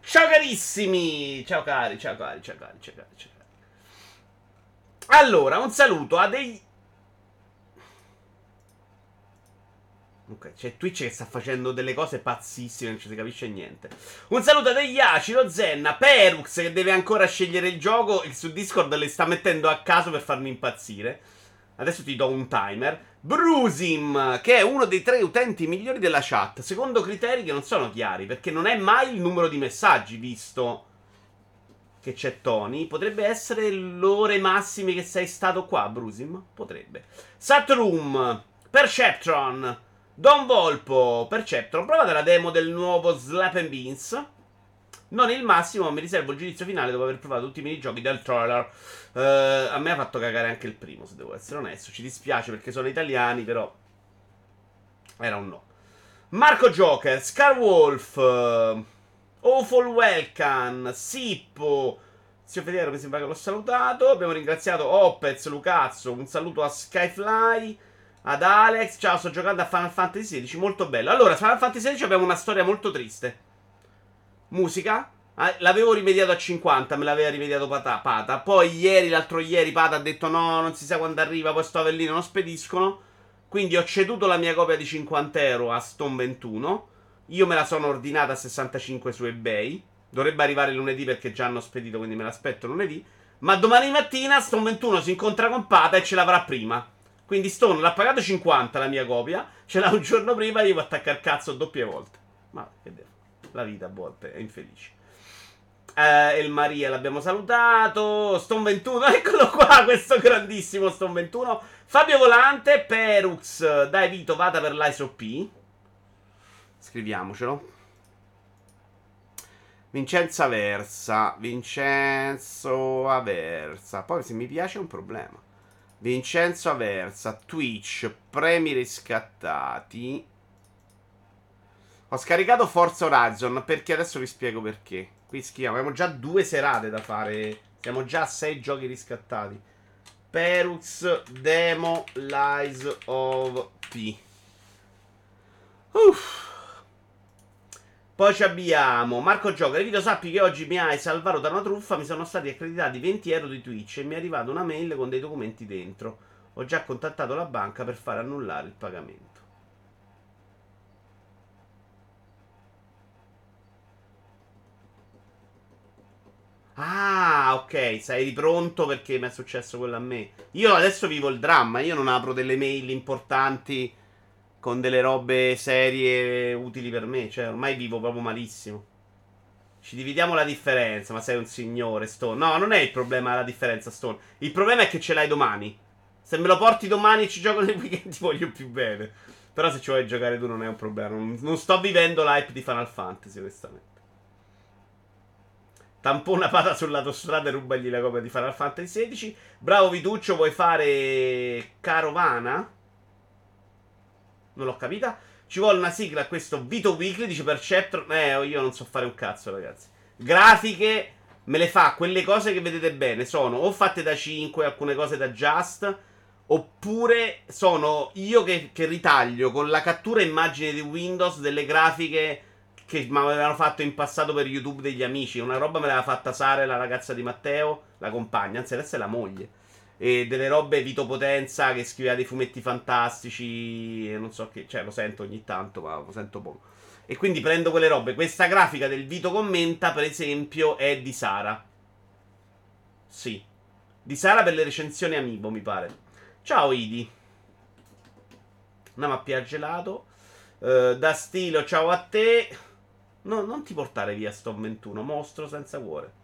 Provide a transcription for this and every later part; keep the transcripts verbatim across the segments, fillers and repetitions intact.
Ciao carissimi! Ciao cari, ciao cari, ciao cari, ciao cari, ciao cari. Allora, un saluto a dei... Ok, c'è Twitch che sta facendo delle cose pazzissime, non ci si capisce niente. Un saluto a degli Aci, lo Zenna, Perux che deve ancora scegliere il gioco e su Discord le sta mettendo a caso per farmi impazzire. Adesso ti do un timer. Brusim, che è uno dei tre utenti migliori della chat, secondo criteri che non sono chiari, perché non è mai il numero di messaggi visto che c'è Tony. Potrebbe essere l'ore massime che sei stato qua, Brusim? Potrebbe. Satroom, Perceptron, Don Volpo, Perceptron. Provate la demo del nuovo Slap and Beans. Non il massimo, ma mi riservo il giudizio finale dopo aver provato tutti i minigiochi del trailer. Uh, a me ha fatto cagare anche il primo, se devo essere onesto. Ci dispiace perché sono italiani, però era un no. Marco Joker, Scarwolf, uh, Awful Welcan, Sippo, Zio Federo mi sembra che l'ho salutato. Abbiamo ringraziato Opez, Lucazzo, un saluto a Skyfly, ad Alex. Ciao, sto giocando a Final Fantasy sedici, molto bello. Allora, Final Fantasy sedici abbiamo una storia molto triste. Musica. Ah, l'avevo rimediato a cinquanta, me l'aveva rimediato Pata, Pata. Poi ieri, l'altro ieri, Pata ha detto no, non si sa quando arriva, poi sto Avellino non spediscono. Quindi ho ceduto la mia copia di cinquanta euro a Stone ventuno. Io me la sono ordinata a sessantacinque su eBay. Dovrebbe arrivare lunedì perché già hanno spedito, quindi me l'aspetto lunedì. Ma domani mattina Stone ventuno si incontra con Pata e ce l'avrà prima. Quindi Stone l'ha pagato cinquanta la mia copia, ce l'ha un giorno prima e io vado a attaccare il cazzo doppie volte. Ma che devo? La vita a volte è infelice. Eh, El Maria l'abbiamo salutato. Stone ventuno, eccolo qua, questo grandissimo Stone ventuno. Fabio Volante, Perux, dai Vito, vada per l'I S O P. Scriviamocelo. Vincenzo Aversa, Vincenzo Aversa. Poi se mi piace è un problema. Vincenzo Aversa, Twitch, premi riscattati. Ho scaricato Forza Horizon perché adesso vi spiego perché. Qui scriviamo, abbiamo già due serate da fare. Siamo già a sei giochi riscattati. Perux Demo Lies of P. Uff. Poi ci abbiamo Marco Gioca. Vito, sappi che oggi mi hai salvato da una truffa. Mi sono stati accreditati venti euro di Twitch e mi è arrivata una mail con dei documenti dentro. Ho già contattato la banca per far annullare il pagamento. Ah, ok, sei pronto perché mi è successo quello a me. Io adesso vivo il dramma, io non apro delle mail importanti con delle robe serie utili per me, cioè ormai vivo proprio malissimo. Ci dividiamo la differenza, ma sei un signore, Stone. No, non è il problema la differenza, Stone. Il problema è che ce l'hai domani. Se me lo porti domani e ci gioco nel weekend ti voglio più bene. Però se ci vuoi giocare tu non è un problema. Non, non sto vivendo l'hype di Final Fantasy, onestamente. Tampona Pata sull'autostrada e rubagli la copia di Final Fantasy sedici. Bravo Vituccio, vuoi fare Carovana? Non l'ho capita. Ci vuole una sigla a questo Vito Weekly, dice Perceptron. Eh, io non so fare un cazzo, ragazzi. Grafiche me le fa, quelle cose che vedete bene sono o fatte da cinque, alcune cose da Just, oppure sono io che, che ritaglio con la cattura immagine di Windows delle grafiche che mi avevano fatto in passato per YouTube degli amici. Una roba me l'aveva fatta Sara, la ragazza di Matteo, la compagna, anzi adesso è la moglie. E delle robe Vito Potenza che scriveva dei fumetti fantastici e non so che, cioè lo sento ogni tanto, ma lo sento poco. E quindi prendo quelle robe. Questa grafica del Vito Commenta, per esempio, è di Sara. Sì. Di Sara per le recensioni Amiibo, mi pare. Ciao Idi. Una mappia gelato. Uh, da stilo, ciao a te. No, non ti portare via sto ventuno, mostro senza cuore.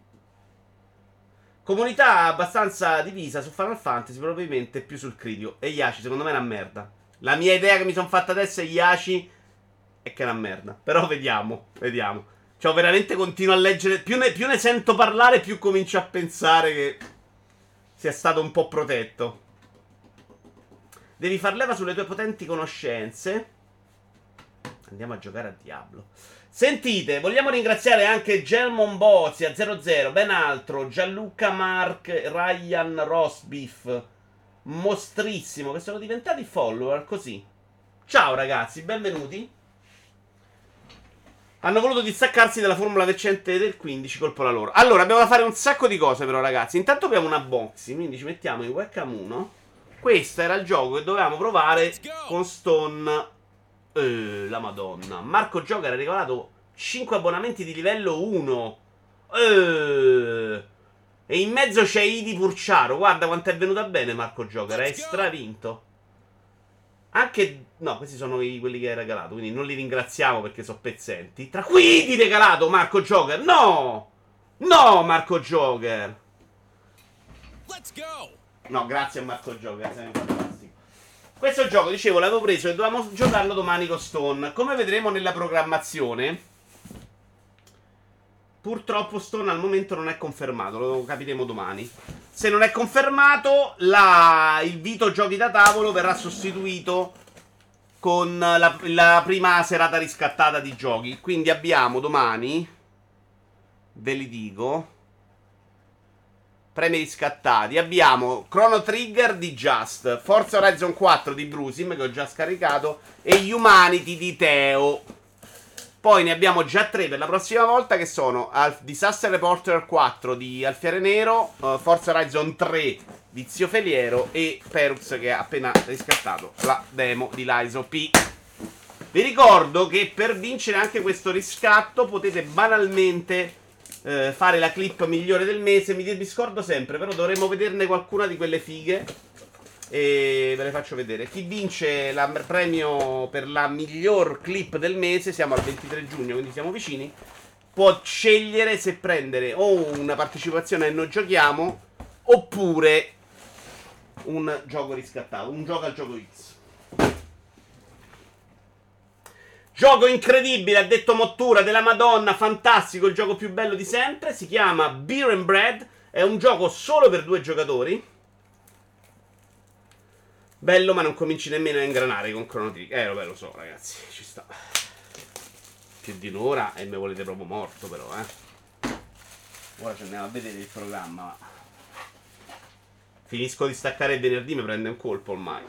Comunità abbastanza divisa su Final Fantasy, probabilmente più sul critico. E Yashi, secondo me è una merda. La mia idea che mi sono fatta adesso è Yashi è che è una merda. Però vediamo, vediamo. Cioè, veramente continuo a leggere. Più ne, più ne sento parlare, più comincio a pensare che sia stato un po' protetto. Devi far leva sulle tue potenti conoscenze. Andiamo a giocare a Diablo. Sentite, vogliamo ringraziare anche Gelmon Bozia zero zero, ben altro, Gianluca Mark, Ryan Rosbiff, Mostrissimo, che sono diventati follower così. Ciao ragazzi, benvenuti. Hanno voluto distaccarsi dalla formula recente del quindici, colpo la loro. Allora, abbiamo da fare un sacco di cose però, ragazzi. Intanto abbiamo una boxing, quindi ci mettiamo in webcam uno. Questo era il gioco che dovevamo provare con Stone. Eh, la madonna. Marco Gioca era regalato cinque abbonamenti di livello uno. Eh, e in mezzo c'è Idi Purciaro. Guarda quanto è venuta bene Marco Gioca. Hai stravinto. Anche... No, questi sono i, quelli che hai regalato, quindi non li ringraziamo perché sono pezzenti. Tra cui ti regalato Marco Joker. No! No, Marco Joker. Let's go! No, grazie a Marco Joker, sei fantastico. Questo gioco, dicevo, l'avevo preso e dovevamo giocarlo domani con Stone. Come vedremo nella programmazione, purtroppo Stone al momento non è confermato, lo capiremo domani. Se non è confermato, la... il Vito Giochi da tavolo verrà sostituito con la, la prima serata riscattata di giochi. Quindi abbiamo domani, ve li dico, premi riscattati. Abbiamo Chrono Trigger di Just, Forza Horizon quattro di Brusim, che ho già scaricato, e Humanity di Teo. Poi ne abbiamo già tre per la prossima volta, che sono Al- Disaster Reporter quattro di Alfiere Nero, uh, Forza Horizon tre di Zio Feliero e Perux, che ha appena riscattato la demo di Lies of P. Vi ricordo che per vincere anche questo riscatto potete banalmente eh, fare la clip migliore del mese. Mi discordo sempre, però dovremmo vederne qualcuna di quelle fighe e ve le faccio vedere. Chi vince il premio per la miglior clip del mese, siamo al ventitré giugno, quindi siamo vicini, può scegliere se prendere o una partecipazione a Noi Giochiamo oppure un gioco riscattato, un gioco al gioco X. Gioco incredibile, ha detto Mottura, della Madonna, fantastico, il gioco più bello di sempre. Si chiama Beer and Bread, è un gioco solo per due giocatori. Bello, ma non cominci nemmeno a ingranare con Chrono Trigger. Eh, vabbè, lo so, ragazzi, ci sta. Più di un'ora e me volete proprio morto, però, eh. Ora ci andiamo a vedere il programma, ma... Finisco di staccare il venerdì, mi prende un colpo ormai.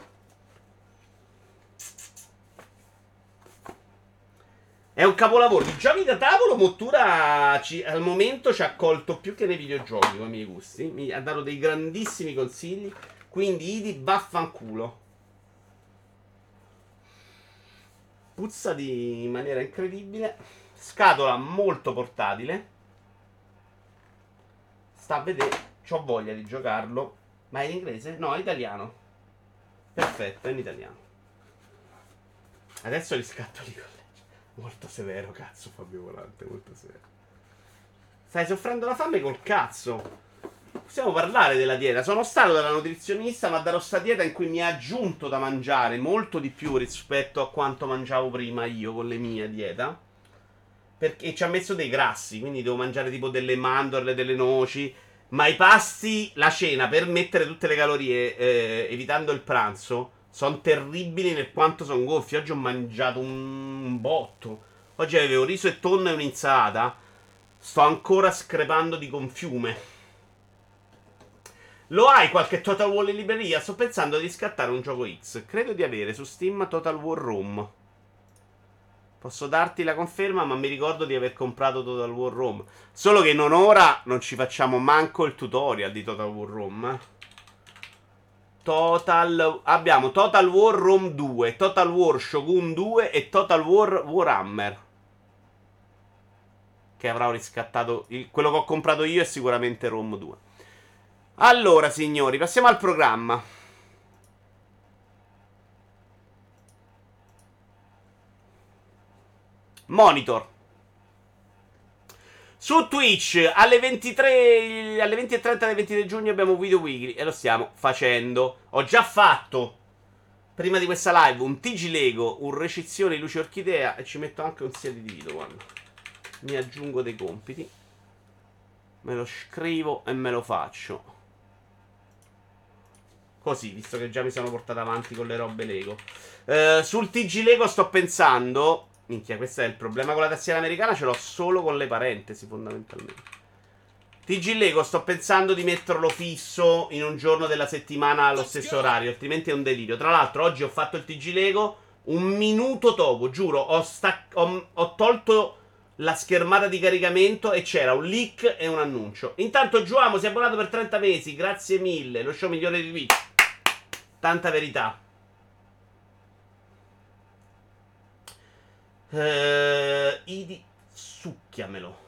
È un capolavoro. Di giochi da tavolo, Mottura ci, al momento ci ha accolto più che nei videogiochi, con i miei gusti. Mi ha dato dei grandissimi consigli. Quindi Idi, vaffanculo. Puzza di in maniera incredibile. Scatola molto portatile. Sta a vedere. C'ho voglia di giocarlo. Ma è in inglese? No, è italiano. Perfetto, è in italiano. Adesso riscatto di collegio. Molto severo, cazzo, Fabio Volante, molto severo. Stai soffrendo la fame col cazzo. Possiamo parlare della dieta. Sono stato dalla nutrizionista, ma darò sta dieta in cui mi ha aggiunto da mangiare molto di più rispetto a quanto mangiavo prima io con le mie dieta. Perché ci ha messo dei grassi, quindi devo mangiare tipo delle mandorle, delle noci. Ma i pasti, la cena, per mettere tutte le calorie, eh, evitando il pranzo, sono terribili nel quanto sono gonfi. Oggi ho mangiato un, un botto. Oggi avevo riso e tonno e un'insalata. Sto ancora screpando di gonfiume. Lo hai qualche Total War in libreria? Sto pensando di scattare un gioco X. Credo di avere su Steam Total War Rome. Posso darti la conferma, ma mi ricordo di aver comprato Total War Rome. Solo che non ora non ci facciamo manco il tutorial di Total War Rome. Total... Abbiamo Total War Rome due, Total War Shogun due e Total War Warhammer. Che avrò riscattato... Il... Quello che ho comprato io è sicuramente Rome due. Allora, signori, passiamo al programma. Monitor. Su Twitch alle ventitré, alle venti e trenta del ventitré giugno abbiamo Video Weekly e lo stiamo facendo. Ho già fatto, prima di questa live, un T G Lego, un recensione di Luce Orchidea e ci metto anche un sia di video, guarda. Mi aggiungo dei compiti. Me lo scrivo e me lo faccio. Così, visto che già mi sono portato avanti con le robe Lego. Uh, sul T G Lego sto pensando... Minchia, questo è il problema con la tastiera americana, ce l'ho solo con le parentesi, fondamentalmente. T G Lego sto pensando di metterlo fisso in un giorno della settimana allo stesso orario, altrimenti è un delirio. Tra l'altro oggi ho fatto il T G Lego un minuto dopo, giuro, ho, stac- ho, ho tolto la schermata di caricamento e c'era un leak e un annuncio. Intanto Giuamo si è abbonato per trenta mesi, grazie mille, lo show migliore di Twitch. Tanta verità. Uh, Idi, succhiamelo.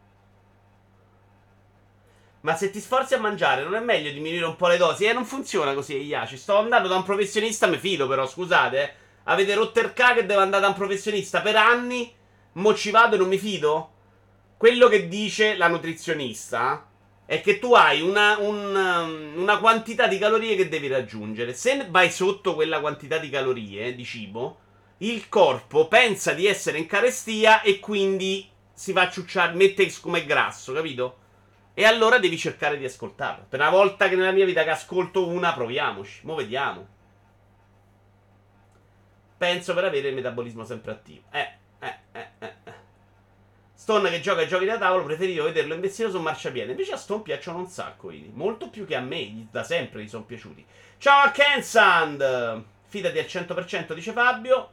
Ma se ti sforzi a mangiare non è meglio diminuire un po' le dosi? Eh, non funziona così, Iaci. Sto andando da un professionista, mi fido però, scusate, eh. Avete rotto il ca che devo andare da un professionista per anni, mo ci vado e non mi fido? Quello che dice la nutrizionista è che tu hai una, un, una quantità di calorie che devi raggiungere. Se vai sotto quella quantità di calorie, di cibo, il corpo pensa di essere in carestia e quindi si va a ciucciare, mette come grasso, capito? E allora devi cercare di ascoltarlo. Per una volta che nella mia vita che ascolto una, proviamoci. Mo' vediamo. Penso per avere il metabolismo sempre attivo. Eh, eh, eh, eh. Stone che gioca ai giochi da tavolo, preferito vederlo investito su marciapiede. Invece a Stone piacciono un sacco, vedi. Molto più che a me, da sempre gli sono piaciuti. Ciao a Kensand! Fidati al cento per cento, dice Fabio.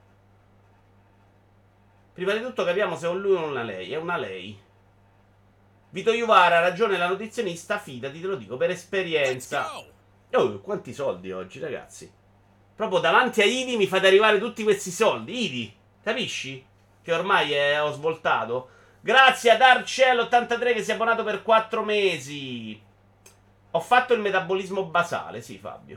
Prima di tutto capiamo se è un lui o una lei. È una lei. Vito Iuvara, ha ragione la nutrizionista, fidati, te lo dico per esperienza. Oh, quanti soldi oggi, ragazzi. Proprio davanti a Idi mi fate arrivare tutti questi soldi. Idi, capisci? Che ormai è, ho svoltato. Grazie ad Arcel ottantatré che si è abbonato per quattro mesi. Ho fatto il metabolismo basale, sì Fabio.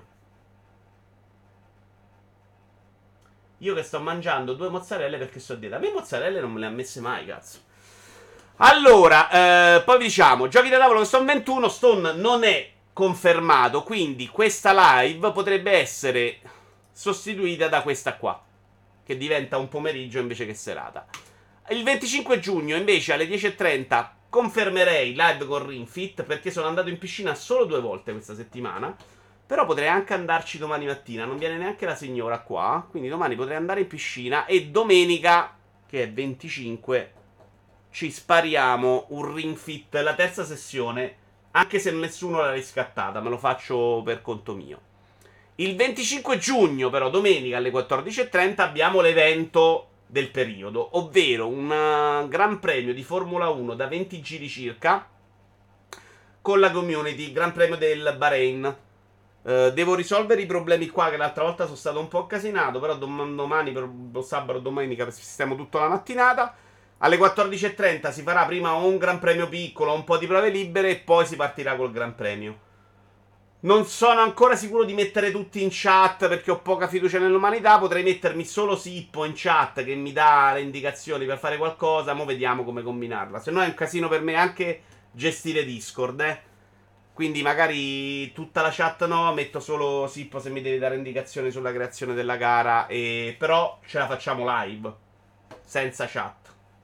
Io che sto mangiando due mozzarelle perché sto a dieta. A me mozzarelle non me le ha messe mai, cazzo. Allora, eh, poi vi diciamo, giochi da tavolo che sono ventuno, Stone non è confermato, quindi questa live potrebbe essere sostituita da questa qua, che diventa un pomeriggio invece che serata. Il venticinque giugno invece alle dieci e trenta confermerei live con Ring Fit, perché sono andato in piscina solo due volte questa settimana, però potrei anche andarci domani mattina, non viene neanche la signora qua, quindi domani potrei andare in piscina e domenica, che è venticinque, ci spariamo un Ring Fit, la terza sessione, anche se nessuno l'ha riscattata, me lo faccio per conto mio. Il venticinque giugno, però, domenica alle quattordici e trenta, abbiamo l'evento del periodo, ovvero un gran premio di Formula uno da venti giri circa, con la community, gran premio del Bahrain. Uh, devo risolvere i problemi qua, che l'altra volta sono stato un po' casinato, però dom- domani, per sabato, domenica, sistemo tutto la mattinata. Alle quattordici e trenta si farà prima un gran premio piccolo, un po' di prove libere e poi si partirà col gran premio. Non sono ancora sicuro di mettere tutti in chat perché ho poca fiducia nell'umanità. Potrei mettermi solo Sippo in chat che mi dà le indicazioni per fare qualcosa. Mo' vediamo come combinarla. Se no è un casino per me anche gestire Discord, eh. Quindi magari tutta la chat no, metto solo Sippo se mi devi dare indicazioni sulla creazione della gara. E... però ce la facciamo live, senza chat.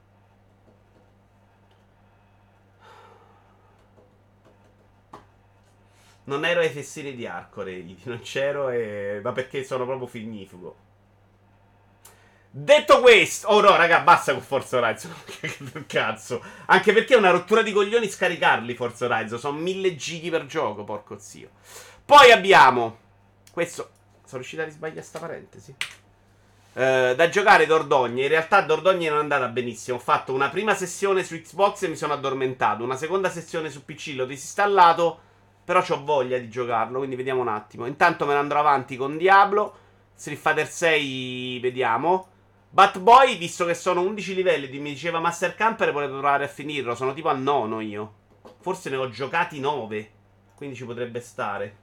Non ero ai festini di Arcore, non c'ero, e... ma perché sono proprio fignifico. Detto questo, oh no, raga, basta con Forza Horizon. Che cazzo. Anche perché è una rottura di coglioni scaricarli Forza Horizon. Sono mille gighi per gioco, porco zio. Poi abbiamo questo. Sono riuscito a risbagliare sta parentesi. Uh, da giocare Dordogne. In realtà Dordogne non è andata benissimo. Ho fatto una prima sessione su Xbox e mi sono addormentato. Una seconda sessione su P C l'ho disinstallato. Però c'ho voglia di giocarlo, quindi vediamo un attimo. Intanto me ne andrò avanti con Diablo. Street Fighter sei, vediamo. Batboy, visto che sono undici livelli, mi diceva Master Camper, volevo provare a finirlo. Sono tipo al nono io. Forse ne ho giocati nove. Quindi ci potrebbe stare.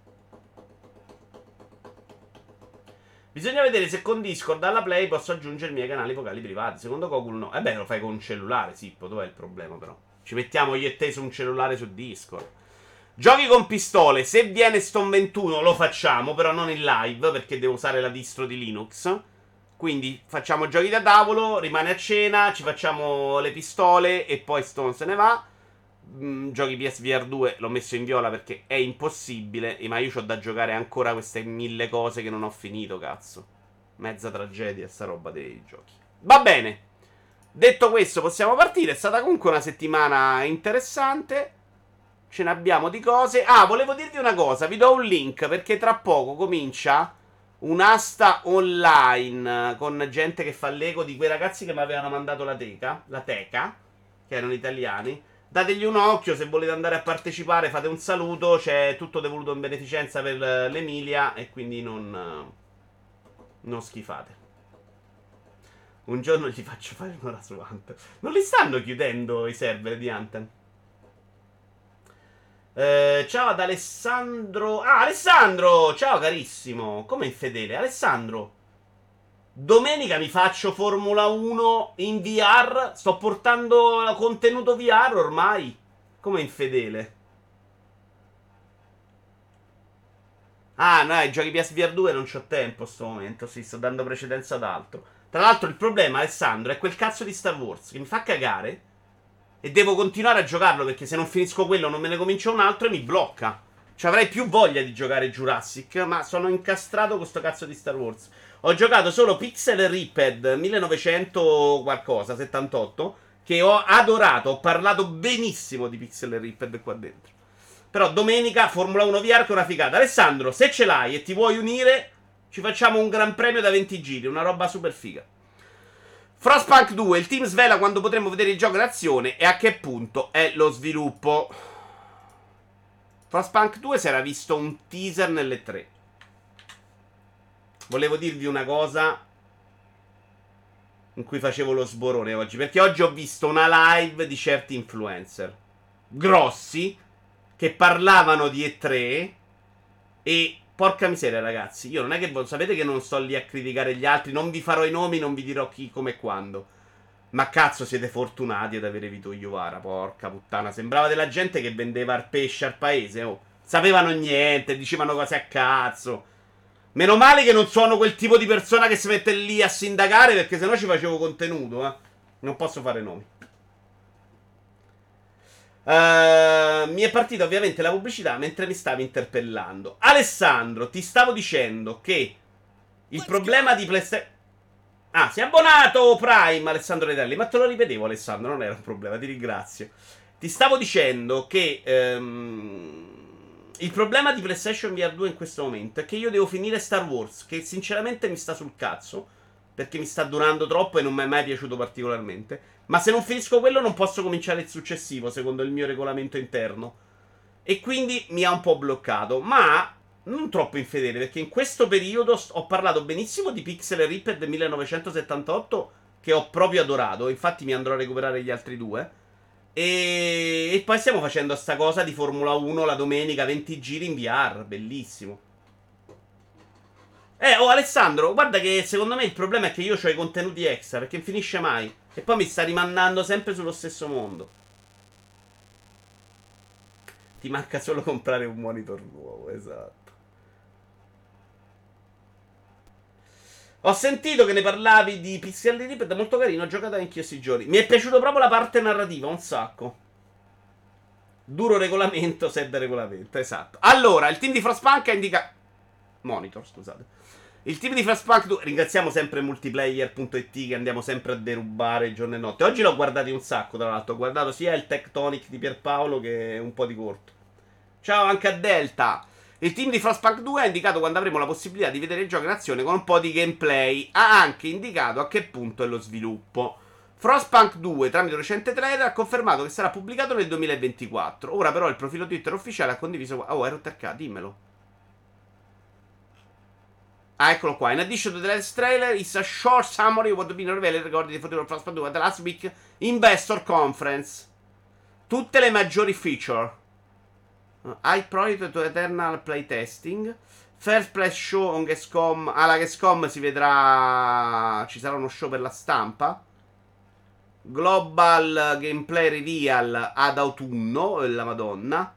Bisogna vedere se con Discord alla Play posso aggiungere i miei canali vocali privati. Secondo Google no. Eh beh, lo fai con un cellulare, Sippo. Dov'è il problema però? Ci mettiamo io e te su un cellulare su Discord. Giochi con pistole, se viene Stone ventuno lo facciamo, però non in live perché devo usare la distro di Linux. Quindi facciamo giochi da tavolo, rimane a cena, ci facciamo le pistole e poi Stone se ne va. Mm, giochi P S V R due l'ho messo in viola perché è impossibile, ma io ho da giocare ancora queste mille cose che non ho finito, cazzo. Mezza tragedia sta roba dei giochi. Va bene, detto questo possiamo partire. È stata comunque una settimana interessante. Ce ne abbiamo di cose. Ah, volevo dirvi una cosa. Vi do un link perché tra poco comincia un'asta online con gente che fa l'eco di quei ragazzi che mi avevano mandato la teca, la teca, che erano italiani. Dategli un occhio se volete andare a partecipare, fate un saluto, c'è tutto devoluto in beneficenza per l'Emilia e quindi non, non schifate. Un giorno gli faccio fare un'ora su Anthem. Non li stanno chiudendo i server di Anthem? Eh, ciao ad Alessandro. Ah, Alessandro! Ciao carissimo. Come infedele? Alessandro, domenica mi faccio Formula uno in V R. Sto portando contenuto V R ormai. Come infedele? Ah, no, i giochi P S V R due non c'ho tempo a sto momento. Sì, sto dando precedenza ad altro. Tra l'altro, il problema, Alessandro, è quel cazzo di Star Wars che mi fa cagare. E devo continuare a giocarlo perché se non finisco quello non me ne comincio un altro e mi blocca. Cioè avrei più voglia di giocare Jurassic, ma sono incastrato con sto cazzo di Star Wars. Ho giocato solo Pixel Ripped millenovecento qualcosa, settantotto, che ho adorato, ho parlato benissimo di Pixel Ripped qua dentro. Però domenica Formula uno V R che è una figata. Alessandro, se ce l'hai e ti vuoi unire, ci facciamo un gran premio da venti giri, una roba super figa. Frostpunk due, il team svela quando potremo vedere il gioco in azione e a che punto è lo sviluppo. Frostpunk due si era visto un teaser nelle tre. Volevo dirvi una cosa in cui facevo lo sborone oggi, perché oggi ho visto una live di certi influencer grossi che parlavano di E tre e porca miseria ragazzi, io non è che sapete che non sto lì a criticare gli altri, non vi farò i nomi, non vi dirò chi, come e quando. Ma cazzo siete fortunati ad avere Vito Iovara, porca puttana, sembrava della gente che vendeva il pesce al paese, oh. Sapevano niente, dicevano cose a cazzo. Meno male che non sono quel tipo di persona che si mette lì a sindacare, perché sennò ci facevo contenuto, eh. Non posso fare nomi. Uh, mi è partita ovviamente la pubblicità mentre mi stavi interpellando. Alessandro, ti stavo dicendo che il problema di PlayStation... Ah, si è abbonato Prime, Alessandro Redelli. Ma te lo ripetevo, Alessandro, non era un problema, ti ringrazio. Ti stavo dicendo che um, il problema di PlayStation V R due in questo momento è che io devo finire Star Wars, che sinceramente mi sta sul cazzo, perché mi sta durando troppo e non mi è mai piaciuto particolarmente. Ma se non finisco quello non posso cominciare il successivo, secondo il mio regolamento interno. E quindi mi ha un po' bloccato. Ma non troppo infedele, perché in questo periodo ho parlato benissimo di Pixel Ripped millenovecentosettantotto, che ho proprio adorato. Infatti mi andrò a recuperare gli altri due. E, e poi stiamo facendo sta cosa di Formula uno la domenica, venti giri in V R. Bellissimo. Eh, oh Alessandro, guarda che secondo me il problema è che io ho i contenuti extra, perché non finisce mai. E poi mi sta rimandando sempre sullo stesso mondo. Ti manca solo comprare un monitor nuovo, esatto. Ho sentito che ne parlavi di Pixel Ripped, molto carino, ho giocato anche io questi giorni. Mi è piaciuto proprio la parte narrativa, un sacco. Duro regolamento, set regolamento, esatto. Allora, il team di Frostpunk ha indicato... Monitor, scusate. Il team di Frostpunk due, ringraziamo sempre multiplayer punto it che andiamo sempre a derubare giorno e notte. Oggi l'ho guardato un sacco, tra l'altro. Ho guardato sia il Tectonic di Pierpaolo che un po' di corto. Ciao anche a Delta. Il team di Frostpunk due ha indicato quando avremo la possibilità di vedere il gioco in azione con un po' di gameplay. Ha anche indicato a che punto è lo sviluppo. Frostpunk due, tramite un recente trailer, ha confermato che sarà pubblicato nel duemilaventiquattro. Ora però il profilo Twitter ufficiale ha condiviso... Oh, R T K, dimmelo. Ah, eccolo qua. In addition to the latest trailer, it's a short summary of what has been revealed regarding the future of Frostpunk due at the last week Investor Conference. Tutte le maggiori feature. Uh, high priority to eternal playtesting. First press show on Gamescom. Alla Gamescom si vedrà... Ci sarà uno show per la stampa. Global gameplay reveal ad autunno, la madonna.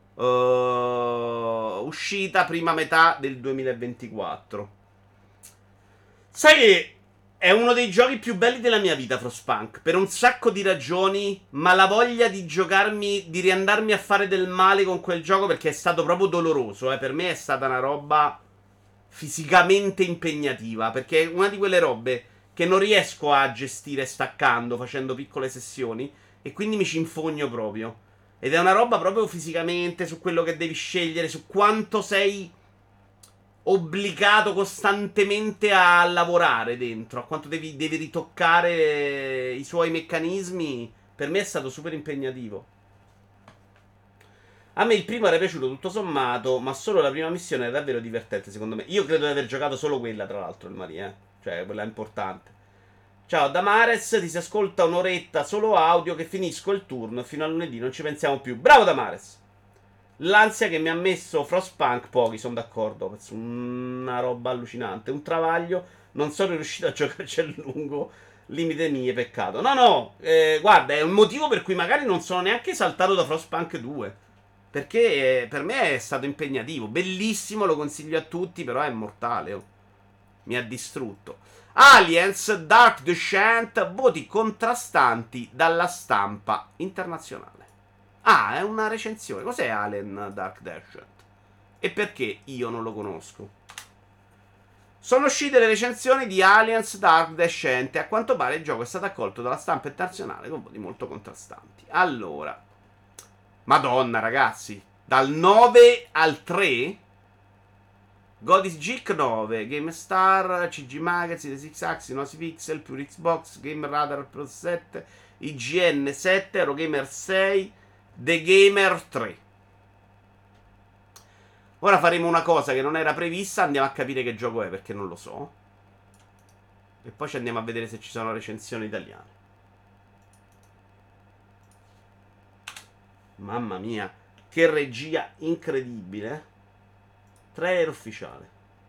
Uh, uscita prima metà del duemilaventiquattro. Sai che è uno dei giochi più belli della mia vita, Frostpunk, per un sacco di ragioni, ma la voglia di giocarmi, di riandarmi a fare del male con quel gioco, perché è stato proprio doloroso, eh. Per me è stata una roba fisicamente impegnativa, perché è una di quelle robe che non riesco a gestire staccando, facendo piccole sessioni, e quindi mi ci infogno proprio. Ed è una roba proprio fisicamente, su quello che devi scegliere, su quanto sei obbligato costantemente a lavorare dentro, a quanto devi, devi ritoccare i suoi meccanismi. Per me è stato super impegnativo. A me il primo era piaciuto tutto sommato, ma solo la prima missione era davvero divertente secondo me. Io credo di aver giocato solo quella, tra l'altro, il Maria, eh. Cioè, quella importante. Ciao, da Mares, ti si ascolta un'oretta solo audio che finisco il turno e fino a lunedì non ci pensiamo più. Bravo Damares! L'ansia che mi ha messo Frostpunk, pochi, sono d'accordo. Una roba allucinante. Un travaglio. Non sono riuscito a giocarci a lungo. Limite mie, peccato. No, no, eh, guarda, è un motivo per cui magari non sono neanche saltato da Frostpunk due. Perché eh, per me è stato impegnativo. Bellissimo, lo consiglio a tutti, però è mortale. Oh. Mi ha distrutto. Aliens Dark Descent, voti contrastanti dalla stampa internazionale. Ah, è una recensione. Cos'è Alien Dark Descent? E perché io non lo conosco? Sono uscite le recensioni di Aliens Dark Descent e a quanto pare il gioco è stato accolto dalla stampa internazionale con voti molto contrastanti. Allora, Madonna ragazzi, dal nove al tre, Godis Geek nove, GameStar, C G Magazine, six Axis, Nosy Pixel, Pure Xbox, Game Radar Pro sette, I G N sette, Eurogamer sei, The Gamer tre. Ora faremo una cosa che non era prevista, andiamo a capire che gioco è perché non lo so. E poi ci andiamo a vedere se ci sono recensioni italiane. Mamma mia, che regia incredibile. Trailer ufficiale.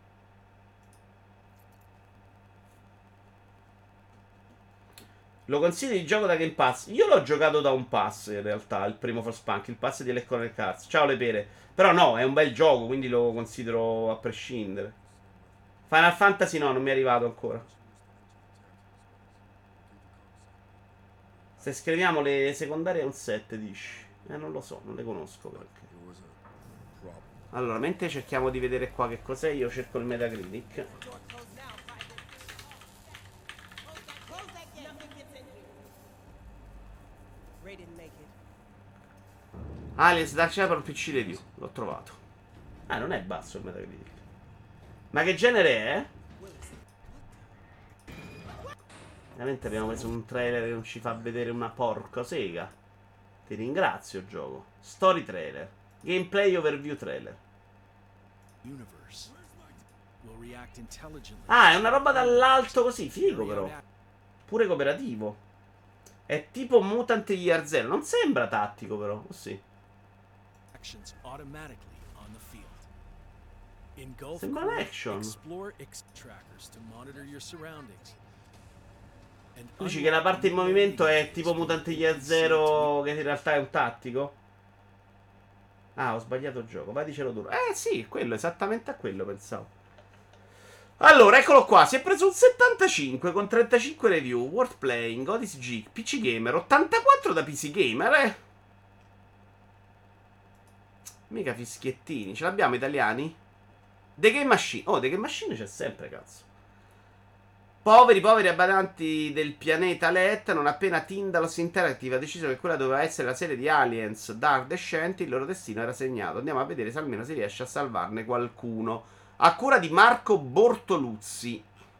Lo consideri il gioco da Game Pass? Io l'ho giocato da un pass in realtà, il primo Frostpunk, il pass di Electronic Arts. Ciao le pere. Però no, è un bel gioco, quindi lo considero a prescindere. Final Fantasy no, non mi è arrivato ancora. Se scriviamo le secondarie è un sette, dici? Eh, non lo so, non le conosco perché. Allora, mentre cerchiamo di vedere qua che cos'è, io cerco il Metacritic. Aliens Dark Shadow P C Review, l'ho trovato. Ah, non è basso il Metacritic. Ma che genere è? Veramente abbiamo preso un trailer che non ci fa vedere una porca sega. Ti ringrazio, gioco. Story trailer. Gameplay overview trailer. Ah, è una roba dall'alto così, figo però. Pure cooperativo. È tipo Mutant Year Zero. Non sembra tattico però, oh sì. Sembra un action. Tu dici che la parte in movimento è tipo Mutant Year Zero, che in realtà è un tattico? Ah, ho sbagliato il gioco. Vai, dicelo duro. Eh sì, quello, esattamente a quello pensavo. Allora, eccolo qua. Si è preso un settantacinque con trentacinque review. World Playing, Odyssey Geek, P C Gamer, ottantaquattro da P C Gamer, eh. Mica fischiettini. Ce l'abbiamo italiani? The Game Machine. Oh, The Game Machine c'è sempre, cazzo. Poveri, poveri abitanti del pianeta Let, non appena Tindalos Interactive ha deciso che quella doveva essere la serie di Aliens Dark Descent, il loro destino era segnato. Andiamo a vedere se almeno si riesce a salvarne qualcuno. A cura di Marco Bortoluzzi.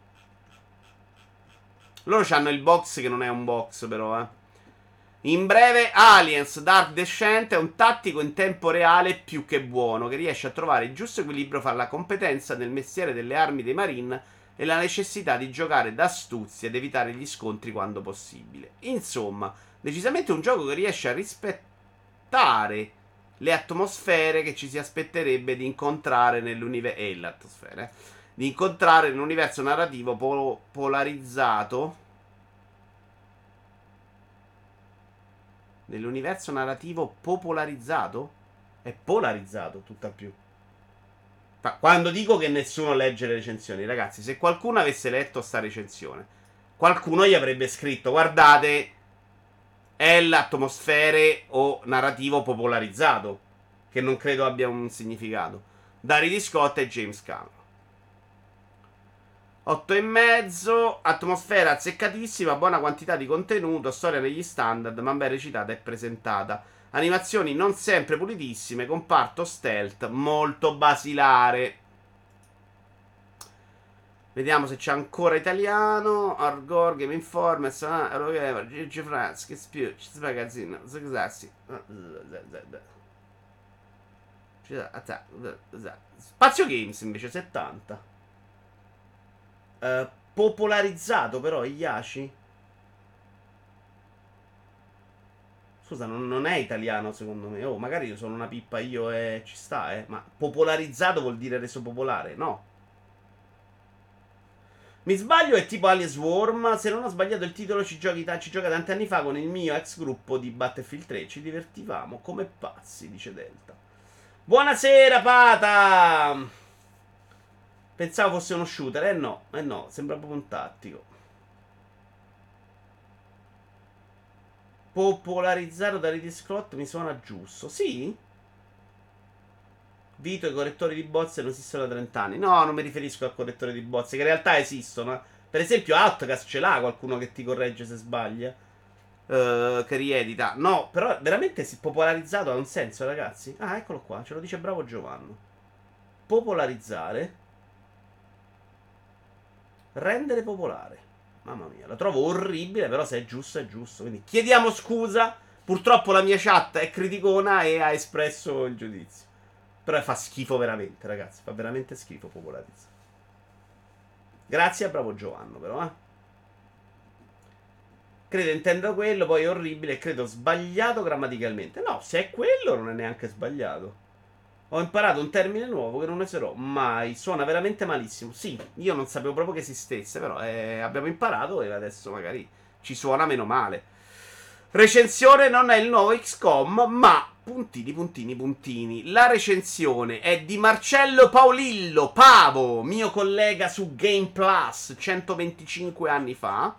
Loro hanno il box che non è un box però, eh. In breve, Aliens Dark Descent è un tattico in tempo reale più che buono, che riesce a trovare il giusto equilibrio fra la competenza nel mestiere delle armi dei Marine e la necessità di giocare d'astuzia ed evitare gli scontri quando possibile. Insomma, decisamente un gioco che riesce a rispettare le atmosfere che ci si aspetterebbe di incontrare nell'universo e l'atmosfera eh, di incontrare nell'universo narrativo pol- polarizzato nell'universo narrativo popolarizzato? È polarizzato, tutt'al più. Quando dico che nessuno legge le recensioni, ragazzi, se qualcuno avesse letto sta recensione, qualcuno gli avrebbe scritto: guardate, è l'atmosfere o narrativo popolarizzato, che non credo abbia un significato. Da Ridley Scott e James Cameron. otto e mezzo, atmosfera azzeccatissima, buona quantità di contenuto, storia negli standard, ma ben recitata e presentata. Animazioni non sempre pulitissime, comparto stealth molto basilare. Vediamo se c'è ancora italiano. Argor, Game Informers, Eurogamer, G G France, che spiù, ci magazzino, Zagzassi. Spazio Games invece settanta. Uh, popolarizzato però Iaci. Scusa, non, non è italiano secondo me. Oh, magari io sono una pippa io e ci sta, eh. Ma popolarizzato vuol dire reso popolare? No. Mi sbaglio, è tipo Alien Swarm. Se non ho sbagliato il titolo ci, giochi, ci gioca tanti anni fa con il mio ex gruppo di Battlefield tre. Ci divertivamo come pazzi, dice Delta. Buonasera Pata. Pensavo fosse uno shooter. Eh no, eh no, sembra proprio un tattico. Popolarizzato da Ridley Scott mi suona giusto. Sì? Vito, i correttori di bozze non esistono da trenta anni. No, non mi riferisco a correttori di bozze, che in realtà esistono. Per esempio, Outcast ce l'ha qualcuno che ti corregge se sbaglia. Uh, che riedita. No, però veramente si popolarizzato ha un senso, ragazzi. Ah, eccolo qua, ce lo dice bravo Giovanni. Popolarizzare. Rendere popolare. Mamma mia, la trovo orribile, però se è giusto è giusto. Quindi chiediamo scusa. Purtroppo la mia chat è criticona e ha espresso il giudizio. Però fa schifo veramente, ragazzi. Fa veramente schifo popolarizzare. Grazie a bravo Giovanni, però, eh. Credo intendo quello, poi è orribile e credo sbagliato grammaticalmente. No, se è quello non è neanche sbagliato. Ho imparato un termine nuovo che non userò mai. Suona veramente malissimo. Sì, io non sapevo proprio che esistesse, però eh, abbiamo imparato e adesso magari ci suona meno male. Recensione non è il nuovo X COM, ma puntini, puntini, puntini. La recensione è di Marcello Paolillo, Pavo, mio collega su Game Plus centoventicinque anni fa.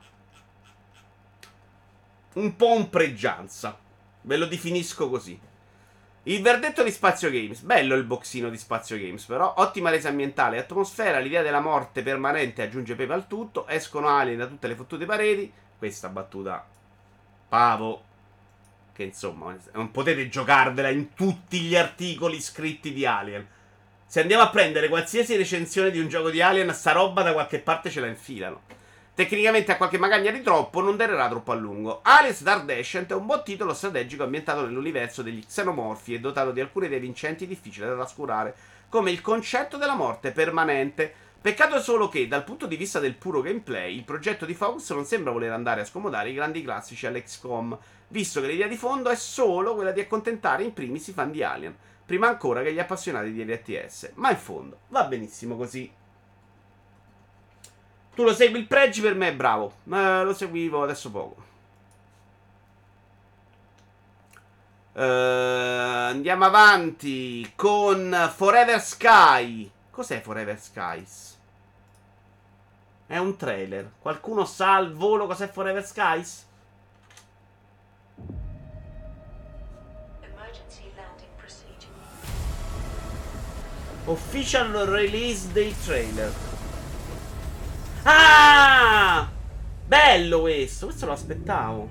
Un po' un pregianza. Ve lo definisco così. Il verdetto di Spazio Games. Bello il boxino di Spazio Games, però. Ottima resa ambientale e atmosfera. L'idea della morte permanente aggiunge pepe al tutto. Escono alien da tutte le fottute pareti. Questa battuta Pavo, che insomma non potete giocarvela in tutti gli articoli scritti di Alien. Se andiamo a prendere qualsiasi recensione di un gioco di Alien, sta roba da qualche parte ce la infilano. Tecnicamente ha qualche magagna di troppo, non durerà troppo a lungo. Aliens Dark Descent è un buon titolo strategico ambientato nell'universo degli xenomorfi e dotato di alcune idee vincenti difficili da trascurare, come il concetto della morte permanente. Peccato solo che, dal punto di vista del puro gameplay, il progetto di Focus non sembra voler andare a scomodare i grandi classici all'X COM, visto che l'idea di fondo è solo quella di accontentare in primis i fan di Alien, prima ancora che gli appassionati di R T S. Ma in fondo va benissimo così. Tu lo segui il Pregi, per me è bravo, ma lo seguivo adesso poco. Uh, andiamo avanti con Forever Sky. Cos'è Forever Skies? È un trailer. Qualcuno sa al volo cos'è Forever Skies? Official release dei trailer. Ah! Bello questo. Questo lo aspettavo.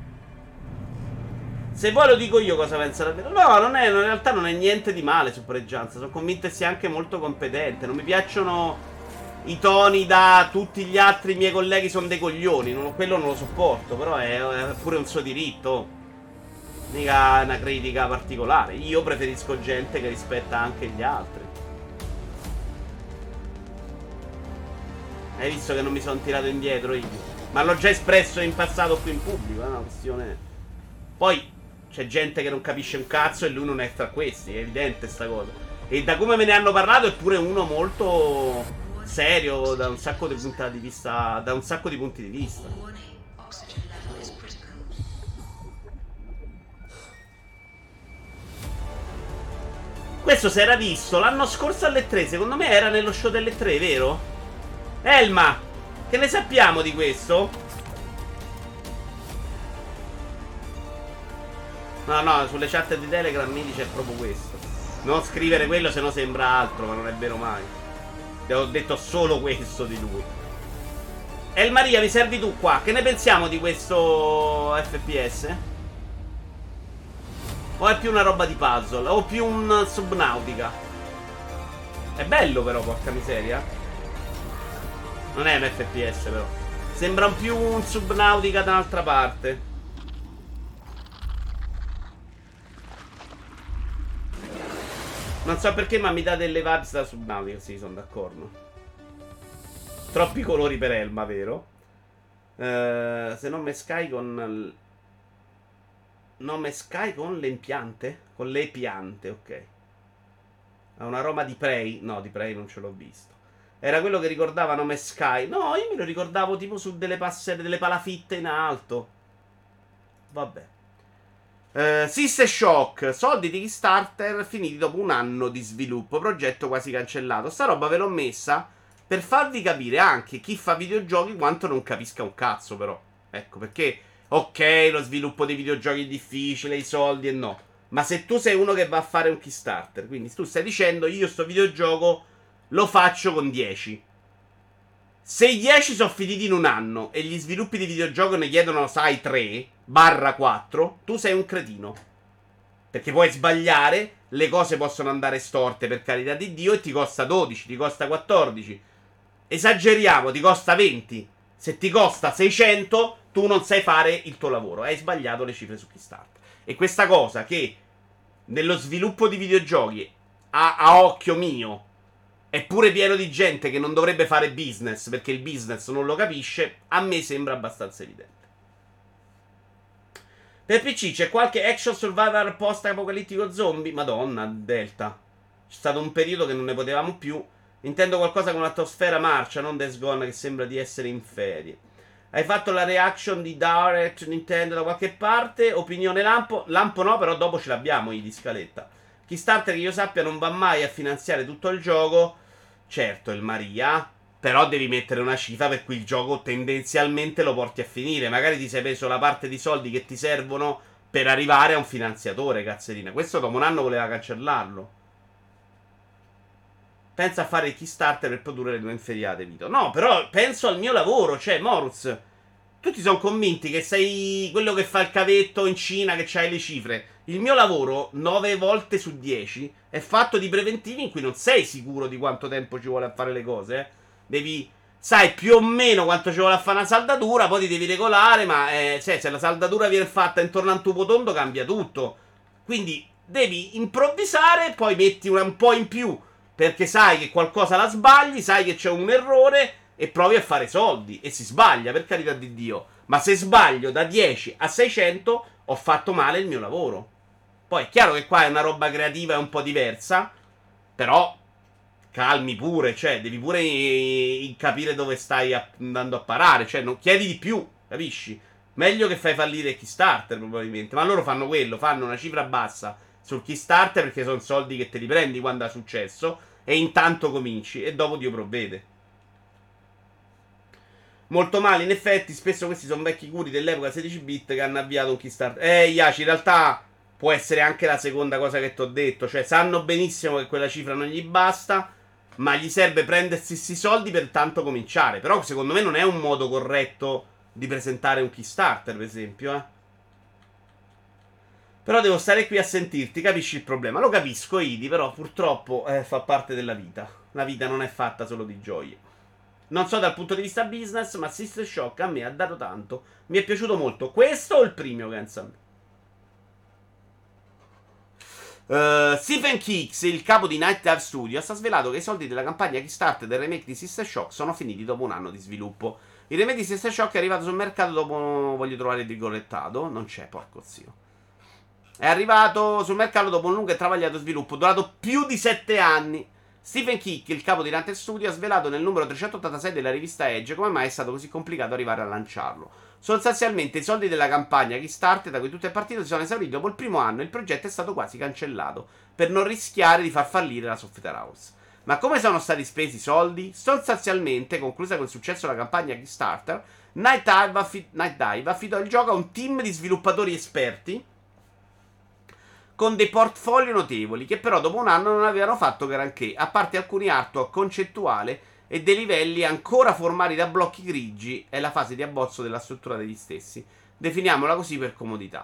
Se vuoi lo dico io cosa pensa davvero. No, non è, in realtà non è niente di male su Pregianza. Sono convinto che sia anche molto competente. Non mi piacciono i toni da tutti gli altri miei colleghi sono dei coglioni. Non, quello non lo sopporto. Però è, è pure un suo diritto. Mica una critica particolare. Io preferisco gente che rispetta anche gli altri. Hai visto che non mi sono tirato indietro io? Ma l'ho già espresso in passato qui in pubblico. È una questione. Poi c'è gente che non capisce un cazzo e lui non è tra questi. È evidente sta cosa. E da come me ne hanno parlato è pure uno molto serio da un sacco di punti di vista. Da un sacco di punti di vista. Questo si era visto l'anno scorso alle tre. Secondo me era nello show delle tre, vero? Elma, che ne sappiamo di questo? No, no, sulle chat di Telegram mi dice proprio questo. Non scrivere quello, se no sembra altro, ma non è vero mai. Ti ho detto solo questo di lui. El Maria, mi servi tu qua. Che ne pensiamo di questo F P S? O è più una roba di puzzle? O più un Subnautica? È bello però, porca miseria. Non è un F P S però. Sembra un più un Subnautica da un'altra parte. Non so perché, ma mi dà delle vibes da Subnautica. Sì, sono d'accordo. Troppi colori per Elma, vero? Uh, se non me Sky con... Nome Sky con l'impiante? Con le piante, ok. Ha un aroma di Prey. No, di Prey non ce l'ho visto. Era quello che ricordava Nome Sky. No, io me lo ricordavo tipo su delle passere, delle palafitte in alto. Vabbè. Uh, System Shock. Soldi di Kickstarter finiti dopo un anno di sviluppo. Progetto quasi cancellato. Sta roba ve l'ho messa per farvi capire anche chi fa videogiochi quanto non capisca un cazzo, però. Ecco, perché... Ok, lo sviluppo dei videogiochi è difficile, i soldi e no. Ma se tu sei uno che va a fare un Kickstarter, quindi tu stai dicendo io sto videogioco lo faccio con dieci. Se i dieci sono finiti in un anno e gli sviluppi di videogioco ne chiedono, sai, tre barra quattro, tu sei un cretino. Perché puoi sbagliare, le cose possono andare storte per carità di Dio e ti costa dodici, ti costa quattordici. Esageriamo, ti costa venti. Se ti costa seicento, tu non sai fare il tuo lavoro. Hai sbagliato le cifre su Kickstarter. E questa cosa che nello sviluppo di videogiochi a, a occhio mio è pure pieno di gente che non dovrebbe fare business perché il business non lo capisce, a me sembra abbastanza evidente. Per P C c'è qualche action survivor post-apocalittico zombie? Madonna, Delta. C'è stato un periodo che non ne potevamo più. Intendo qualcosa con l'atmosfera marcia, non Days Gone che sembra di essere in ferie. Hai fatto la reaction di Direct Nintendo da qualche parte? Opinione Lampo? Lampo no, però dopo ce l'abbiamo i di scaletta. Kickstarter che io sappia non va mai a finanziare tutto il gioco. Certo, il Maria. Però devi mettere una cifra per cui il gioco tendenzialmente lo porti a finire. Magari ti sei preso la parte di soldi che ti servono per arrivare a un finanziatore, cazzerina. Questo dopo un anno voleva cancellarlo. Pensa a fare il Kickstarter per produrre le tue inferiate, Vito. No, però penso al mio lavoro. Cioè, Moruz, tutti sono convinti che sei quello che fa il cavetto in Cina, che c'hai le cifre. Il mio lavoro, nove volte su dieci, è fatto di preventivi in cui non sei sicuro di quanto tempo ci vuole a fare le cose. Eh. Devi... Sai più o meno quanto ci vuole a fare una saldatura, poi ti devi regolare, ma eh, cioè, se la saldatura viene fatta intorno a un tubo tondo cambia tutto. Quindi devi improvvisare, poi metti una, un po' in più perché sai che qualcosa la sbagli, sai che c'è un errore e provi a fare soldi. E si sbaglia, per carità di Dio. Ma se sbaglio da dieci a seicento, ho fatto male il mio lavoro. Poi è chiaro che qua è una roba creativa e un po' diversa, però calmi pure, cioè devi pure eh, capire dove stai andando a parare. Cioè non chiedi di più, capisci? Meglio che fai fallire Kickstarter probabilmente. Ma loro fanno quello, fanno una cifra bassa sul Kickstarter perché sono soldi che te li prendi quando ha successo e intanto cominci e dopo Dio provvede. Molto male, in effetti spesso questi sono vecchi curi dell'epoca sedici bit che hanno avviato un Kickstarter. Eh Iaci, in realtà può essere anche la seconda cosa che ti ho detto. Cioè sanno benissimo che quella cifra non gli basta, ma gli serve prendersi questi soldi per tanto cominciare. Però secondo me non è un modo corretto di presentare un Kickstarter, per esempio, eh. Però devo stare qui a sentirti, capisci il problema? Lo capisco, Idi, però purtroppo eh, fa parte della vita. La vita non è fatta solo di gioie. Non so dal punto di vista business, ma System Shock a me ha dato tanto. Mi è piaciuto molto. Questo o il primo Gansam? Uh, Stephen Kicks, il capo di Night Dive Studios, ha svelato che i soldi della campagna Kickstarter del remake di System Shock sono finiti dopo un anno di sviluppo. Il remake di System Shock è arrivato sul mercato dopo... Voglio trovare il virgolettato. Non c'è, porco zio. È arrivato sul mercato dopo un lungo e travagliato sviluppo durato più di sette anni. Stephen Kick, il capo di Night Studio, ha svelato nel numero trecentottantasei della rivista Edge come mai è stato così complicato arrivare a lanciarlo. Sostanzialmente i soldi della campagna Kickstarter da cui tutto è partito si sono esauriti dopo il primo anno e il progetto è stato quasi cancellato per non rischiare di far fallire la software house. Ma come sono stati spesi i soldi? Sostanzialmente, conclusa con successo la campagna Kickstarter, Night Dive, affi- Night Dive affidò il gioco a un team di sviluppatori esperti con dei portfolio notevoli, che però dopo un anno non avevano fatto granché, a parte alcuni artwork concettuali e dei livelli ancora formati da blocchi grigi e la fase di abbozzo della struttura degli stessi. Definiamola così per comodità.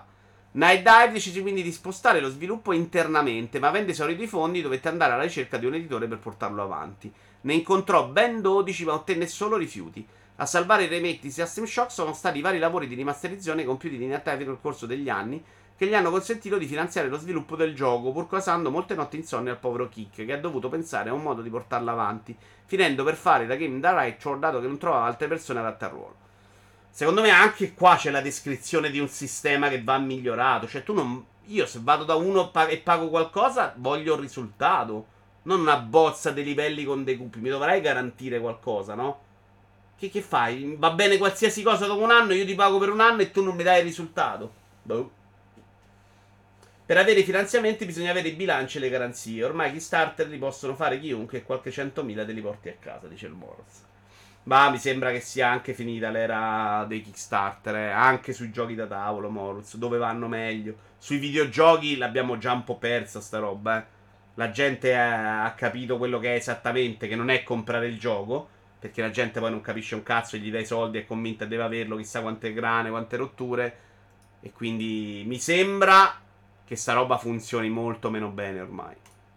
Night Dive decise quindi di spostare lo sviluppo internamente, ma avendo esaurito i fondi dovette andare alla ricerca di un editore per portarlo avanti. Ne incontrò ben dodici, ma ottenne solo rifiuti. A salvare il remake di System Shock sono stati i vari lavori di rimasterizzazione compiuti in Night Dive nel corso degli anni, che gli hanno consentito di finanziare lo sviluppo del gioco, pur causando molte notti insonne al povero Kick, che ha dovuto pensare a un modo di portarlo avanti, finendo per fare da game director dato che non trovava altre persone adatte al ruolo. Secondo me anche qua c'è la descrizione di un sistema che va migliorato. Cioè tu non... Io se vado da uno e pago qualcosa, voglio il risultato. Non una bozza dei livelli con dei cupi. Mi dovrai garantire qualcosa, no? Che, che fai? Va bene qualsiasi cosa dopo un anno, io ti pago per un anno e tu non mi dai il risultato. Boh. Per avere i finanziamenti bisogna avere i bilanci e le garanzie. Ormai Kickstarter li possono fare chiunque e qualche centomila te li porti a casa, dice il Moros. Ma mi sembra che sia anche finita l'era dei Kickstarter, eh. Anche sui giochi da tavolo, Moruz, dove vanno meglio. Sui videogiochi l'abbiamo già un po' persa sta roba, eh. La gente ha, ha capito quello che è esattamente, che non è comprare il gioco, perché la gente poi non capisce un cazzo e gli dai soldi, è convinta deve averlo, chissà quante grane, quante rotture. E quindi mi sembra che sta roba funzioni molto meno bene ormai.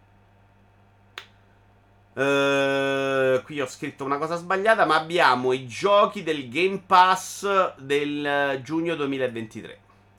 Uh, qui ho scritto una cosa sbagliata, ma abbiamo i giochi del Game Pass del giugno duemilaventitré.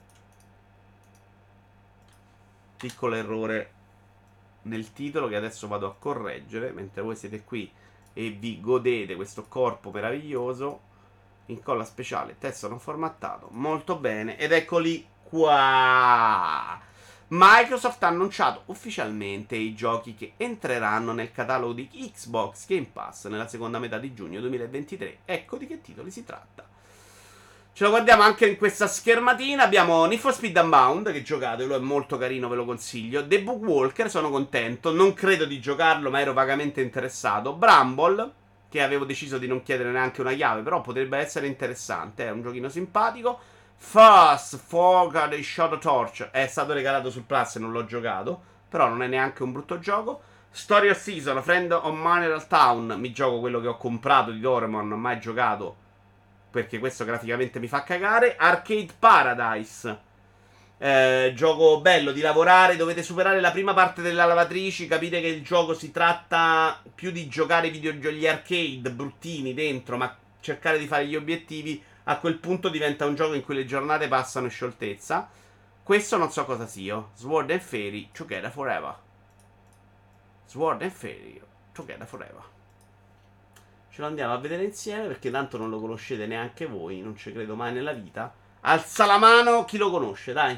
Piccolo errore nel titolo che adesso vado a correggere mentre voi siete qui e vi godete questo corpo meraviglioso. Incolla speciale, testo non formattato, molto bene. Ed eccoli qua. Microsoft ha annunciato ufficialmente i giochi che entreranno nel catalogo di Xbox Game Pass nella seconda metà di giugno duemilaventitré. Ecco di che titoli si tratta. Ce lo guardiamo anche in questa schermatina. Abbiamo Need for Speed Unbound, che giocatelo, è molto carino, ve lo consiglio. The Bookwalker, sono contento, non credo di giocarlo ma ero vagamente interessato. Bramble, che avevo deciso di non chiedere neanche una chiave, però potrebbe essere interessante, è un giochino simpatico. Fast Forward Shadow Torch è stato regalato sul Plus e non l'ho giocato, però non è neanche un brutto gioco. Story of Season, Friend of Mineral Town, mi gioco quello che ho comprato di Doraemon, non ho mai giocato perché questo graficamente mi fa cagare. Arcade Paradise, eh, gioco bello di lavorare, dovete superare la prima parte della lavatrici, capite che il gioco si tratta più di giocare videogiochi arcade bruttini dentro, ma cercare di fare gli obiettivi. A quel punto diventa un gioco in cui le giornate passano in scioltezza. Questo non so cosa sia. Sword and Fairy Together Forever. Sword and Fairy Together Forever. Ce lo andiamo a vedere insieme perché tanto non lo conoscete neanche voi. Non ci credo mai nella vita. Alza la mano chi lo conosce, dai.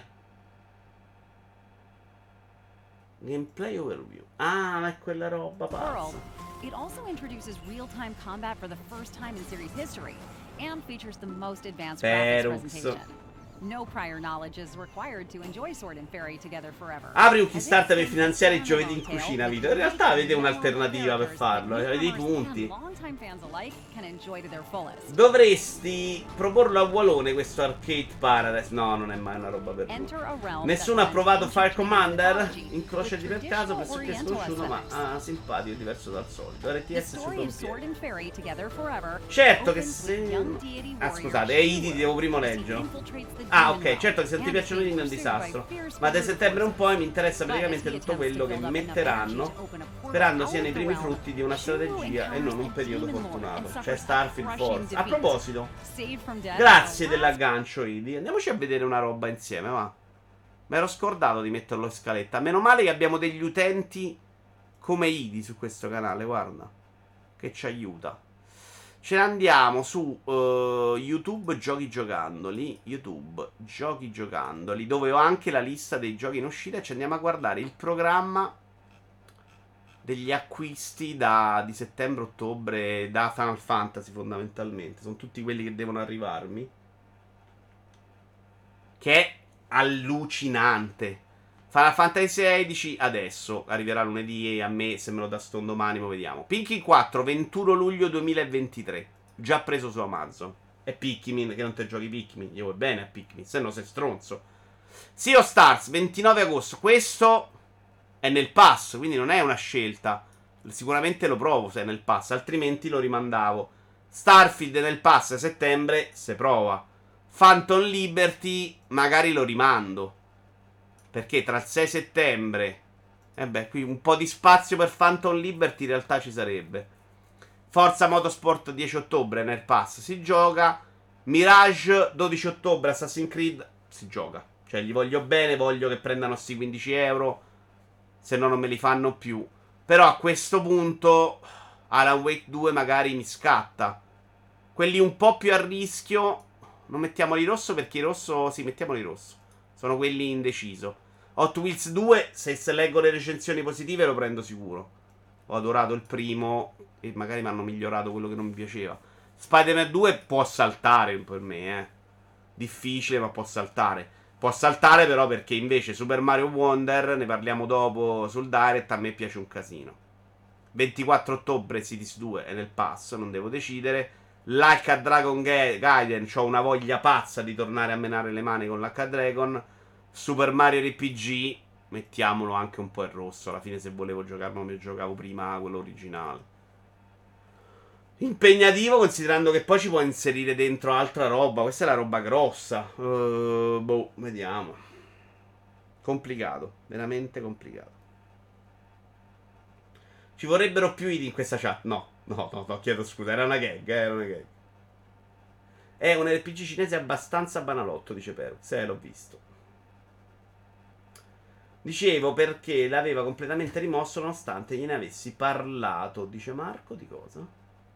Gameplay overview. Ah, ma è quella roba pazza. It also introduces real-time combat for the first time in series history. And features the most advanced graphics presentation. No prior knowledge is required to enjoy Sword and Fairy Together Forever. Apri un Kickstarter per finanziare i giovedì in cucina, Vito. In realtà avete un'alternativa per farlo, avete i punti. Dovresti proporlo a Wallone questo Arcade Paradise. No, non è mai una roba per lui. Nessuno ha provato Fire Commander? Incrociati per caso, pressoché sconosciuto, ma ah, simpatico e diverso dal solito. R T S su computer. Certo che se... Ah, scusate, è I D, devo primo leggere. Ah, ok, certo che se non ti piacciono i è un disastro. Ma da settembre in poi mi interessa praticamente tutto quello che metteranno, sperando sia nei primi frutti di una strategia e non un periodo fortunato. Cioè Starfield Force. A proposito, grazie dell'aggancio, I D. Andiamoci a vedere una roba insieme, va. Mi ero scordato di metterlo in scaletta. Meno male che abbiamo degli utenti come I D su questo canale, guarda, che ci aiuta. Ce ne andiamo su uh, YouTube Giochi Giocandoli. YouTube Giochi Giocandoli, dove ho anche la lista dei giochi in uscita. E ci andiamo a guardare il programma degli acquisti da, di settembre-ottobre da Final Fantasy, fondamentalmente. Sono tutti quelli che devono arrivarmi, che è allucinante. Final Fantasy sedici adesso arriverà lunedì e a me se me lo dà sto domani lo vediamo. Pikmin quattro ventuno luglio duemilaventitré, già preso su Amazon. E Pikmin, che non te giochi Pikmin, io vuoi bene a Pikmin, se no sei stronzo. Sea of Stars ventinove agosto, questo è nel pass, quindi non è una scelta. Sicuramente lo provo se è nel pass, altrimenti lo rimandavo. Starfield nel pass a settembre se prova. Phantom Liberty magari lo rimando. Perché tra il sei settembre... E beh, qui un po' di spazio per Phantom Liberty in realtà ci sarebbe. Forza Motorsport dieci ottobre nel pass si gioca. Mirage dodici ottobre Assassin's Creed si gioca. Cioè gli voglio bene, voglio che prendano sti quindici euro. Se no non me li fanno più. Però a questo punto Alan Wake due magari mi scatta. Quelli un po' più a rischio non mettiamoli rosso, perché i rosso... Sì, mettiamoli rosso. Sono quelli indeciso. Hot Wheels due, se, se leggo le recensioni positive lo prendo sicuro. Ho adorato il primo e magari mi hanno migliorato quello che non mi piaceva. Spider-Man due può saltare per me, eh. Difficile, ma può saltare. Può saltare però perché invece Super Mario Wonder, ne parliamo dopo sul Direct, a me piace un casino. ventiquattro ottobre Cities due è nel pass, non devo decidere. L'H Dragon Gaiden, ho una voglia pazza di tornare a menare le mani con l'H Dragon. Super Mario R P G, mettiamolo anche un po' in rosso. Alla fine se volevo giocarlo mi giocavo prima quello originale. Impegnativo considerando che poi ci può inserire dentro altra roba. Questa è la roba grossa. uh, Boh, vediamo. Complicato, veramente complicato. Ci vorrebbero più idi in questa chat. No, no, no, no, chiedo scusa, era una gag, eh, era una gag. È un R P G cinese abbastanza banalotto, dice Peruz. Eh, l'ho visto. Dicevo perché l'aveva completamente rimosso nonostante gliene avessi parlato. Dice Marco, di cosa?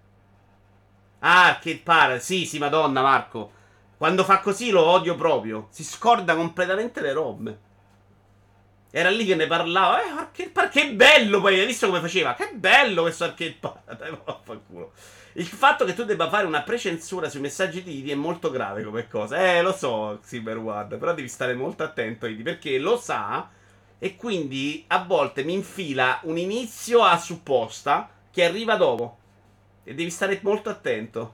Ah, che pare. Sì, sì, madonna Marco. Quando fa così lo odio proprio. Si scorda completamente le robe. Era lì che ne parlava. Eh, Arcade Park, che bello poi. Hai visto come faceva? Che bello questo Arcade Park. Dai, vaffanculo. Il fatto che tu debba fare una precensura sui messaggi di Idi è molto grave come cosa. Eh, lo so, Cyber One. Però devi stare molto attento, Idi, perché lo sa... E quindi a volte mi infila un inizio a supposta che arriva dopo. E devi stare molto attento.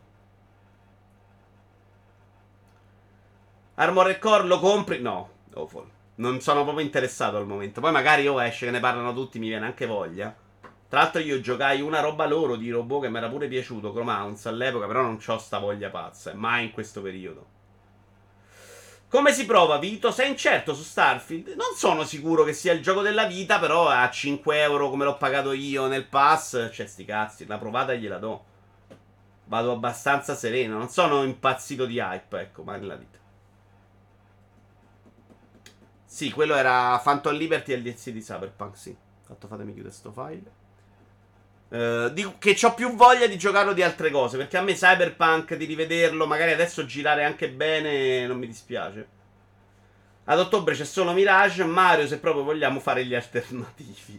Armored Core lo compri? No, awful. Non sono proprio interessato al momento. Poi magari oh, esce che ne parlano tutti, mi viene anche voglia. Tra l'altro io giocai una roba loro di robot che mi era pure piaciuto, Chromounce all'epoca, però non c'ho sta voglia pazza, mai in questo periodo. Come si prova, Vito? Sei incerto su Starfield? Non sono sicuro che sia il gioco della vita, però a cinque euro come l'ho pagato io nel pass, cioè sti cazzi, la provata gliela do. Vado abbastanza sereno, non sono impazzito di hype, ecco, mai nella vita. Sì, quello era Phantom Liberty e il D L C di Cyberpunk, sì. Fatto, fatemi chiudere sto file. Uh, dico che ho più voglia di giocarlo di altre cose, perché a me Cyberpunk, di rivederlo, magari adesso girare anche bene, non mi dispiace. Ad ottobre c'è solo Mirage. Mario, se proprio vogliamo fare gli alternativi.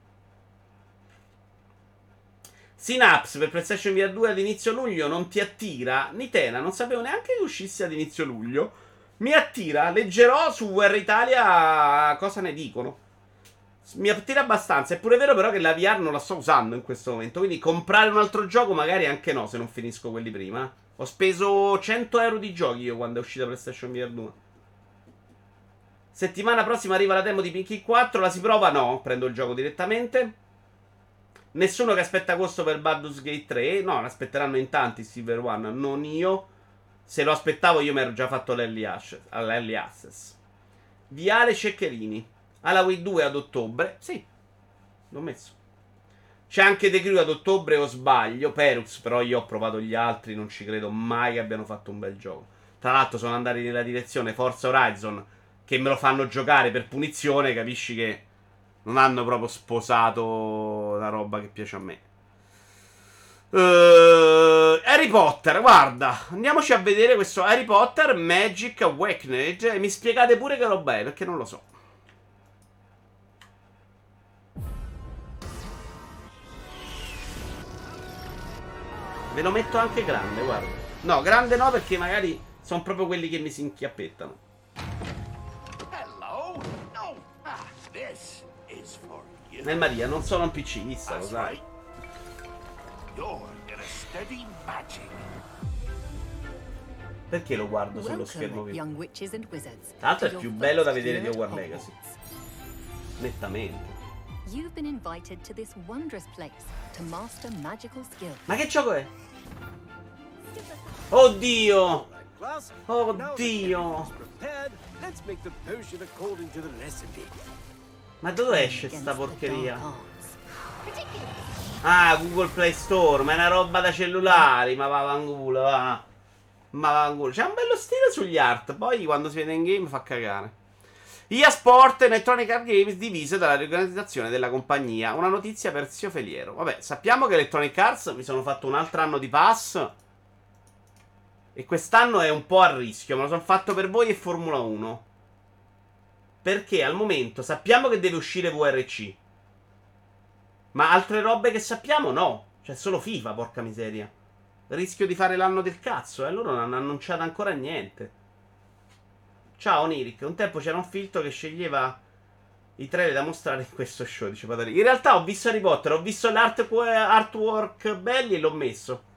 Synapse per PlayStation V R due ad inizio luglio non ti attira? Nitena, non sapevo neanche che uscisse ad inizio luglio. Mi attira, leggerò su V R Italia cosa ne dicono. Mi attira abbastanza. È pure vero però che la V R non la sto usando in questo momento, quindi comprare un altro gioco magari anche no, se non finisco quelli prima. Ho speso cento euro di giochi io quando è uscita PlayStation V R due. Settimana prossima arriva la demo di Pinky quattro. La si prova? No, prendo il gioco direttamente. Nessuno che aspetta agosto per Baldur's Gate tre. No, l'aspetteranno in tanti Silver One, non io. Se lo aspettavo io mi ero già fatto l'Early Access. Viale Ceccherini. Alla Wii due ad ottobre. Sì, l'ho messo. C'è anche The Crew ad ottobre o sbaglio. Peruz, però io ho provato gli altri, non ci credo mai che abbiano fatto un bel gioco. Tra l'altro sono andati nella direzione Forza Horizon, che me lo fanno giocare per punizione. Capisci che non hanno proprio sposato la roba che piace a me. uh, Harry Potter, guarda, andiamoci a vedere questo Harry Potter Magic Awakened. E mi spiegate pure che roba è, perché non lo so. Ve lo metto anche grande, guarda. No, grande no, perché magari sono proprio quelli che mi si inchiappettano. Nel Maria, non sono un PCista, lo sai. Perché lo guardo sullo schermo qui? Tra l'altro è più bello da vedere di Hogwarts Legacy. Nettamente. Ma che gioco è? Oddio! Oddio. Ma dove esce sta porcheria? Ah, Google Play Store, ma è una roba da cellulari, ma va vangulo, va. Ma va vangulo. C'è un bello stile sugli art, poi quando si vede in game fa cagare. E A Sport Electronic Arts Games divise dalla riorganizzazione della compagnia. Una notizia per Zio Feliero. Vabbè, sappiamo che Electronic Arts mi sono fatto un altro anno di pass e quest'anno è un po' a rischio. Me lo sono fatto per voi e Formula uno. Perché al momento sappiamo che deve uscire V R C, ma altre robe che sappiamo no. C'è solo FIFA, porca miseria. Rischio di fare l'anno del cazzo, e eh? Loro non hanno annunciato ancora niente. Ciao Oniric, un tempo c'era un filtro che sceglieva i trailer da mostrare in questo show, dice Patari. In realtà ho visto Harry Potter, ho visto l'artwork belli e l'ho messo.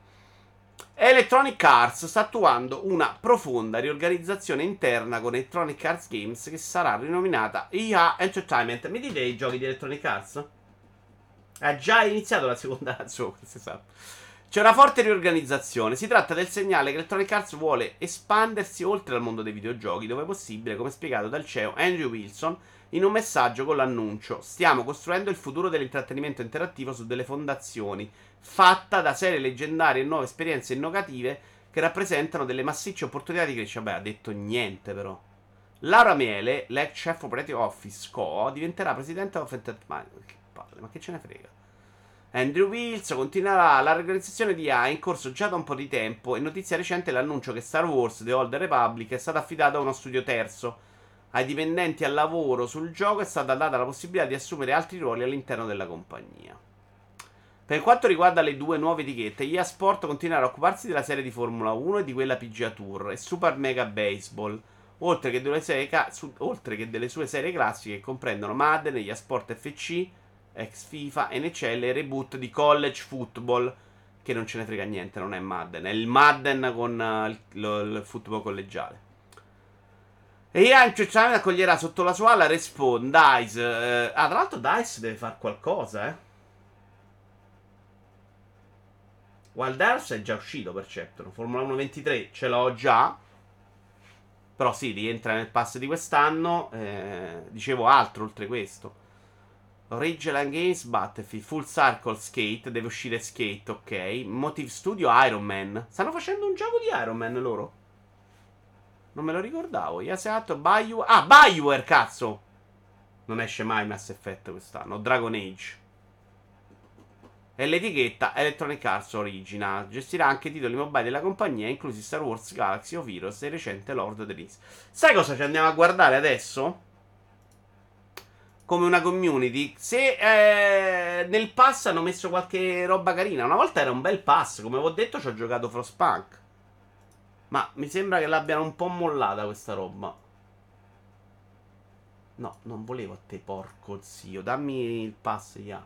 Electronic Arts sta attuando una profonda riorganizzazione interna con Electronic Arts Games che sarà rinominata E A Entertainment. Mi dite i giochi di Electronic Arts? Ha già iniziato la seconda ragione, si sa. C'è una forte riorganizzazione. Si tratta del segnale che Electronic Arts vuole espandersi oltre al mondo dei videogiochi, dove è possibile, come spiegato dal C E O Andrew Wilson in un messaggio con l'annuncio: stiamo costruendo il futuro dell'intrattenimento interattivo su delle fondazioni, fatta da serie leggendarie e nuove esperienze innovative che rappresentano delle massicce opportunità di crescita. Beh, ha detto niente però. Laura Miele, l'ex chef operative office C O O, diventerà presidente of Entertainment. Che palle, ma che ce ne frega. Andrew Wilson continuerà. La reorganizzazione di E A è in corso già da un po' di tempo e notizia recente l'annuncio che Star Wars The Old Republic è stato affidato a uno studio terzo. Ai dipendenti al lavoro sul gioco è stata data la possibilità di assumere altri ruoli all'interno della compagnia. Per quanto riguarda le due nuove etichette, E A Sport continuerà a occuparsi della serie di Formula uno e di quella P G A Tour e Super Mega Baseball, oltre che delle, serie ca- su- oltre che delle sue serie classiche che comprendono Madden, E A Sport F C, ex FIFA, N H L e reboot di College Football, che non ce ne frega niente, non è Madden, è il Madden con uh, il, lo, il football collegiale. E E A Entertainment accoglierà sotto la sua ala Respawn, DICE. Eh, ah, tra l'altro DICE deve fare qualcosa, eh. Wild Arms è già uscito per certo. Formula uno ventitré ce l'ho già. Però sì, rientra nel pass di quest'anno. Eh, dicevo altro oltre questo. Original Games, Battlefield, Full Circle Skate. Deve uscire Skate, ok. Motive Studio, Iron Man. Stanno facendo un gioco di Iron Man loro? Non me lo ricordavo. Yasato, Bioware. Ah, Bioware, cazzo! Non esce mai Mass Effect quest'anno. Dragon Age. E l'etichetta Electronic Arts Original gestirà anche titoli mobile della compagnia, inclusi Star Wars Galaxy of Heroes e il recente Lord of the Rings. Sai cosa ci andiamo a guardare adesso? Come una community. Se eh, nel pass hanno messo qualche roba carina. Una volta era un bel pass. Come vi ho detto, ci ho giocato Frostpunk. Ma mi sembra che l'abbiano un po' mollata questa roba. No, non volevo a te, porco zio. Dammi il pass, ya.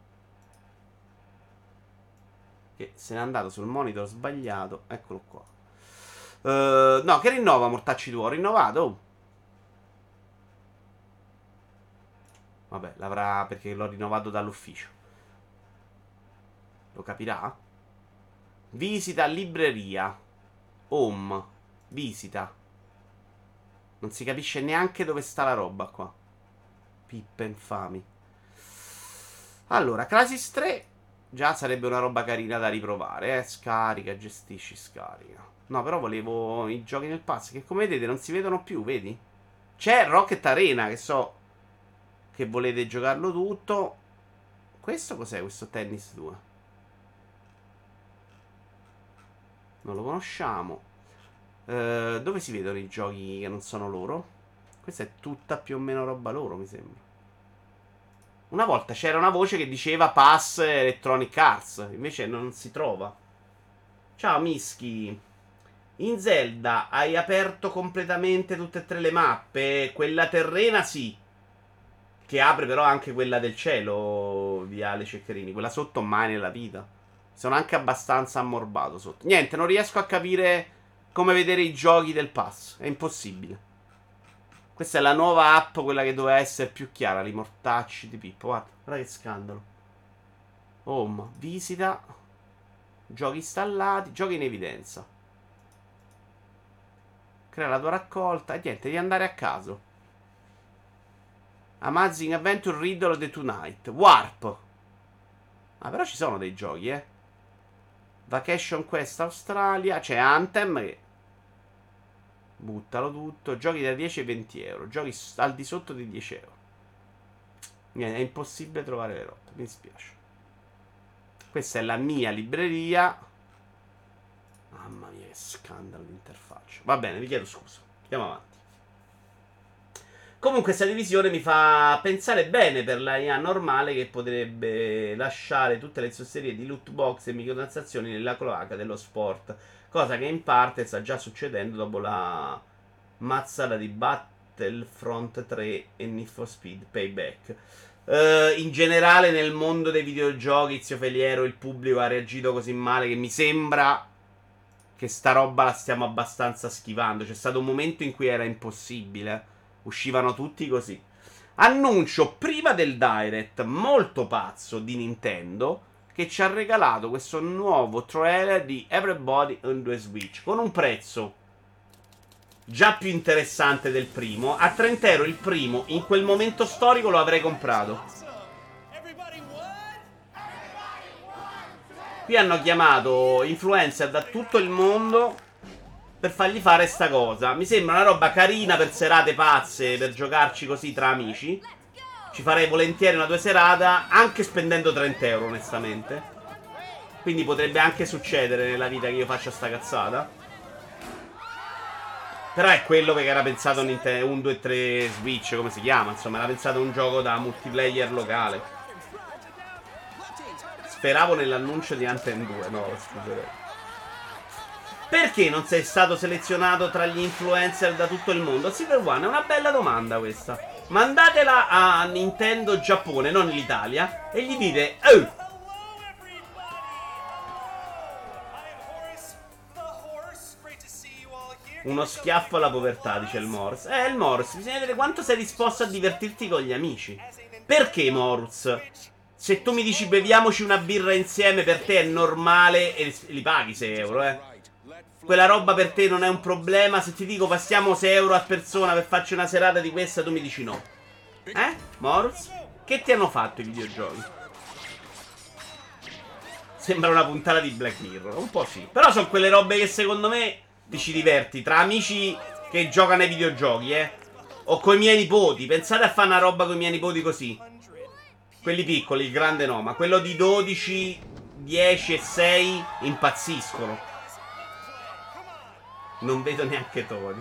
Che se n'è andato sul monitor sbagliato. Eccolo qua. uh, No, che rinnova, mortacci tuo. Ho rinnovato, oh. Vabbè, l'avrà perché l'ho rinnovato dall'ufficio. Lo capirà? Visita libreria. Home. Visita. Non si capisce neanche dove sta la roba qua. Pippe infami. Allora, Crysis tre già sarebbe una roba carina da riprovare, eh. Scarica, gestisci, scarica. No, però volevo i giochi nel pass, che come vedete non si vedono più, vedi? C'è Rocket Arena, che so che volete giocarlo tutto. Questo cos'è, questo Tennis due? Non lo conosciamo. uh, Dove si vedono i giochi che non sono loro? Questa è tutta più o meno roba loro, mi sembra. Una volta c'era una voce che diceva Pass Electronic Arts, invece non si trova. Ciao Mischi. In Zelda hai aperto completamente tutte e tre le mappe. Quella terrena sì, che apre però anche quella del cielo, Viale Ceccherini. Quella sotto mai nella vita. Sono anche abbastanza ammorbato sotto. Niente, non riesco a capire come vedere i giochi del pass. È impossibile. Questa è la nuova app, quella che doveva essere più chiara. Li mortacci di Pippo. Guarda, guarda che scandalo. Home, visita, giochi installati, giochi in evidenza. Crea la tua raccolta. E niente, devi andare a caso. Amazing Adventure Riddle The Tonight. Warp. Ah, però ci sono dei giochi, eh. Vacation Quest Australia. C'è Anthem che... buttalo tutto. Giochi da dieci e venti euro. Giochi al di sotto di dieci euro. Niente, è impossibile trovare le robe. Mi dispiace. Questa è la mia libreria. Mamma mia, che scandalo l'interfaccia. Va bene, vi chiedo scusa. Andiamo avanti. Comunque questa divisione mi fa pensare bene per la I A normale, che potrebbe lasciare tutte le sue serie di loot box e microtransazioni nella cloaca dello sport, cosa che in parte sta già succedendo dopo la mazzata di Battlefront tre e Need for Speed Payback. Uh, in generale nel mondo dei videogiochi, Zio Feliero, il pubblico ha reagito così male che mi sembra che sta roba la stiamo abbastanza schivando. C'è stato un momento in cui era impossibile. Uscivano tutti così. Annuncio prima del Direct molto pazzo di Nintendo, che ci ha regalato questo nuovo trailer di Everybody on the Switch con un prezzo già più interessante del primo. A trenta euro il primo, in quel momento storico lo avrei comprato. Qui hanno chiamato influencer da tutto il mondo per fargli fare sta cosa. Mi sembra una roba carina per serate pazze, per giocarci così tra amici. Ci farei volentieri una due serata, anche spendendo trenta euro onestamente. Quindi potrebbe anche succedere nella vita che io faccia sta cazzata. Però è quello che era pensato uno, due, tre Switch, come si chiama. Insomma, era pensato un gioco da multiplayer locale. Speravo nell'annuncio di Anthem due. No, scuserei. Perché non sei stato selezionato tra gli influencer da tutto il mondo? Silver One, è una bella domanda questa. Mandatela a Nintendo Giappone, non l'Italia, e gli dite: oh, uno schiaffo alla povertà, dice il Morse. Eh, il Morse, bisogna vedere quanto sei disposto a divertirti con gli amici. Perché, Morse? Se tu mi dici beviamoci una birra insieme, per te è normale e li paghi sei euro, eh. Quella roba per te non è un problema. Se ti dico passiamo sei euro a persona per farci una serata di questa, tu mi dici no. Eh, Morse? Che ti hanno fatto i videogiochi? Sembra una puntata di Black Mirror. Un po' sì. Però sono quelle robe che secondo me ti ci diverti tra amici che giocano ai videogiochi, eh. O coi miei nipoti. Pensate a fare una roba con i miei nipoti così. Quelli piccoli, il grande no. Ma quello di dodici, dieci e sei impazziscono. Non vedo neanche Tony.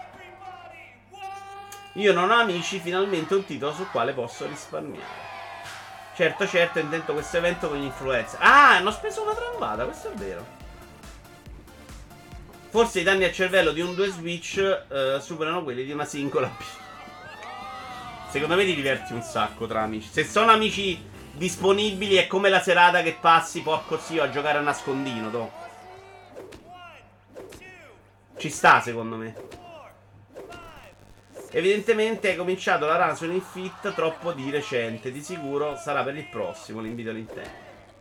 Io non ho amici, finalmente un titolo sul quale posso risparmiare. Certo, certo, intento questo evento con gli influencer. Ah, hanno speso una tramvata, questo è vero. Forse i danni al cervello di un due Switch eh, superano quelli di una singola P. Secondo me ti diverti un sacco tra amici. Se sono amici disponibili è come la serata che passi, porco zio, a giocare a nascondino, to. Ci sta, secondo me. Evidentemente hai cominciato la run su Fit troppo di recente. Di sicuro sarà per il prossimo. L'invito all'interno.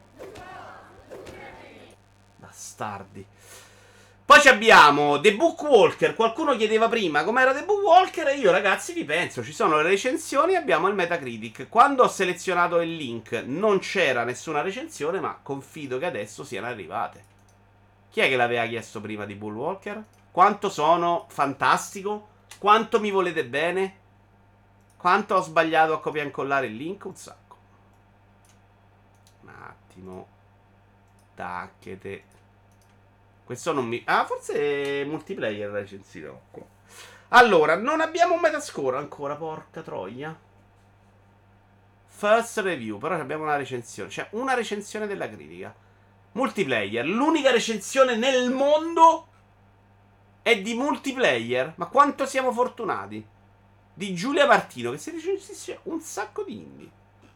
Bastardi. Poi ci abbiamo The Book Walker. Qualcuno chiedeva prima com'era The Book Walker. E io, ragazzi, vi penso. Ci sono le recensioni. Abbiamo il Metacritic. Quando ho selezionato il link non c'era nessuna recensione, ma confido che adesso siano arrivate. Chi è che l'aveva chiesto prima di Bull Walker? Quanto sono fantastico? Quanto mi volete bene? Quanto ho sbagliato a copiare e incollare il link? Un sacco. Un attimo. Tacchete. Questo non mi... Ah, forse è multiplayer recensito qua. Allora, non abbiamo un metascore ancora, porca troia. First review, però abbiamo una recensione. Cioè, una recensione della critica. Multiplayer, l'unica recensione nel mondo è di multiplayer. Ma quanto siamo fortunati. Di Giulia Martino, che si recensisce un sacco di indie.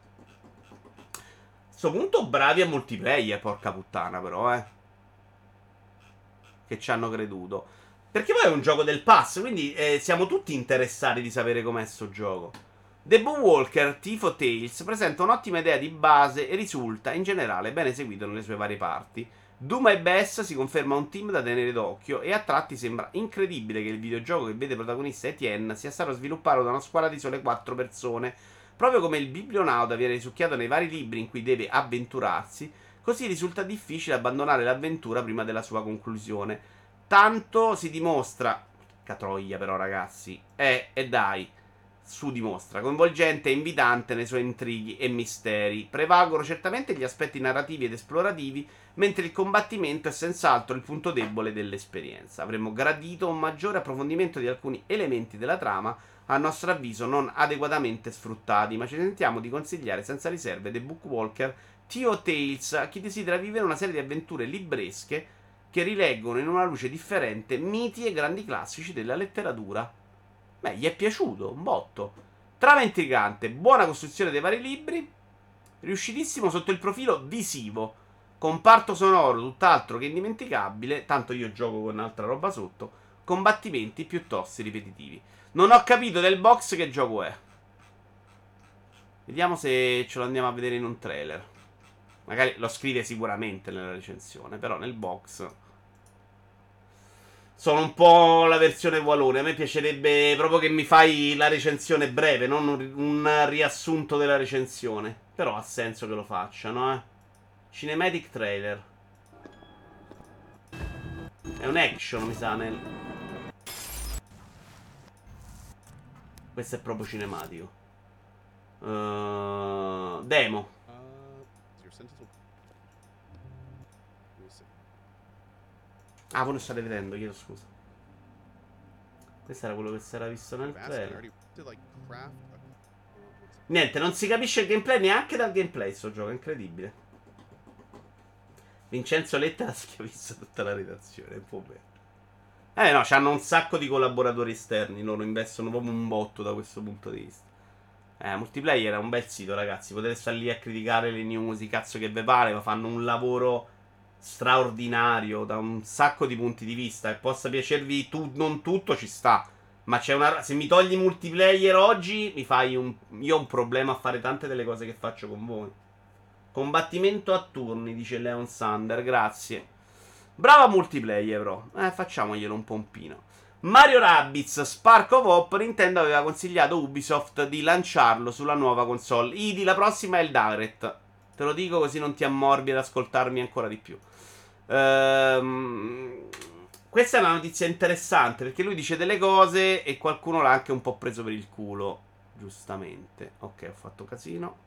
A sto punto bravi a multiplayer, porca puttana, però, eh. Che ci hanno creduto. Perché poi è un gioco del pass, quindi eh, siamo tutti interessati di sapere com'è sto gioco. The Book Walker Tifo Tales presenta un'ottima idea di base e risulta in generale ben eseguito nelle sue varie parti. Doom e Bess si conferma un team da tenere d'occhio e a tratti sembra incredibile che il videogioco che vede protagonista Etienne sia stato sviluppato da una squadra di sole quattro persone. Proprio come il biblionauta viene risucchiato nei vari libri in cui deve avventurarsi, così risulta difficile abbandonare l'avventura prima della sua conclusione. Tanto si dimostra... Catroia però ragazzi. Eh, e dai. Su dimostra. Coinvolgente e invitante nei suoi intrighi e misteri. Prevalgono certamente gli aspetti narrativi ed esplorativi, mentre il combattimento è senz'altro il punto debole dell'esperienza. Avremmo gradito un maggiore approfondimento di alcuni elementi della trama, a nostro avviso non adeguatamente sfruttati, ma ci sentiamo di consigliare senza riserve The Bookwalker Tio Tales a chi desidera vivere una serie di avventure libresche che rileggono in una luce differente miti e grandi classici della letteratura. Beh, gli è piaciuto un botto. Trama intrigante, buona costruzione dei vari libri, riuscitissimo sotto il profilo visivo, comparto sonoro tutt'altro che indimenticabile, tanto io gioco con altra roba sotto, combattimenti piuttosto ripetitivi. Non ho capito del box che gioco è. Vediamo se ce lo andiamo a vedere in un trailer. Magari lo scrive sicuramente nella recensione, però nel box sono un po' la versione Walone. A me piacerebbe proprio che mi fai la recensione breve, non un, un riassunto della recensione. Però ha senso che lo facciano, eh. Cinematic trailer. È un action, mi sa, nel... Questo è proprio cinematico. Uh, demo. Ah, voi lo state vedendo, chiedo scusa. Questo era quello che si era visto nel trailer. Niente, non si capisce il gameplay neanche dal gameplay sto gioco, è incredibile. Vincenzo Lettera si è visto tutta la redazione, un po' bene. Eh no, c'hanno un sacco di collaboratori esterni, loro investono proprio un botto da questo punto di vista. Eh, Multiplayer è un bel sito, ragazzi, potete stare lì a criticare le news, i cazzo che ve pare, ma fanno un lavoro straordinario da un sacco di punti di vista. E possa piacervi tu, non tutto, ci sta. Ma c'è una... Se mi togli Multiplayer oggi, mi fai un... Io ho un problema a fare tante delle cose che faccio con voi. Combattimento a turni, dice Leon Sander, grazie. Brava Multiplayer, però. Eh, facciamoglielo un pompino. Mario Rabbids Spark of Hope. Nintendo aveva consigliato a Ubisoft di lanciarlo sulla nuova console. Idi, la prossima è il Direct. Te lo dico così non ti ammorbi ad ascoltarmi ancora di più. Ehm... Questa è una notizia interessante, perché lui dice delle cose e qualcuno l'ha anche un po' preso per il culo. Giustamente. Ok, ho fatto casino.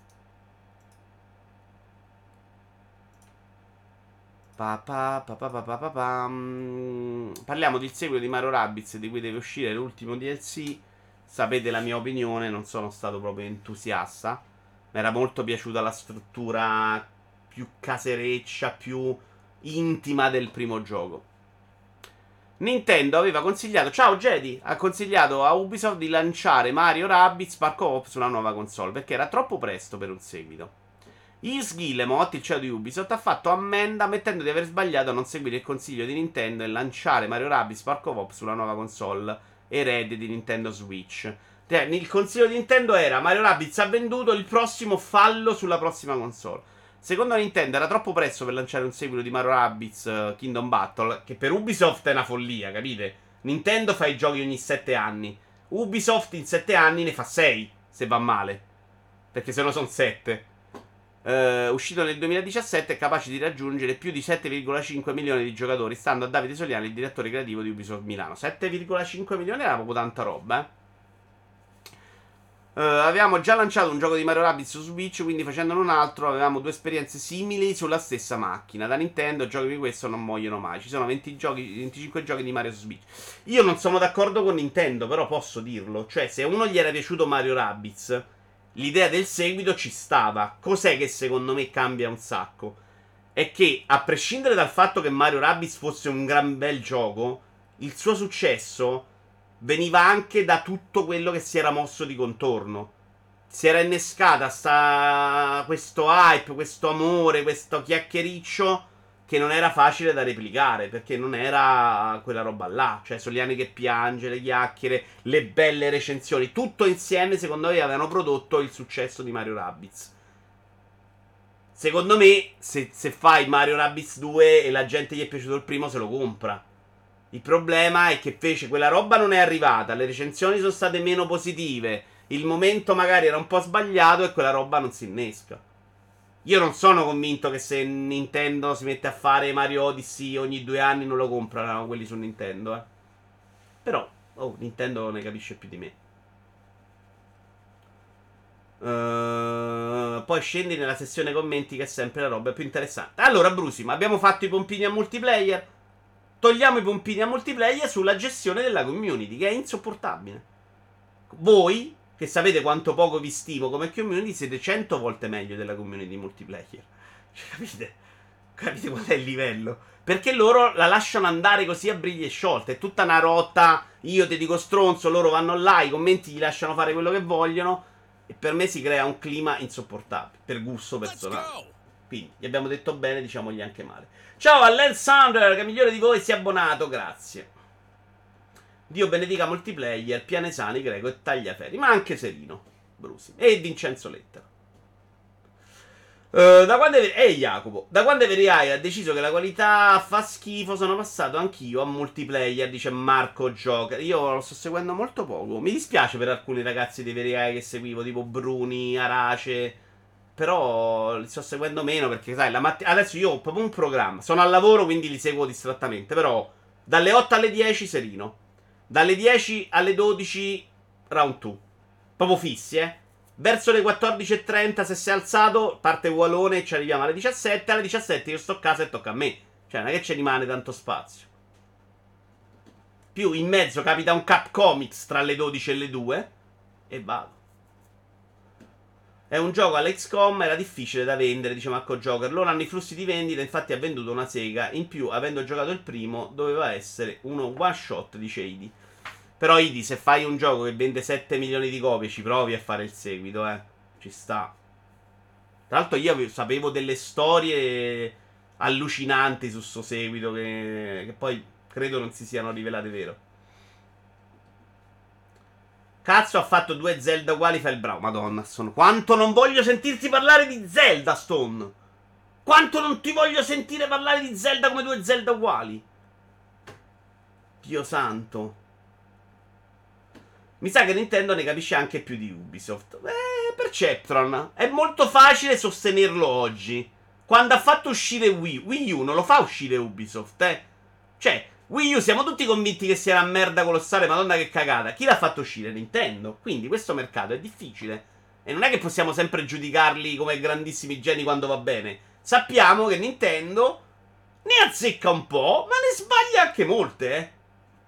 Pa pa pa pa pa pa pa pa. Parliamo del seguito di Mario Rabbids, di cui deve uscire l'ultimo D L C. Sapete la mia opinione, non sono stato proprio entusiasta. Mi era molto piaciuta la struttura più casereccia, più intima del primo gioco. Nintendo aveva consigliato, ciao Jedi, ha consigliato a Ubisoft di lanciare Mario Rabbids Spark of Hope sulla nuova console, perché era troppo presto per un seguito. Yves Guillemot, il C E O di Ubisoft, ha fatto ammenda ammettendo di aver sbagliato a non seguire il consiglio di Nintendo e lanciare Mario Rabbids Spark of Hope sulla nuova console erede di Nintendo Switch. Cioè, il consiglio di Nintendo era: Mario Rabbids ha venduto, il prossimo fallo sulla prossima console. Secondo Nintendo era troppo presto per lanciare un seguito di Mario Rabbids uh, Kingdom Battle, che per Ubisoft è una follia, capite? Nintendo fa i giochi ogni sette anni. Ubisoft in sette anni ne fa sei, se va male. Perché se no sono sette. Uh, uscito nel duemiladiciassette, è capace di raggiungere più di sette virgola cinque milioni di giocatori, stando a Davide Soliani, il direttore creativo di Ubisoft Milano. sette virgola cinque milioni era proprio tanta roba, eh? Uh, avevamo già lanciato un gioco di Mario Rabbids su Switch, quindi facendone un altro avevamo due esperienze simili sulla stessa macchina. Da Nintendo giochi di questo non muoiono mai. Ci sono venti giochi, venticinque giochi di Mario su Switch. Io non sono d'accordo con Nintendo, però posso dirlo. Cioè, se a uno gli era piaciuto Mario Rabbids, l'idea del seguito ci stava. Cos'è che secondo me cambia un sacco? È che, a prescindere dal fatto che Mario Rabbids fosse un gran bel gioco, il suo successo veniva anche da tutto quello che si era mosso di contorno. Si era innescata sta... questo hype, questo amore, questo chiacchiericcio che non era facile da replicare, perché non era quella roba là. Cioè, Soliani che piange, le chiacchiere, le belle recensioni, tutto insieme secondo me avevano prodotto il successo di Mario Rabbids. Secondo me, se, se fai Mario Rabbids due e la gente gli è piaciuto il primo, se lo compra. Il problema è che fece quella roba non è arrivata, le recensioni sono state meno positive, il momento magari era un po' sbagliato e quella roba non si innesca. Io non sono convinto che se Nintendo si mette a fare Mario Odyssey ogni due anni non lo comprano quelli su Nintendo, eh. Però, oh, Nintendo ne capisce più di me. Uh, poi scendi nella sessione commenti che è sempre la roba più interessante. Allora, Brusim, abbiamo fatto i pompini a multiplayer. Togliamo i pompini a multiplayer sulla gestione della community, che è insopportabile. Voi, che sapete quanto poco vi stimo come community, siete cento volte meglio della community multiplayer. Cioè, capite? Capite qual è il livello? Perché loro la lasciano andare così a briglie sciolte. È tutta una rotta. Io ti dico stronzo, loro vanno là, i commenti gli lasciano fare quello che vogliono. E per me si crea un clima insopportabile, per gusto personale. Quindi, gli abbiamo detto bene, diciamogli anche male. Ciao a Lance Sander, che migliore di voi si è abbonato, grazie. Dio benedica multiplayer, Pianesani, Greco e Tagliaferri, ma anche Serino, Brusi e Vincenzo Lettera. Uh, da quando Ehi hey, Jacopo, da quando Everai ha deciso che la qualità fa schifo, sono passato anch'io a multiplayer, dice Marco Joker. Io lo sto seguendo molto poco. Mi dispiace per alcuni ragazzi di Everai che seguivo, tipo Bruni, Arace. Però li sto seguendo meno perché, sai, la matt- adesso io ho proprio un programma. Sono al lavoro, quindi li seguo distrattamente. Però dalle otto alle dieci Serino, dalle dieci alle dodici Round due. Proprio fissi, eh. Verso le quattordici e trenta, se si è alzato, parte Wallone e ci arriviamo alle diciassette. Alle diciassette io sto a casa e tocca a me. Cioè, non è che ci rimane tanto spazio. Più in mezzo capita un Cap Comics tra le dodici e le due. E vado. È un gioco all'X COM, era difficile da vendere, dice Marco Joker. Loro hanno i flussi di vendita, infatti ha venduto una sega. In più, avendo giocato il primo, doveva essere uno one shot, dice Idi. Però Idi, se fai un gioco che vende sette milioni di copie, ci provi a fare il seguito, eh. Ci sta. Tra l'altro io sapevo delle storie allucinanti su sto seguito che, che poi credo non si siano rivelate vero. Cazzo, ha fatto due Zelda uguali, fa il bravo. Madonna, sono... Quanto non voglio sentirti parlare di Zelda, Stone. Quanto non ti voglio sentire parlare di Zelda come due Zelda uguali. Dio santo. Mi sa che Nintendo ne capisce anche più di Ubisoft. Eh, Perceptron. È molto facile sostenerlo oggi. Quando ha fatto uscire Wii, Wii U non lo fa uscire Ubisoft, eh. Cioè, Wii U siamo tutti convinti che sia una merda colossale, madonna che cagata. Chi l'ha fatto uscire? Nintendo. Quindi questo mercato è difficile. E non è che possiamo sempre giudicarli come grandissimi geni quando va bene. Sappiamo che Nintendo ne azzecca un po', ma ne sbaglia anche molte, eh.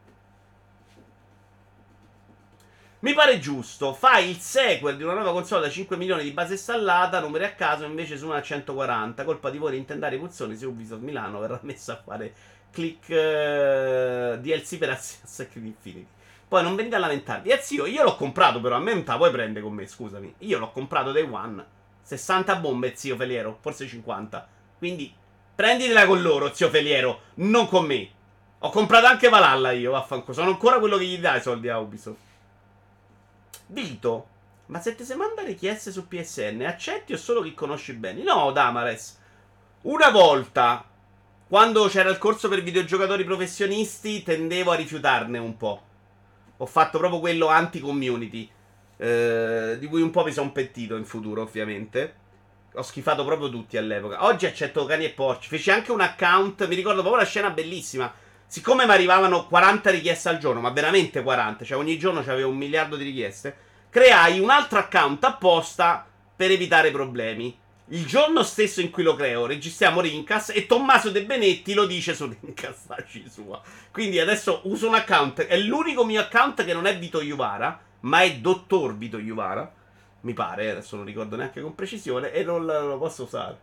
Mi pare giusto. Fai il sequel di una nuova console da cinque milioni di base installata, numeri a caso, invece su una a centoquaranta. Colpa di voi Nintendari puzzoni, se Ubisoft Milano verrà messa a fare click uh, D L C per Assassin's Creed Infinity. Poi non venite a lamentarvi. Eh zio, io l'ho comprato però, a me non te la puoi prendere con me, scusami. Io l'ho comprato day one. sessanta bombe, zio Feliero, forse cinquanta. Quindi prenditela con loro, zio Feliero, non con me. Ho comprato anche Valhalla io, vaffanculo. Sono ancora quello che gli dà i soldi a Ubisoft. Vito, ma se ti si manda richieste su P S N, accetti o solo chi conosci bene? No, Damares. Una volta, quando c'era il corso per videogiocatori professionisti, tendevo a rifiutarne un po'. Ho fatto proprio quello anti-community, eh, di cui un po' mi sono pentito in futuro, ovviamente. Ho schifato proprio tutti all'epoca. Oggi accetto cani e porci. Feci anche un account, mi ricordo proprio la scena bellissima. Siccome mi arrivavano quaranta richieste al giorno, ma veramente quaranta, cioè ogni giorno c'avevo un miliardo di richieste, creai un altro account apposta per evitare problemi. Il giorno stesso in cui lo creo, registriamo Rincas e Tommaso De Benetti lo dice su Rincas, taci sua. Quindi adesso uso un account, è l'unico mio account che non è Vito Iuvara, ma è Dottor Vito Iuvara, mi pare, adesso non ricordo neanche con precisione, e non lo posso usare.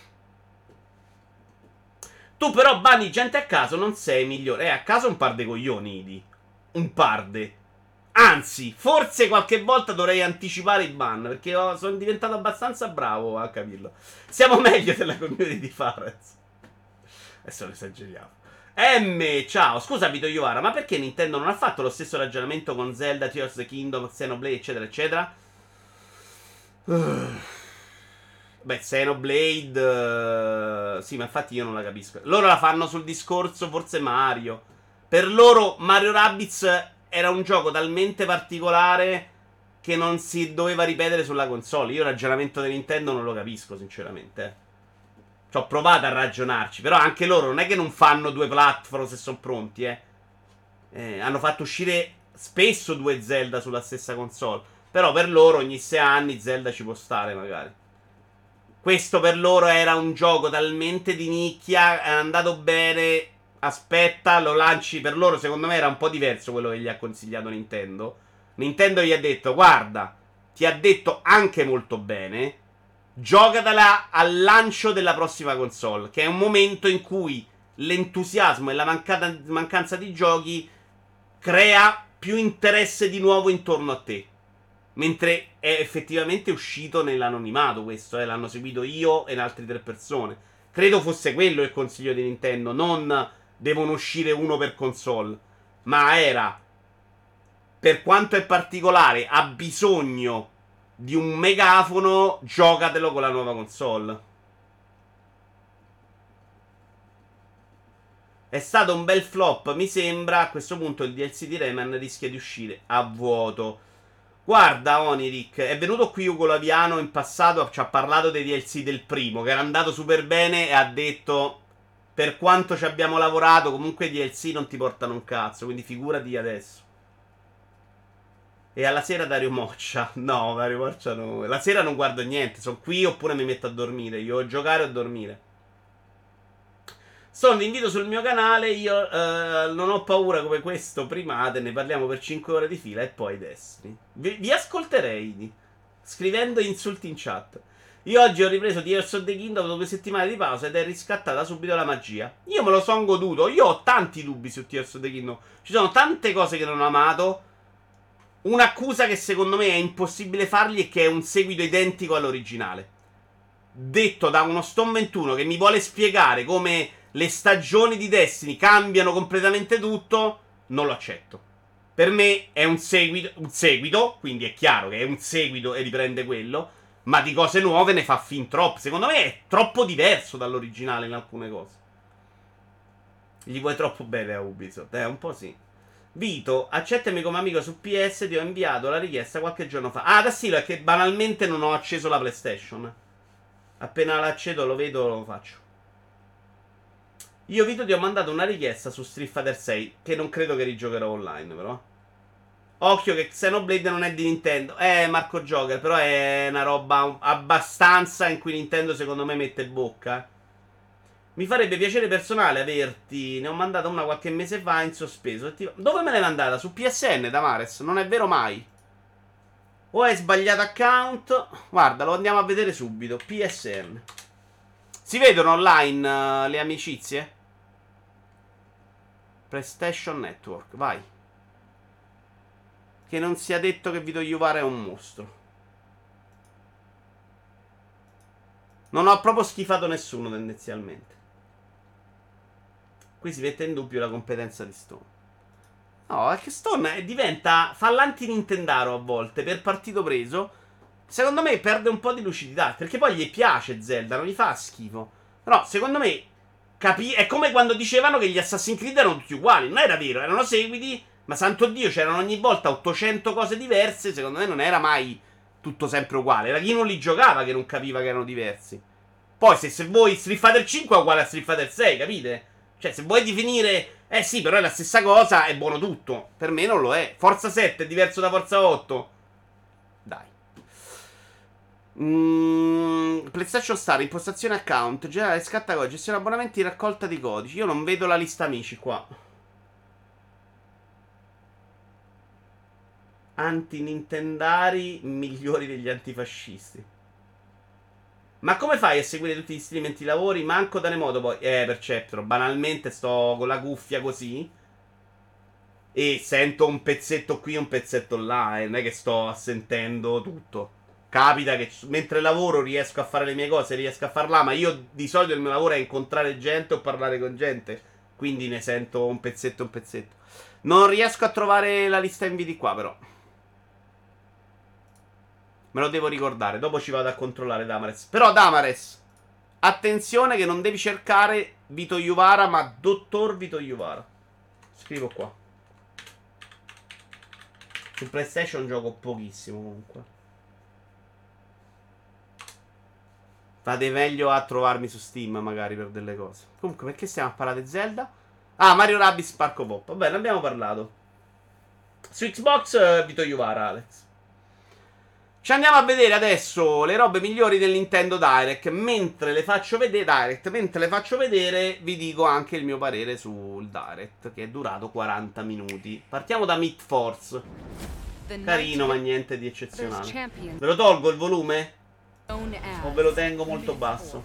Tu però banni gente a caso, non sei migliore. Eh, a caso un par de coglioni, Idi. Un par de. Anzi, forse qualche volta dovrei anticipare i ban, perché oh, sono diventato abbastanza bravo a capirlo. Siamo meglio della community di Fares. Adesso lo esageriamo. M, ciao. Scusa Vito Iovara, ma perché Nintendo non ha fatto lo stesso ragionamento con Zelda, Tears of the Kingdom, Xenoblade, eccetera, eccetera? Uh. Beh, Xenoblade... Uh, sì, ma infatti io non la capisco. Loro la fanno sul discorso, forse Mario. Per loro Mario Rabbids era un gioco talmente particolare che non si doveva ripetere sulla console. Io il ragionamento di Nintendo non lo capisco, sinceramente. Eh. Ci ho provato a ragionarci, però anche loro non è che non fanno due platform se sono pronti, eh. eh. Hanno fatto uscire spesso due Zelda sulla stessa console. Però per loro ogni sei anni Zelda ci può stare, magari. Questo per loro era un gioco talmente di nicchia, è andato bene, aspetta, lo lanci. Per loro secondo me era un po' diverso quello che gli ha consigliato Nintendo. Nintendo gli ha detto, guarda, ti ha detto anche molto bene, giocatela al lancio della prossima console, che è un momento in cui l'entusiasmo e la mancata, mancanza di giochi crea più interesse di nuovo intorno a te. Mentre è effettivamente uscito nell'anonimato questo, eh, l'hanno seguito io e altre tre persone. Credo fosse quello il consiglio di Nintendo, non devono uscire uno per console, ma era, per quanto è particolare, ha bisogno di un megafono, giocatelo con la nuova console. È stato un bel flop, mi sembra. A questo punto il D L C di Rayman rischia di uscire a vuoto. Guarda, Oniric, è venuto qui Ugo Laviano in passato, ci ha parlato dei D L C del primo, che era andato super bene, e ha detto, per quanto ci abbiamo lavorato, comunque i D L C non ti portano un cazzo, quindi figurati adesso. E alla sera Dario Moccia. No, Dario Moccia no. La sera non guardo niente, sono qui oppure mi metto a dormire. Io o giocare o dormire. Sono invito sul mio canale, io eh, non ho paura come questo primate, ne parliamo per cinque ore di fila e poi Destiny. Vi, vi ascolterei scrivendo insulti in chat. Io oggi ho ripreso Tears of the Kingdom dopo due settimane di pausa ed è riscattata subito la magia. Io me lo son goduto, io ho tanti dubbi su Tears of the Kingdom. Ci sono tante cose che non ho amato. Un'accusa che secondo me è impossibile fargli è che è un seguito identico all'originale. Detto da uno Stone ventuno che mi vuole spiegare come le stagioni di Destiny cambiano completamente tutto, non lo accetto. Per me è un seguito, un seguito, quindi è chiaro che è un seguito e riprende quello, ma di cose nuove ne fa fin troppo. Secondo me è troppo diverso dall'originale in alcune cose. Gli vuoi troppo bene a Ubisoft? Eh, un po' sì. Vito, accettami come amico su P S, ti ho inviato la richiesta qualche giorno fa. Ah, da sì, è che banalmente non ho acceso la PlayStation. Appena l'accedo, lo vedo, lo faccio. Io, Vito, ti ho mandato una richiesta su Street Fighter sei, che non credo che rigiocherò online, però. Occhio che Xenoblade non è di Nintendo. Eh, Marco Joker, però è una roba abbastanza in cui Nintendo secondo me mette bocca. Mi farebbe piacere personale averti. Ne ho mandata una qualche mese fa in sospeso. Dove me l'hai mandata? Su P S N, Damares? Non è vero mai. O hai sbagliato account. Guarda, lo andiamo a vedere subito. P S N. Si vedono online uh, le amicizie? PlayStation Network, vai. Che non sia detto che Vito Iuvara è un mostro. Non ho proprio schifato nessuno tendenzialmente. Qui si mette in dubbio la competenza di Stone. No, è che Stone diventa fallanti Nintendaro a volte, per partito preso. Secondo me perde un po' di lucidità, perché poi gli piace Zelda, non gli fa schifo. Però secondo me capi- è come quando dicevano che gli Assassin's Creed erano tutti uguali. Non era vero, erano seguiti, ma santo Dio, c'erano ogni volta ottocento cose diverse. Secondo me non era mai tutto sempre uguale. Era chi non li giocava che non capiva che erano diversi. Poi se, se voi Street Fighter cinque è uguale a Street Fighter sei, capite? Cioè se vuoi definire, eh sì, però è la stessa cosa, è buono tutto. Per me non lo è. Forza sette è diverso da Forza otto. Dai. Mm, PlayStation Star, impostazione account, generale scatta codici, gestione abbonamenti, raccolta di codici. Io non vedo la lista amici qua. Anti-nintendari migliori degli antifascisti. Ma come fai a seguire tutti gli stream mentre lavori? Manco da remoto poi. Eh, Perceptro, banalmente sto con la cuffia così e sento un pezzetto qui e un pezzetto là, e non è che sto assentendo tutto. Capita che mentre lavoro riesco a fare le mie cose, riesco a farla, ma io di solito il mio lavoro è incontrare gente o parlare con gente, quindi ne sento un pezzetto un pezzetto. Non riesco a trovare la lista inviti qua però. Me lo devo ricordare. Dopo ci vado a controllare Damares. Però Damares, attenzione che non devi cercare Vito Juvara, ma Dottor Vito Juvara. Scrivo qua. Su PlayStation gioco pochissimo comunque. Fate meglio a trovarmi su Steam magari per delle cose. Comunque perché stiamo a parlare di Zelda? Ah, Mario Rabbids Spark of Hope. Vabbè, ne abbiamo parlato. Su Xbox uh, Vito Juvara, Alex. Ci andiamo a vedere adesso le robe migliori del Nintendo Direct. Mentre le faccio vedere Direct, mentre le faccio vedere vi dico anche il mio parere sul Direct, che è durato quaranta minuti. Partiamo da Meat Force. Carino, ma niente di eccezionale. Ve lo tolgo il volume? O ve lo tengo molto basso?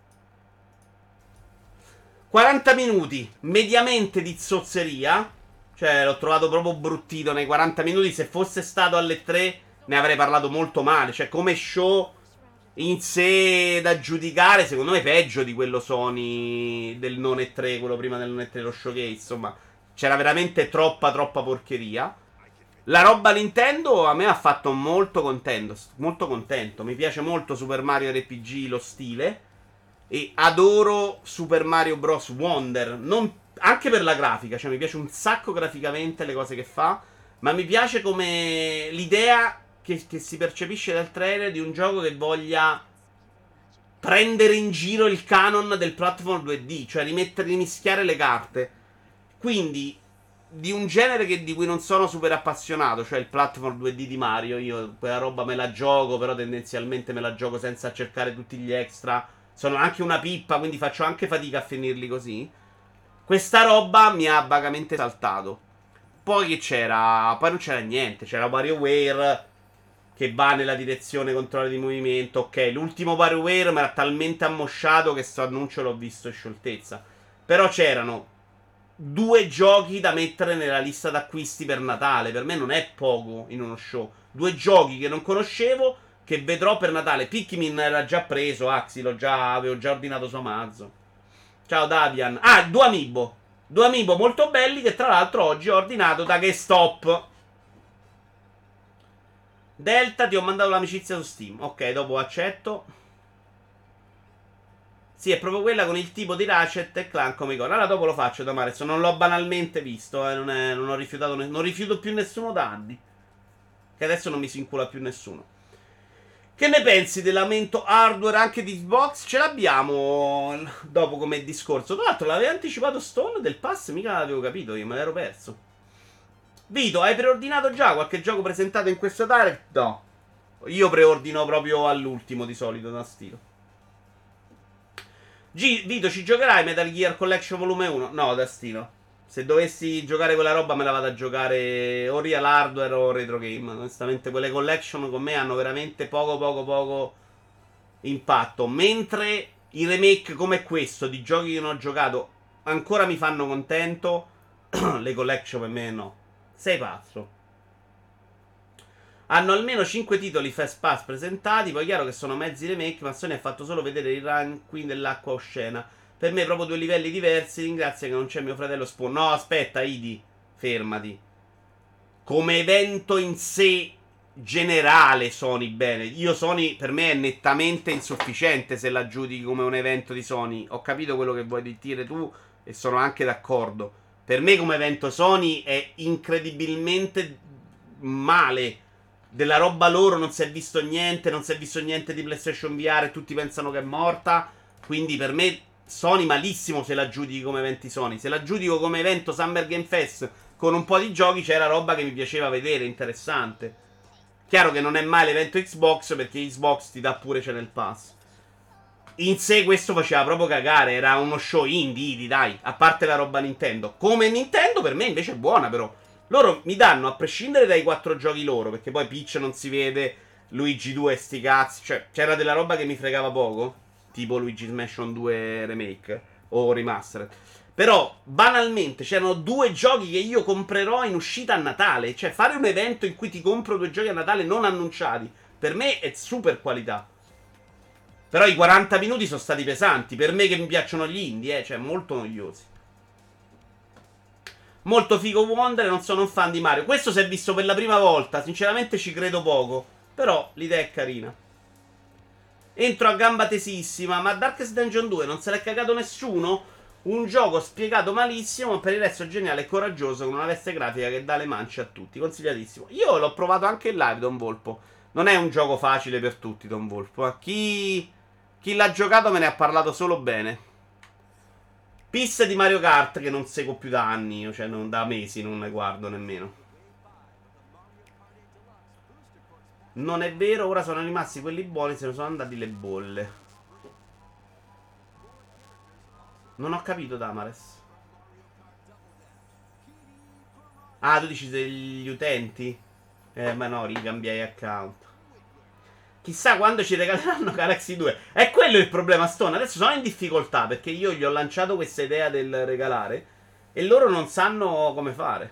quaranta minuti mediamente di zozzeria. Cioè l'ho trovato proprio bruttito nei quaranta minuti. Se fosse stato alle tre ne avrei parlato molto male. Cioè come show in sé da giudicare, secondo me peggio di quello Sony del non E tre, quello prima del non E tre, lo showcase. Insomma, c'era veramente troppa troppa porcheria. La roba Nintendo a me ha fatto molto contento. Molto contento. Mi piace molto Super Mario R P G, lo stile. E adoro Super Mario Bros. Wonder. Non, anche per la grafica. Cioè mi piace un sacco graficamente le cose che fa. Ma mi piace come l'idea che, che si percepisce dal trailer di un gioco che voglia prendere in giro il canon del platform due D. Cioè rimettere, rimischiare le carte. Quindi di un genere che, di cui non sono super appassionato, cioè il platform due D di Mario. Io quella roba me la gioco, però tendenzialmente me la gioco senza cercare tutti gli extra. Sono anche una pippa, quindi faccio anche fatica a finirli così. Questa roba mi ha vagamente saltato. Poi che c'era? Poi non c'era niente. C'era WarioWare che va nella direzione controllo di movimento. Ok, l'ultimo WarioWare mi era talmente ammosciato che sto annuncio l'ho visto in scioltezza. Però c'erano due giochi da mettere nella lista d'acquisti per Natale. Per me non è poco in uno show. Due giochi che non conoscevo, che vedrò per Natale. Pikmin era già preso, Axi, l'ho già, avevo già ordinato su Amazon. Ciao Davian. Ah, due Amiibo. Due Amiibo molto belli che tra l'altro oggi ho ordinato da GameStop. Delta, ti ho mandato l'amicizia su Steam. Ok, dopo accetto. Sì, è proprio quella con il tipo di Ratchet e Clank come icona. Allora dopo lo faccio da Marezzo. Non l'ho banalmente visto, eh. non, è, non ho rifiutato. Non rifiuto più nessuno da anni. Che adesso non mi si incula più nessuno. Che ne pensi dell'aumento hardware anche di Xbox? Ce l'abbiamo dopo come discorso. Tra l'altro l'aveva anticipato Stone del pass, mica l'avevo capito io, me l'ero perso. Vito, hai preordinato già qualche gioco presentato in questo Direct? No. Io preordino proprio all'ultimo di solito da stilo. G- Vito, ci giocherai Metal Gear Collection Volume uno? No, da stilo. Se dovessi giocare quella roba me la vado a giocare o real hardware o retro game. Onestamente quelle collection con me hanno veramente poco poco poco impatto. Mentre i remake come questo di giochi che non ho giocato ancora mi fanno contento. Le collection per me no. Sei pazzo. Hanno almeno cinque titoli Fast Pass presentati. Poi è chiaro che sono mezzi remake, ma Sony ha fatto solo vedere il run qui dell'acqua oscena. Per me proprio due livelli diversi. Ringrazio che non c'è mio fratello Spawn. No, aspetta, Idi, fermati. Come evento in sé generale Sony bene. Io Sony per me è nettamente insufficiente se la giudichi come un evento di Sony. Ho capito quello che vuoi dire tu e sono anche d'accordo. Per me come evento Sony è incredibilmente male. Della roba loro non si è visto niente. Non si è visto niente di PlayStation V R e tutti pensano che è morta. Quindi per me Sony malissimo se la giudichi come eventi Sony. Se la giudico come evento Summer Game Fest con un po' di giochi, c'era roba che mi piaceva vedere, interessante. Chiaro che non è mai l'evento Xbox, perché Xbox ti dà pure c'è nel pass. In sé questo faceva proprio cagare. Era uno show indie, dai. A parte la roba Nintendo. Come Nintendo per me invece è buona però. Loro mi danno, a prescindere dai quattro giochi loro, perché poi Peach non si vede, Luigi due sti cazzi. Cioè c'era della roba che mi fregava poco, tipo Luigi's Mansion due Remake o Remastered. Però banalmente c'erano due giochi che io comprerò in uscita a Natale. Cioè fare un evento in cui ti compro due giochi a Natale non annunciati per me è super qualità. Però i quaranta minuti sono stati pesanti. Per me che mi piacciono gli indie, eh, cioè molto noiosi. Molto figo Wonder. Non sono un fan di Mario. Questo si è visto per la prima volta. Sinceramente ci credo poco. Però l'idea è carina. Entro a gamba tesissima, ma Darkest Dungeon due non se l'è cagato nessuno? Un gioco spiegato malissimo, ma per il resto geniale e coraggioso, con una veste grafica che dà le mance a tutti. Consigliatissimo. Io l'ho provato anche in live, Don Volpo. Non è un gioco facile per tutti, Don Volpo. Ma chi, chi l'ha giocato me ne ha parlato solo bene. Piste di Mario Kart che non seguo più da anni, cioè non, da mesi non ne guardo nemmeno. Non è vero, ora sono rimasti quelli buoni, se ne sono andati le bolle. Non ho capito, Damares. Ah, tu dici degli utenti? Eh, ma no, ricambiai account. Chissà quando ci regaleranno Galaxy due. È quello il problema, Stone. Adesso sono in difficoltà perché io gli ho lanciato questa idea del regalare e loro non sanno come fare.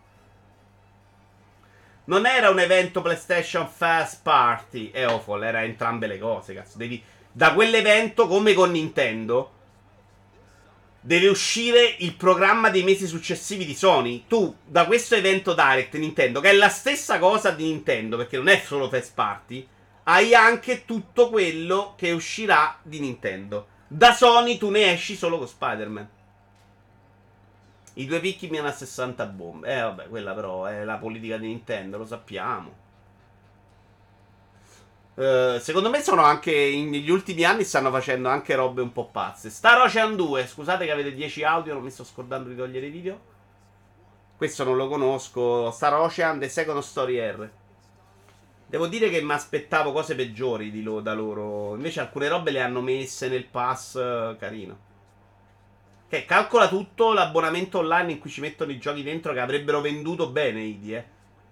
Non era un evento PlayStation Fast Party e Awful, era entrambe le cose, cazzo. Devi, da quell'evento, come con Nintendo, deve uscire il programma dei mesi successivi di Sony. Tu, da questo evento Direct Nintendo, che è la stessa cosa di Nintendo, perché non è solo Fast Party, hai anche tutto quello che uscirà di Nintendo. Da Sony tu ne esci solo con Spider-Man. I due picchi mi hanno a sessanta bombe. Eh vabbè, quella però è la politica di Nintendo, lo sappiamo. Uh, secondo me sono anche, negli ultimi anni stanno facendo anche robe un po' pazze. Star Ocean due, scusate che avete dieci audio, non mi sto scordando di togliere i video. Questo non lo conosco. Star Ocean The Second Story R. Devo dire che mi aspettavo cose peggiori di lo, da loro. Invece alcune robe le hanno messe nel pass, uh, carino. Che calcola tutto l'abbonamento online in cui ci mettono i giochi dentro che avrebbero venduto bene, Idi, eh.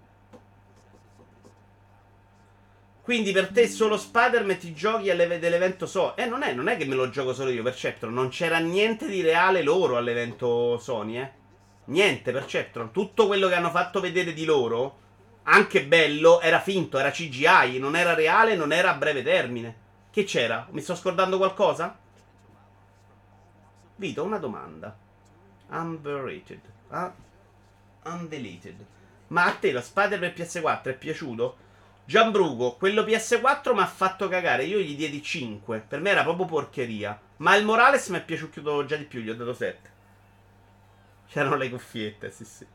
Quindi per te solo Spider-Man ti giochi dell'evento Sony. Eh, non è, non è che me lo gioco solo io, Perceptron. Non c'era niente di reale loro all'evento Sony, eh. Niente, Perceptron. Tutto quello che hanno fatto vedere di loro, anche bello, era finto, era C G I, non era reale, non era a breve termine. Che c'era? Mi sto scordando qualcosa? Vito, una domanda. Underrated. Ah, undeleted. Ma a te lo Spider-Man P S quattro è piaciuto? Gianbruco, quello P S quattro mi ha fatto cagare. Io gli diedi cinque. Per me era proprio porcheria. Ma il Morales mi è piaciuto già di più. Gli ho dato sette. C'erano le cuffiette, sì sì.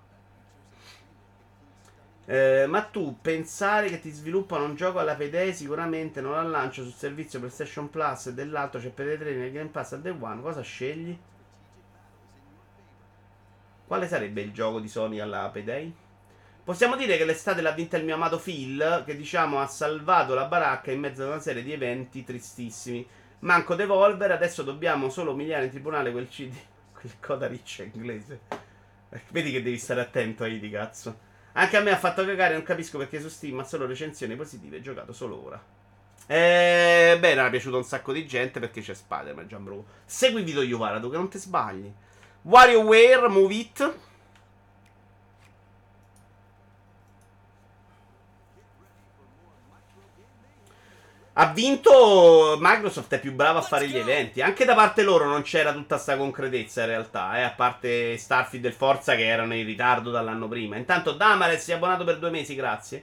Eh, ma tu pensare che ti sviluppano un gioco alla Payday sicuramente non al lancio sul servizio PlayStation Plus e dell'altro c'è Payday tre nel Game Pass al Day One, cosa scegli? Quale sarebbe il gioco di Sony alla Payday? Possiamo dire che l'estate l'ha vinta il mio amato Phil, che diciamo ha salvato la baracca in mezzo a una serie di eventi tristissimi. Manco Devolver, adesso dobbiamo solo umiliare in tribunale quel C D, quel coda riccia inglese. Vedi che devi stare attento ai di cazzo. Anche a me ha fatto cagare, non capisco perché su Steam ha solo recensioni positive, giocato solo ora. Eh, beh, era piaciuto un sacco di gente perché c'è Spider-Man, Gianbro. Segui Vito Iuvara, tu che non ti sbagli. WarioWare, Move It. Ha vinto Microsoft, è più brava a fare gli eventi. Anche da parte loro non c'era tutta sta concretezza in realtà, eh, a parte Starfield e Forza che erano in ritardo dall'anno prima. Intanto Damares si è abbonato per due mesi, grazie.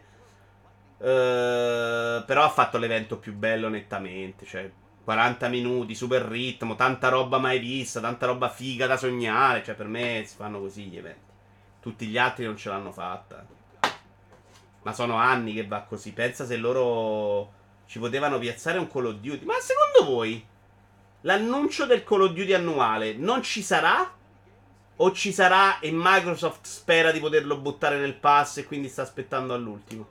Uh, però ha fatto l'evento più bello nettamente, cioè quaranta minuti, super ritmo, tanta roba mai vista, tanta roba figa da sognare. Cioè per me si fanno così gli eventi. Tutti gli altri non ce l'hanno fatta. Ma sono anni che va così. Pensa se loro ci potevano piazzare un Call of Duty. Ma secondo voi l'annuncio del Call of Duty annuale non ci sarà? O ci sarà e Microsoft spera di poterlo buttare nel pass e quindi sta aspettando all'ultimo?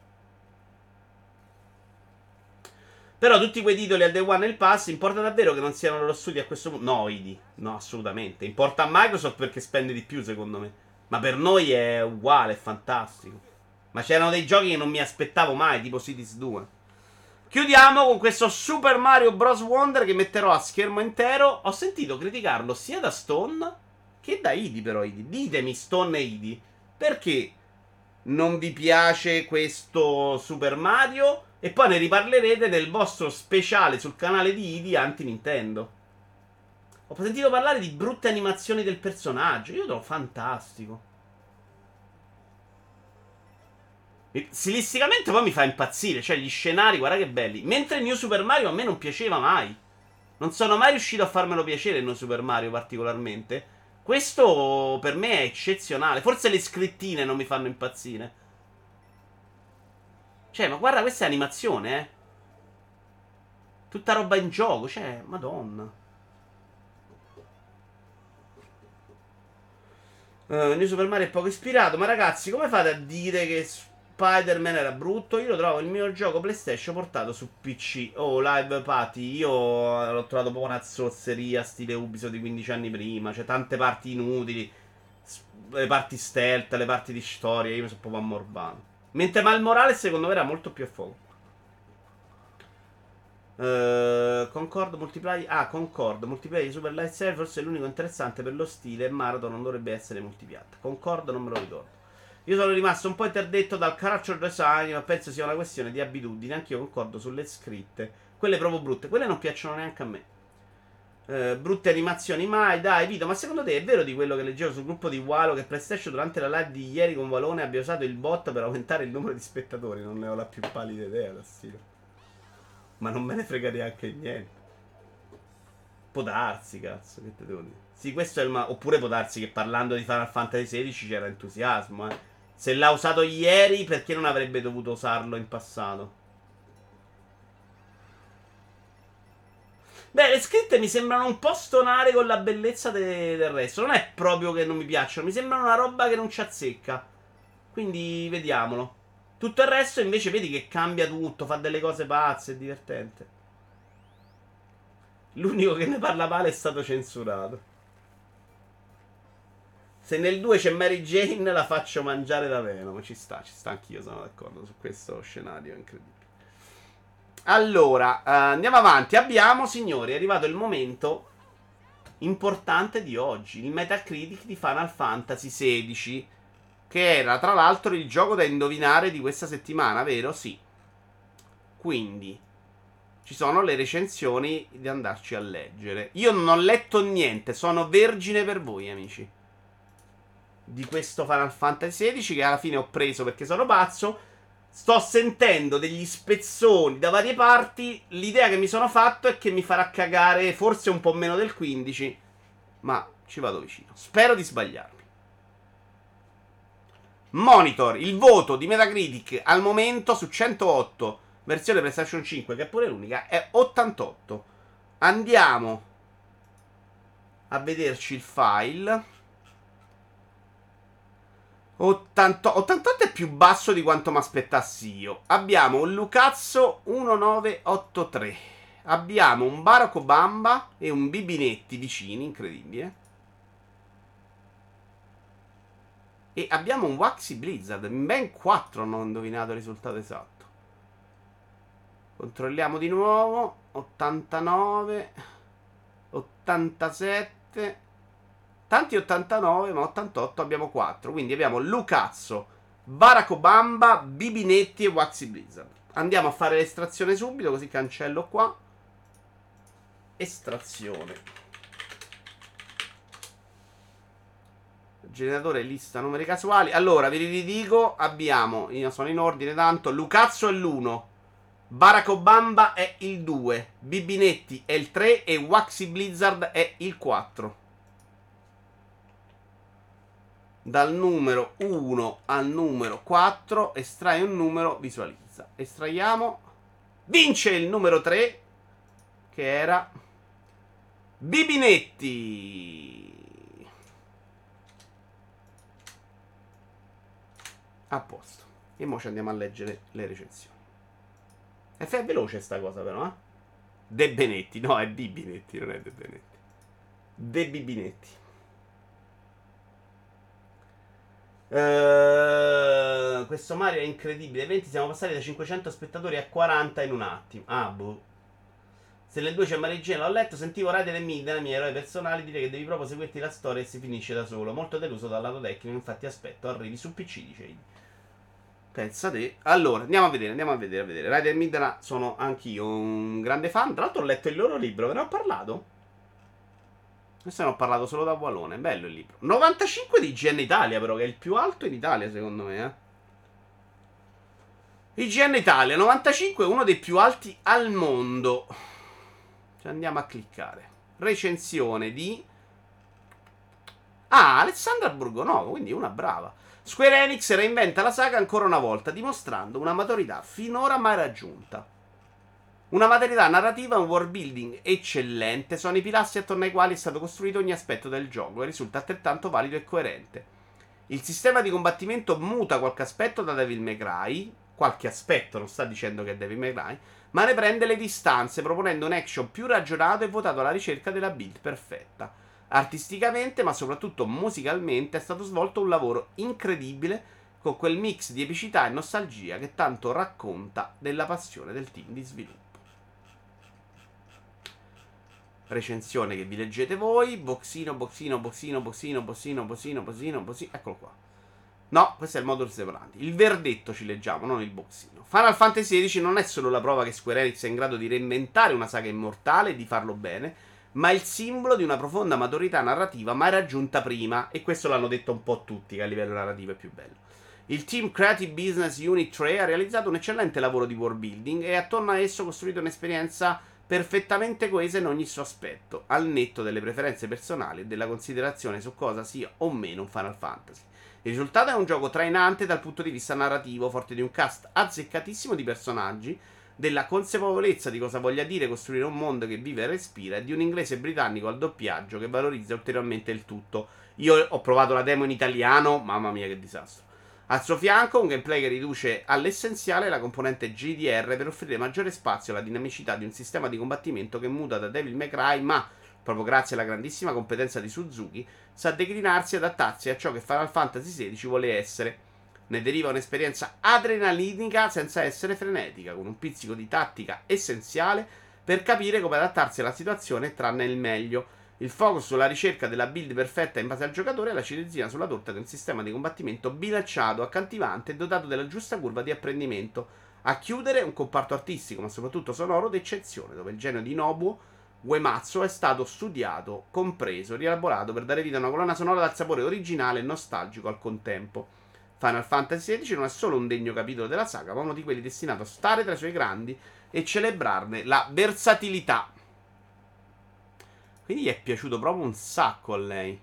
Però tutti quei titoli al Day One nel pass, importa davvero che non siano loro studi a questo punto? No, Idi, no, assolutamente. Importa a Microsoft perché spende di più, secondo me. Ma per noi è uguale, è fantastico. Ma c'erano dei giochi che non mi aspettavo mai, tipo Cities due. Chiudiamo con questo Super Mario Bros. Wonder che metterò a schermo intero. Ho sentito criticarlo sia da Stone che da Idi, però Idi. Ditemi, Stone e Idi, perché non vi piace questo Super Mario? E poi ne riparlerete nel vostro speciale sul canale di Idi anti-Nintendo. Ho sentito parlare di brutte animazioni del personaggio. Io lo trovo fantastico. Stilisticamente poi mi fa impazzire. Cioè, gli scenari, guarda che belli. Mentre New Super Mario a me non piaceva mai. Non sono mai riuscito a farmelo piacere il New Super Mario particolarmente. Questo per me è eccezionale. Forse le scrittine non mi fanno impazzire. Cioè, ma guarda, questa è animazione, eh. Tutta roba in gioco, cioè, madonna. Uh, New Super Mario è poco ispirato. Ma ragazzi, come fate a dire che Spider-Man era brutto? Io lo trovo il mio gioco PlayStation portato su P C. Oh, Live Party. Io l'ho trovato proprio una zozzeria stile Ubisoft di quindici anni prima. C'è tante parti inutili. Le parti stealth, le parti di storia. Io mi sono proprio ammorbato. Mentre Mal Morales secondo me era molto più a fuoco. Uh, Concord multiplayer. Ah, Concord multiplayer di Super Light Server. Forse è l'unico interessante per lo stile. E Marathon non dovrebbe essere multipiatta. Concord non me lo ricordo. Io sono rimasto un po' interdetto dal character design, ma penso sia una questione di abitudine. Anch'io concordo sulle scritte. Quelle proprio brutte. Quelle non piacciono neanche a me. Uh, brutte animazioni mai. Dai, Vito, ma secondo te è vero di quello che leggevo sul gruppo di Walo che PlayStation durante la live di ieri con Valone abbia usato il bot per aumentare il numero di spettatori? Non ne ho la più pallida idea, da stile. Ma non me ne frega neanche niente. Può darsi, cazzo, che te devo dire. Sì, questo è il ma... Oppure può darsi che parlando di Final Fantasy sedici c'era entusiasmo, eh. Se l'ha usato ieri, perché non avrebbe dovuto usarlo in passato? Beh, le scritte mi sembrano un po' stonare con la bellezza de- del resto. Non è proprio che non mi piacciono, mi sembrano una roba che non ci azzecca. Quindi vediamolo. Tutto il resto invece vedi che cambia tutto, fa delle cose pazze, è divertente. L'unico che ne parla male è stato censurato. Se nel due c'è Mary Jane la faccio mangiare da Venom. Ci sta, ci sta, anch'io sono d'accordo su questo scenario incredibile. Allora, uh, andiamo avanti. Abbiamo, signori, è arrivato il momento importante di oggi. Il Metacritic di Final Fantasy sedici. Che era tra l'altro il gioco da indovinare di questa settimana, vero? Sì. Quindi ci sono le recensioni di andarci a leggere. Io non ho letto niente, sono vergine per voi, amici, di questo Final Fantasy sedici che alla fine ho preso perché sono pazzo. Sto sentendo degli spezzoni da varie parti. L'idea che mi sono fatto è che mi farà cagare forse un po' meno del quindici, ma ci vado vicino. Spero di sbagliarmi. Monitor, il voto di Metacritic al momento su centootto, versione PlayStation cinque, che è pure l'unica, è ottantotto. Andiamo a vederci il file. ottantotto, ottantotto è più basso di quanto mi aspettassi io. Abbiamo un Lucazzo millenovecentottantatré. Abbiamo un Barack Obama e un Bibinetti vicini, incredibile. E abbiamo un Waxy Blizzard. In ben quattro hanno indovinato il risultato esatto. Controlliamo di nuovo. ottantanove, ottantasette. Tanti ottantanove, ma ottantotto abbiamo quattro. Quindi abbiamo Lucazzo, Barack Obama, Bibinetti e Waxy Blizzard. Andiamo a fare l'estrazione subito, così cancello qua. Estrazione. Generatore lista numeri casuali. Allora, vi ridico. Abbiamo, io sono in ordine tanto. Lucazzo è l'uno, Barack Obama è il due, Bibinetti è il tre e Waxy Blizzard è il quattro. Dal numero uno al numero quattro estrai un numero, visualizza. Estraiamo. Vince il numero tre, che era Bibinetti. A posto. E mo ci andiamo a leggere le recensioni. È, è veloce sta cosa però, eh? De Benetti. No, è Bibinetti, non è De Benetti. De Bibinetti. Uh, questo Mario è incredibile. venti, siamo passati da cinquecento spettatori a quaranta in un attimo. Ah, boh. Se nel due c'è Mary Jane, l'ho letto, sentivo Raiden e Midna, i miei eroi personali, dire che devi proprio seguirti la storia e si finisce da solo. Molto deluso dal lato tecnico, infatti aspetto arrivi su P C, dice egli. Pensa te. Allora, andiamo a vedere, andiamo a vedere, a vedere. Raiden e Midna sono anch'io un grande fan. Tra l'altro ho letto il loro libro, ve ne ho parlato? Questo ne ho parlato solo da Wallone, bello il libro. novantacinque di I G N Italia però, che è il più alto in Italia secondo me, eh. I G N Italia novantacinque è uno dei più alti al mondo. Ci andiamo a cliccare. Recensione di Ah, Alessandra Burgonovo, quindi una brava. Square Enix reinventa la saga ancora una volta, dimostrando una maturità finora mai raggiunta. Una maturità narrativa e un world building eccellente sono i pilastri attorno ai quali è stato costruito ogni aspetto del gioco e risulta altrettanto valido e coerente. Il sistema di combattimento muta qualche aspetto da Devil May Cry, qualche aspetto, non sta dicendo che è Devil May Cry, ma ne prende le distanze, proponendo un action più ragionato e votato alla ricerca della build perfetta. Artisticamente, ma soprattutto musicalmente, è stato svolto un lavoro incredibile con quel mix di epicità e nostalgia che tanto racconta della passione del team di sviluppo. Recensione che vi leggete voi. Boxino, boxino, boxino, boxino, boxino, boxino, boxino, boxino. Eccolo qua. No, questo è il modo separante. Il verdetto ci leggiamo, non il boxino. Final Fantasy sedici non è solo la prova che Square Enix è in grado di reinventare una saga immortale e di farlo bene, ma il simbolo di una profonda maturità narrativa mai raggiunta prima, e questo l'hanno detto un po' tutti, che a livello narrativo è più bello. Il team Creative Business Unit tre ha realizzato un eccellente lavoro di world building e attorno a esso costruito un'esperienza perfettamente coesa in ogni suo aspetto, al netto delle preferenze personali e della considerazione su cosa sia o meno un Final Fantasy. Il risultato è un gioco trainante dal punto di vista narrativo, forte di un cast azzeccatissimo di personaggi, della consapevolezza di cosa voglia dire costruire un mondo che vive e respira e di un inglese britannico al doppiaggio che valorizza ulteriormente il tutto. Io ho provato la demo in italiano, mamma mia che disastro. Al suo fianco un gameplay che riduce all'essenziale la componente G D R per offrire maggiore spazio alla dinamicità di un sistema di combattimento che muta da Devil May Cry, ma proprio grazie alla grandissima competenza di Suzuki sa declinarsi e adattarsi a ciò che Final Fantasy sedici vuole essere. Ne deriva un'esperienza adrenalinica senza essere frenetica, con un pizzico di tattica essenziale per capire come adattarsi alla situazione e trarne il meglio. Il focus sulla ricerca della build perfetta in base al giocatore è la ciliegina sulla torta di un sistema di combattimento bilanciato, accattivante e dotato della giusta curva di apprendimento. A chiudere un comparto artistico, ma soprattutto sonoro, d'eccezione, dove il genio di Nobuo Uematsu è stato studiato, compreso, rielaborato per dare vita a una colonna sonora dal sapore originale e nostalgico al contempo. Final Fantasy sedici non è solo un degno capitolo della saga, ma uno di quelli destinato a stare tra i suoi grandi e celebrarne la versatilità. Quindi gli è piaciuto proprio un sacco a lei.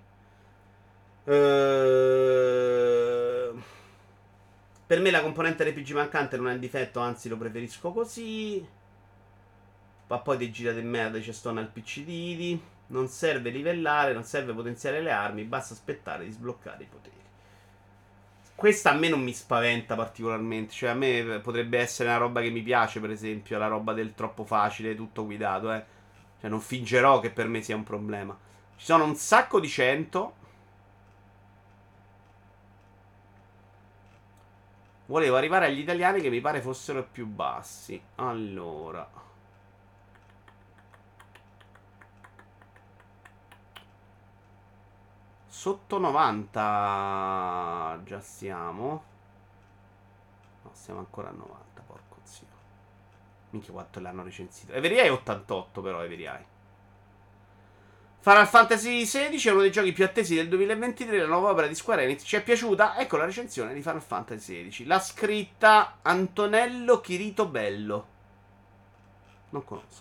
Ehm... Per me la componente R P G mancante non è un difetto, anzi lo preferisco così. Ma poi ti gira di merda, ci sto nel P C di non serve livellare, non serve potenziare le armi, basta aspettare di sbloccare i poteri. Questa a me non mi spaventa particolarmente. Cioè a me potrebbe essere una roba che mi piace, per esempio la roba del troppo facile, tutto guidato, eh. Cioè non fingerò che per me sia un problema. Ci sono un sacco di cento. Volevo arrivare agli italiani che mi pare fossero più bassi. Allora, sotto novanta già siamo. No, siamo ancora a novanta, porco zio. Minchia quanto l'hanno recensito. Every Eye è ottantotto però, Every Eye. Final Fantasy sedici è uno dei giochi più attesi del duemilaventitré, la nuova opera di Square Enix. Ci è piaciuta? Ecco la recensione di Final Fantasy sedici. L'ha scritta Antonello Chirito Bello. Non conosco.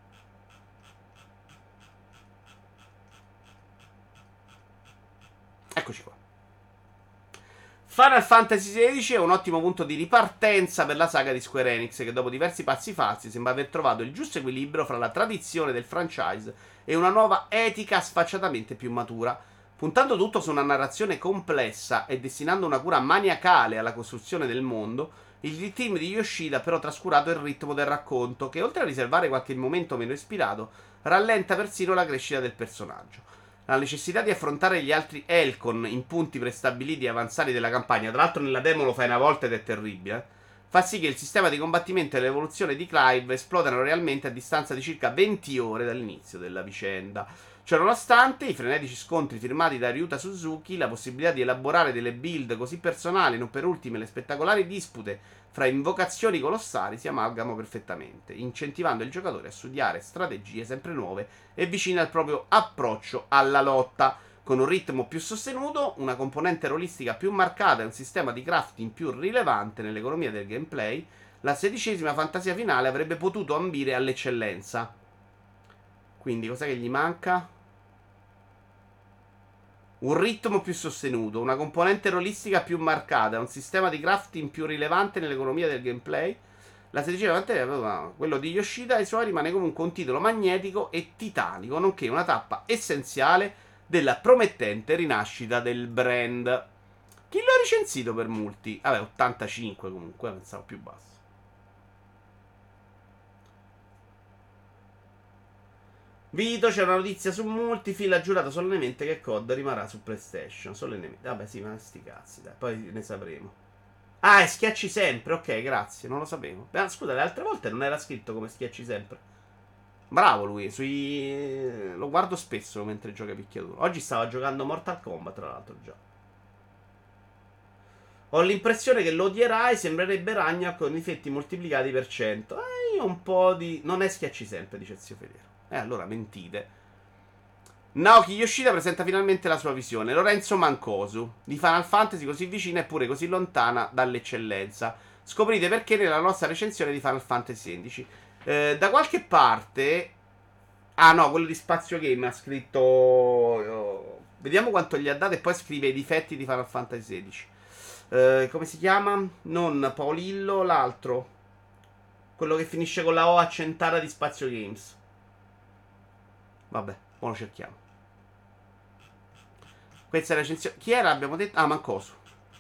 Eccoci qua. Final Fantasy sedici è un ottimo punto di ripartenza per la saga di Square Enix, che dopo diversi passi falsi sembra aver trovato il giusto equilibrio fra la tradizione del franchise e una nuova etica sfacciatamente più matura. Puntando tutto su una narrazione complessa e destinando una cura maniacale alla costruzione del mondo, il team di Yoshida ha però trascurato il ritmo del racconto, che oltre a riservare qualche momento meno ispirato, rallenta persino la crescita del personaggio. La necessità di affrontare gli altri Elcon in punti prestabiliti e avanzati della campagna, tra l'altro nella demo lo fai una volta ed è terribile, eh? Fa sì che il sistema di combattimento e l'evoluzione di Clive esplodano realmente a distanza di circa venti ore dall'inizio della vicenda. Ciononostante, i frenetici scontri firmati da Ryuta Suzuki, la possibilità di elaborare delle build così personali, non per ultime le spettacolari dispute fra invocazioni colossali, si amalgamano perfettamente, incentivando il giocatore a studiare strategie sempre nuove e vicine al proprio approccio alla lotta, con un ritmo più sostenuto, una componente rolistica più marcata e un sistema di crafting più rilevante nell'economia del gameplay. La sedicesima fantasia finale avrebbe potuto ambire all'eccellenza. Quindi cos'è che gli manca? Un ritmo più sostenuto, una componente rolistica più marcata, un sistema di crafting più rilevante nell'economia del gameplay. La sedicesima fantasia, quello di Yoshida e i suoi, rimane comunque un titolo magnetico e titanico, nonché una tappa essenziale della promettente rinascita del brand. Chi l'ha recensito per multi? Vabbè, ottantacinque comunque, pensavo più basso. Vito, c'è una notizia su multi. Phil ha giurato solennemente che C O D rimarrà su PlayStation. Solennemente. Vabbè, sì, ma sti cazzi, dai, poi ne sapremo. Ah, e schiacci sempre, ok, grazie, non lo sapevo. Beh, scusa, le altre volte non era scritto come schiacci sempre. Bravo lui, sui... lo guardo spesso mentre gioca picchiaduro. Oggi stava giocando Mortal Kombat, tra l'altro, già. Ho l'impressione che lo odierai, sembrerebbe Ragnar con difetti moltiplicati per cento. Eh, io un po' di... Non è schiacci sempre, dice zio Federo. Eh, allora mentite. Naoki Yoshida presenta finalmente la sua visione. Lorenzo Mancosu, di Final Fantasy così vicina eppure così lontana dall'eccellenza. Scoprite perché nella nostra recensione di Final Fantasy sedici. Eh, da qualche parte... Ah no, quello di Spazio Game ha scritto... Oh, vediamo quanto gli ha dato e poi scrive i difetti di Final Fantasy sedici. Eh, come si chiama? Non Paolillo, l'altro. Quello che finisce con la O a Centara di Spazio Games. Vabbè, ora lo cerchiamo. Questa è la recensione. Chi era? Abbiamo detto... Ah, Mancosu.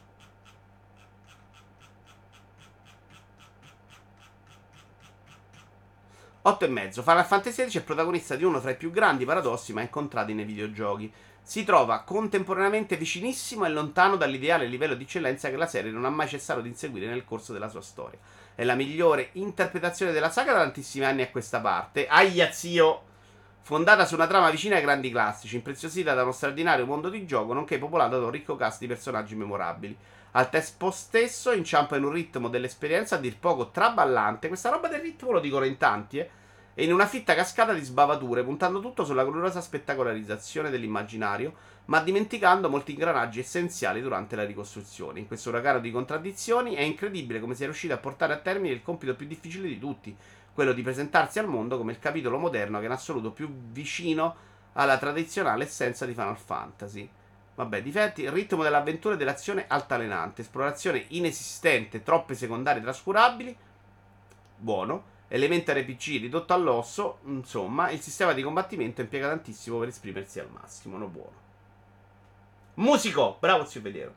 otto e mezzo. Final Fantasy sedici è protagonista di uno fra i più grandi paradossi mai incontrati nei videogiochi. Si trova contemporaneamente vicinissimo e lontano dall'ideale livello di eccellenza che la serie non ha mai cessato di inseguire nel corso della sua storia. È la migliore interpretazione della saga da tantissimi anni a questa parte. Aia, zio! Fondata su una trama vicina ai grandi classici, impreziosita da uno straordinario mondo di gioco, nonché popolata da un ricco cast di personaggi memorabili. Al tempo stesso inciampa in un ritmo dell'esperienza a dir poco traballante. Questa roba del ritmo lo dicono in tanti, eh? E in una fitta cascata di sbavature, puntando tutto sulla gloriosa spettacolarizzazione dell'immaginario, ma dimenticando molti ingranaggi essenziali durante la ricostruzione. In questo uragano di contraddizioni è incredibile come sia riuscito a portare a termine il compito più difficile di tutti, quello di presentarsi al mondo come il capitolo moderno che è in assoluto più vicino alla tradizionale essenza di Final Fantasy. Vabbè, difetti: il ritmo dell'avventura e dell'azione altalenante, esplorazione inesistente, troppe secondarie trascurabili, buono, elemento R P G ridotto all'osso, insomma, il sistema di combattimento impiega tantissimo per esprimersi al massimo, no buono. Musico, bravo zio Vedero.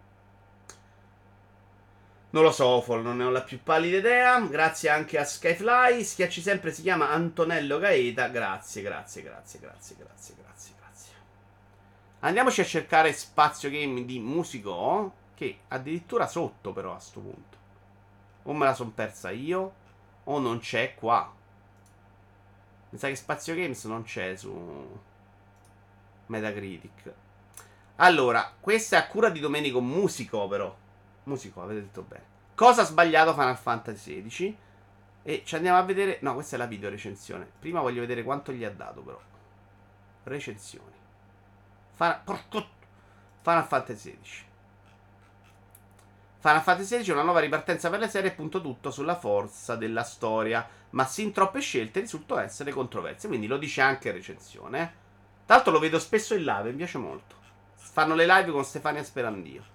Non lo so, Ofol, non ne ho la più pallida idea. Grazie anche a Skyfly. Schiacci sempre, si chiama Antonello Gaeta. Grazie, grazie, grazie, grazie, grazie, grazie, grazie. Andiamoci a cercare Spazio Game di Musico, che addirittura sotto però a sto punto. O me la son persa io, o non c'è qua. Mi sa che Spazio Games non c'è su Metacritic. Allora, questa è a cura di Domenico Musico però. Musico, avete detto bene. Cosa ha sbagliato Final Fantasy sedici? E ci andiamo a vedere. No, questa è la video recensione. Prima voglio vedere quanto gli ha dato però. Recensioni. Final, porco... Final Fantasy sedici. Final Fantasy sedici è una nuova ripartenza per le serie e punto tutto sulla forza della storia, ma sin troppe scelte risultano essere controverse. Quindi lo dice anche in recensione, eh. Tra l'altro lo vedo spesso in live, mi piace molto. Fanno le live con Stefania Sperandio.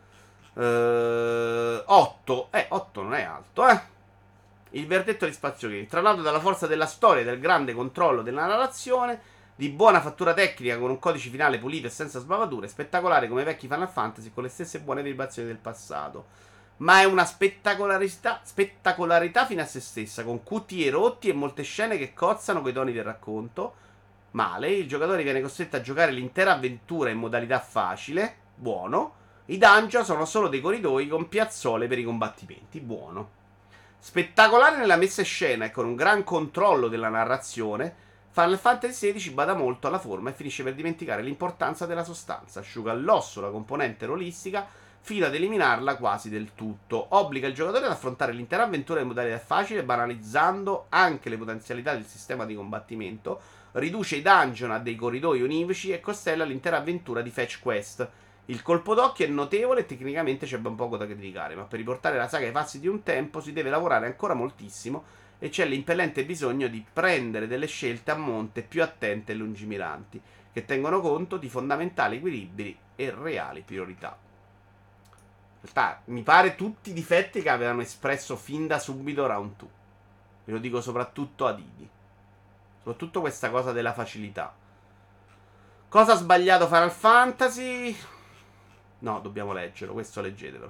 Uh, otto. Eh, otto non è alto, eh. Il verdetto di Spazio Game. Traslato dalla forza della storia e del grande controllo della narrazione, di buona fattura tecnica con un codice finale pulito e senza sbavature, spettacolare come i vecchi Final Fantasy con le stesse buone vibrazioni del passato. Ma è una spettacolarità, spettacolarità fino a se stessa, con Q T E rotti e molte scene che cozzano coi toni del racconto. Male, il giocatore viene costretto a giocare l'intera avventura in modalità facile. Buono. I dungeon sono solo dei corridoi con piazzole per i combattimenti. Buono. Spettacolare nella messa in scena e con un gran controllo della narrazione, Final Fantasy sedici bada molto alla forma e finisce per dimenticare l'importanza della sostanza. Asciuga all'osso la componente rolistica fino ad eliminarla quasi del tutto. Obbliga il giocatore ad affrontare l'intera avventura in modalità facile, banalizzando anche le potenzialità del sistema di combattimento. Riduce i dungeon a dei corridoi univoci e costella l'intera avventura di fetch quest, Il colpo d'occhio è notevole e tecnicamente c'è ben poco da criticare, ma per riportare la saga ai passi di un tempo si deve lavorare ancora moltissimo e c'è l'impellente bisogno di prendere delle scelte a monte più attente e lungimiranti, che tengono conto di fondamentali equilibri e reali priorità. In realtà, mi pare tutti i difetti che avevano espresso fin da subito Round due. Ve lo dico soprattutto a Didi. Soprattutto questa cosa della facilità. Cosa ha sbagliato Final Fantasy? No, dobbiamo leggerlo, questo leggetevelo.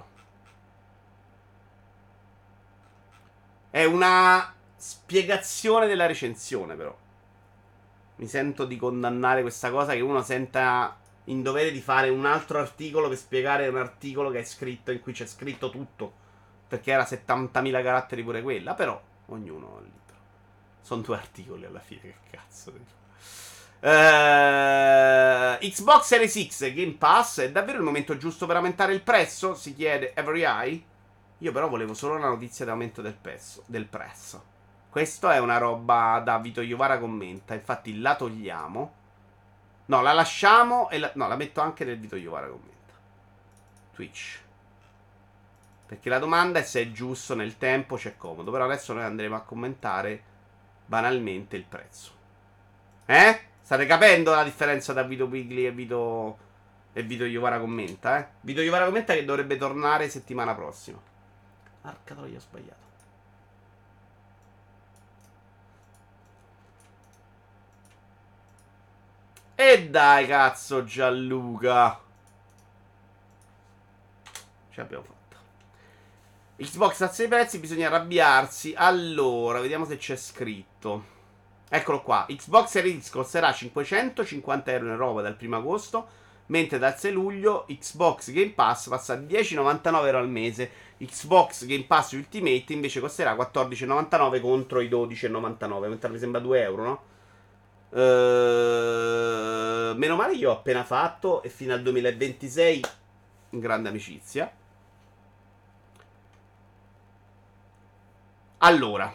È una spiegazione della recensione, però. Mi sento di condannare questa cosa, che uno senta in dovere di fare un altro articolo per spiegare un articolo che è scritto, in cui c'è scritto tutto, perché era settantamila caratteri pure quella. Però ognuno ha il libro. Sono due articoli alla fine, che cazzo dico. Uh, Xbox Series X Game Pass è davvero il momento giusto per aumentare il prezzo? Si chiede Every Eye. Io però volevo solo una notizia di aumento del prezzo, del prezzo. Questo è una roba da Vito Iovara commenta. Infatti la togliamo. No, la lasciamo e la, no, la metto anche nel Vito Iovara commenta. Twitch. Perché la domanda è se è giusto nel tempo, c'è comodo. Però adesso noi andremo a commentare banalmente il prezzo. Eh? State capendo la differenza tra Vito Pigli e Vito e Vito Iovara commenta, eh? Vito Iovara commenta che dovrebbe tornare settimana prossima. Arca troia, ho sbagliato. E dai, cazzo, Gianluca. Ce l'abbiamo fatta. Xbox a sei prezzi, bisogna arrabbiarsi. Allora, vediamo se c'è scritto. Eccolo qua. Xbox Series X costerà cinquecentocinquanta euro in Europa dal primo agosto, mentre dal sei luglio Xbox Game Pass passa a dieci virgola novantanove euro al mese. Xbox Game Pass Ultimate invece costerà quattordici virgola novantanove contro i dodici virgola novantanove. Mentre mi sembra due euro, no? Uh, meno male io ho appena fatto e fino al duemilaventisei in grande amicizia. Allora,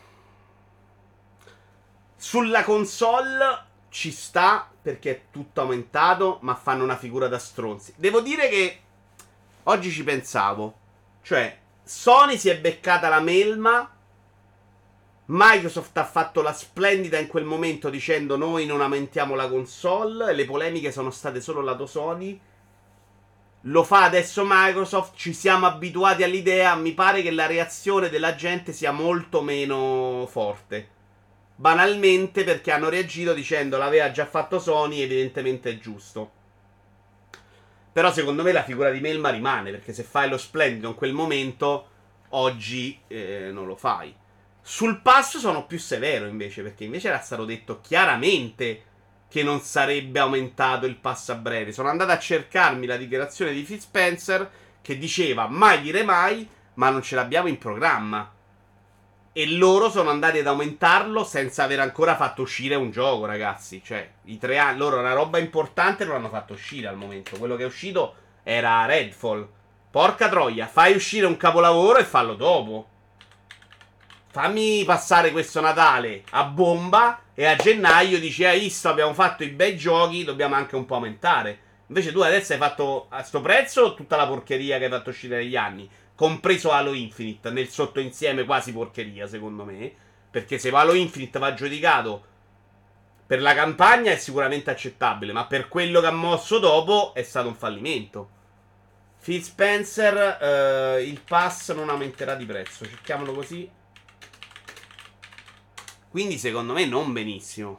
sulla console ci sta perché è tutto aumentato, ma fanno una figura da stronzi. Devo dire che oggi ci pensavo. Cioè, Sony si è beccata la melma, Microsoft ha fatto la splendida in quel momento dicendo noi non aumentiamo la console, e le polemiche sono state solo lato Sony. Lo fa adesso Microsoft, ci siamo abituati all'idea, mi pare che la reazione della gente sia molto meno forte. Banalmente perché hanno reagito dicendo l'aveva già fatto Sony, evidentemente è giusto. Però secondo me la figura di melma rimane, perché se fai lo splendido in quel momento, oggi eh, non lo fai. Sul pass sono più severo invece, perché invece era stato detto chiaramente che non sarebbe aumentato il pass a breve. Sono andato a cercarmi la dichiarazione di Phil Spencer che diceva mai dire mai, ma non ce l'abbiamo in programma. E loro sono andati ad aumentarlo senza aver ancora fatto uscire un gioco, ragazzi. Cioè, i tre anni, loro una roba importante non l'hanno fatto uscire al momento. Quello che è uscito era Redfall. Porca troia, fai uscire un capolavoro e fallo dopo. Fammi passare questo Natale a bomba e a gennaio dici, hai visto, abbiamo fatto i bei giochi, dobbiamo anche un po' aumentare. Invece tu adesso hai fatto a sto prezzo tutta la porcheria che hai fatto uscire negli anni, compreso Halo Infinite, nel sottoinsieme quasi porcheria secondo me, perché se Halo Infinite va giudicato per la campagna è sicuramente accettabile, ma per quello che ha mosso dopo è stato un fallimento. Phil Spencer, eh, il pass non aumenterà di prezzo, cerchiamolo così. Quindi secondo me non benissimo.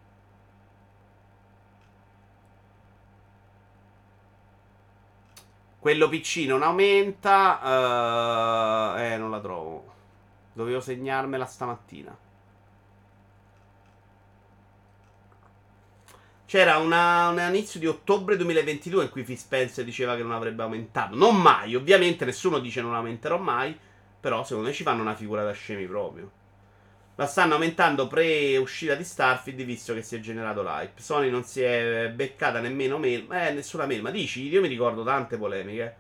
Quello P C non aumenta. Uh, eh, non la trovo. Dovevo segnarmela stamattina. C'era una, un inizio di ottobre duemilaventidue in cui Phil Spencer diceva che non avrebbe aumentato. Non mai, ovviamente nessuno dice non aumenterò mai. Però secondo me ci fanno una figura da scemi proprio. La stanno aumentando pre-uscita di Starfield, visto che si è generato l'hype. Sony non si è beccata nemmeno melma. Eh, nessuna melma. Dici? Io mi ricordo tante polemiche.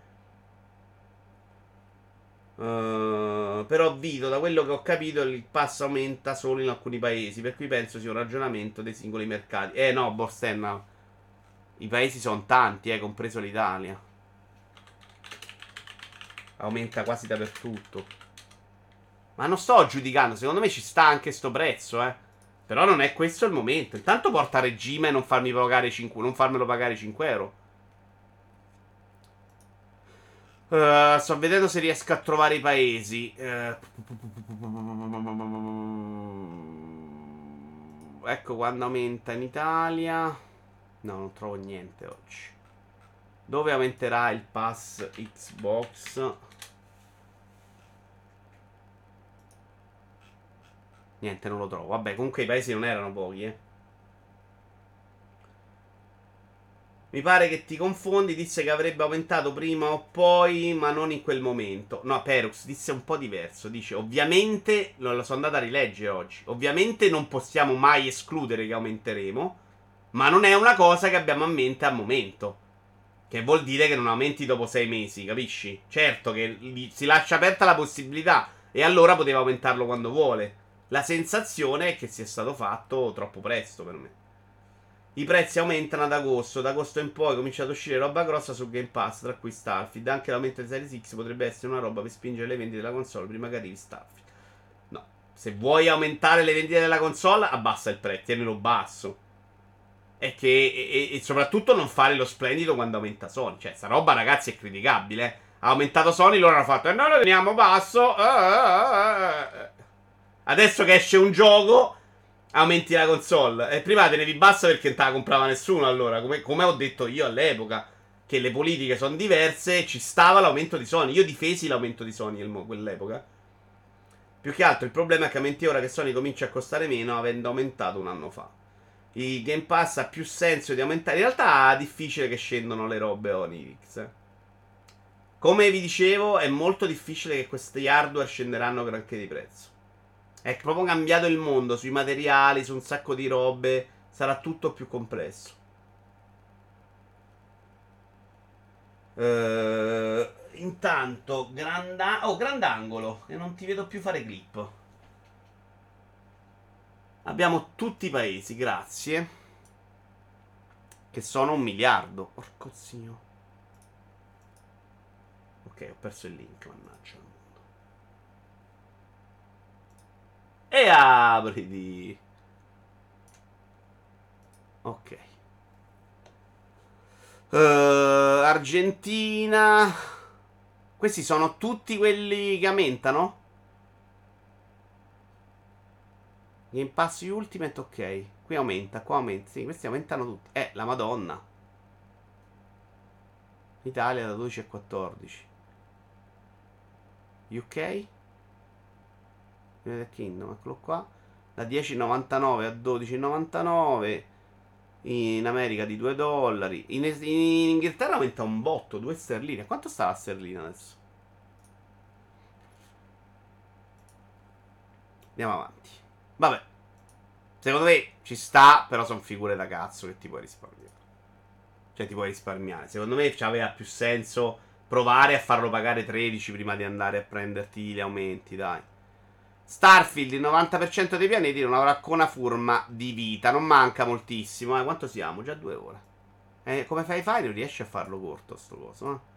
Uh, però Vito, da quello che ho capito, il pass aumenta solo in alcuni paesi. Per cui penso sia un ragionamento dei singoli mercati. Eh no, Borstenna. I paesi sono tanti, eh, compreso l'Italia. Aumenta quasi dappertutto. Ma non sto giudicando, secondo me ci sta anche sto prezzo, eh. Però non è questo il momento. Intanto porta a regime e non farmi pagare cinque, non farmelo pagare cinque euro. Uh, sto vedendo se riesco a trovare i paesi. Uh, ecco quando aumenta in Italia. No, non trovo niente oggi. Dove aumenterà il pass Xbox? Niente, non lo trovo. Vabbè, comunque i paesi non erano pochi, eh. Mi pare che ti confondi. Disse che avrebbe aumentato prima o poi, ma non in quel momento. No, Perux disse un po' diverso. Dice, ovviamente, lo sono andato a rileggere oggi. Ovviamente non possiamo mai escludere che aumenteremo, ma non è una cosa che abbiamo a mente al momento. Che vuol dire che non aumenti dopo sei mesi, capisci? Certo che si lascia aperta la possibilità, e allora poteva aumentarlo quando vuole. La sensazione è che sia stato fatto troppo presto per me. I prezzi aumentano ad agosto. Da agosto in poi comincia ad uscire roba grossa su Game Pass, tra cui Starfield. Anche l'aumento di Series X potrebbe essere una roba per spingere le vendite della console prima che arrivi Starfield. No, se vuoi aumentare le vendite della console, abbassa il prezzo, tienilo basso. E che e, e soprattutto non fare lo splendido quando aumenta Sony. Cioè, sta roba, ragazzi, è criticabile, eh. Ha aumentato Sony, loro hanno fatto e noi lo teniamo basso. Adesso che esce un gioco, aumenti la console. E prima tenevi basso perché non te la comprava nessuno. Allora, come, come ho detto io all'epoca, che le politiche sono diverse, ci stava l'aumento di Sony. Io difesi l'aumento di Sony in quell'epoca. Più che altro il problema è che aumenti ora che Sony comincia a costare meno, avendo aumentato un anno fa. Il Game Pass ha più senso di aumentare. In realtà è difficile che scendono le robe Onix, eh. Come vi dicevo, è molto difficile che questi hardware scenderanno granché di prezzo. È proprio cambiato il mondo sui materiali, su un sacco di robe. Sarà tutto più complesso. Uh, intanto, granda- oh, grandangolo. E non ti vedo più fare clip. Abbiamo tutti i paesi, grazie. Che sono un miliardo. Porco zio. Ok, ho perso il link, mannaggia il mondo. E apriti. Ok. Uh, Argentina. Questi sono tutti quelli che aumentano? Game Pass Ultimate, ok. Qui aumenta, qua aumenta. Sì, questi aumentano tutti. Eh, la Madonna. Italia da dodici a quattordici. U K. United Kingdom, eccolo qua. Da dieci virgola novantanove a dodici virgola novantanove. In America di due dollari. In, in Inghilterra aumenta un botto, due sterline. Quanto sta la sterlina adesso? Andiamo avanti. Vabbè. Secondo me ci sta, però sono figure da cazzo che ti puoi risparmiare. Cioè ti puoi risparmiare. Secondo me aveva più senso provare a farlo pagare tredici prima di andare a prenderti gli aumenti, dai. Starfield, il novanta per cento dei pianeti non avrà alcuna forma di vita. Non manca moltissimo, eh. Quanto siamo? Già due ore. Eh, come fai fai? Non riesci a farlo corto sto coso, eh?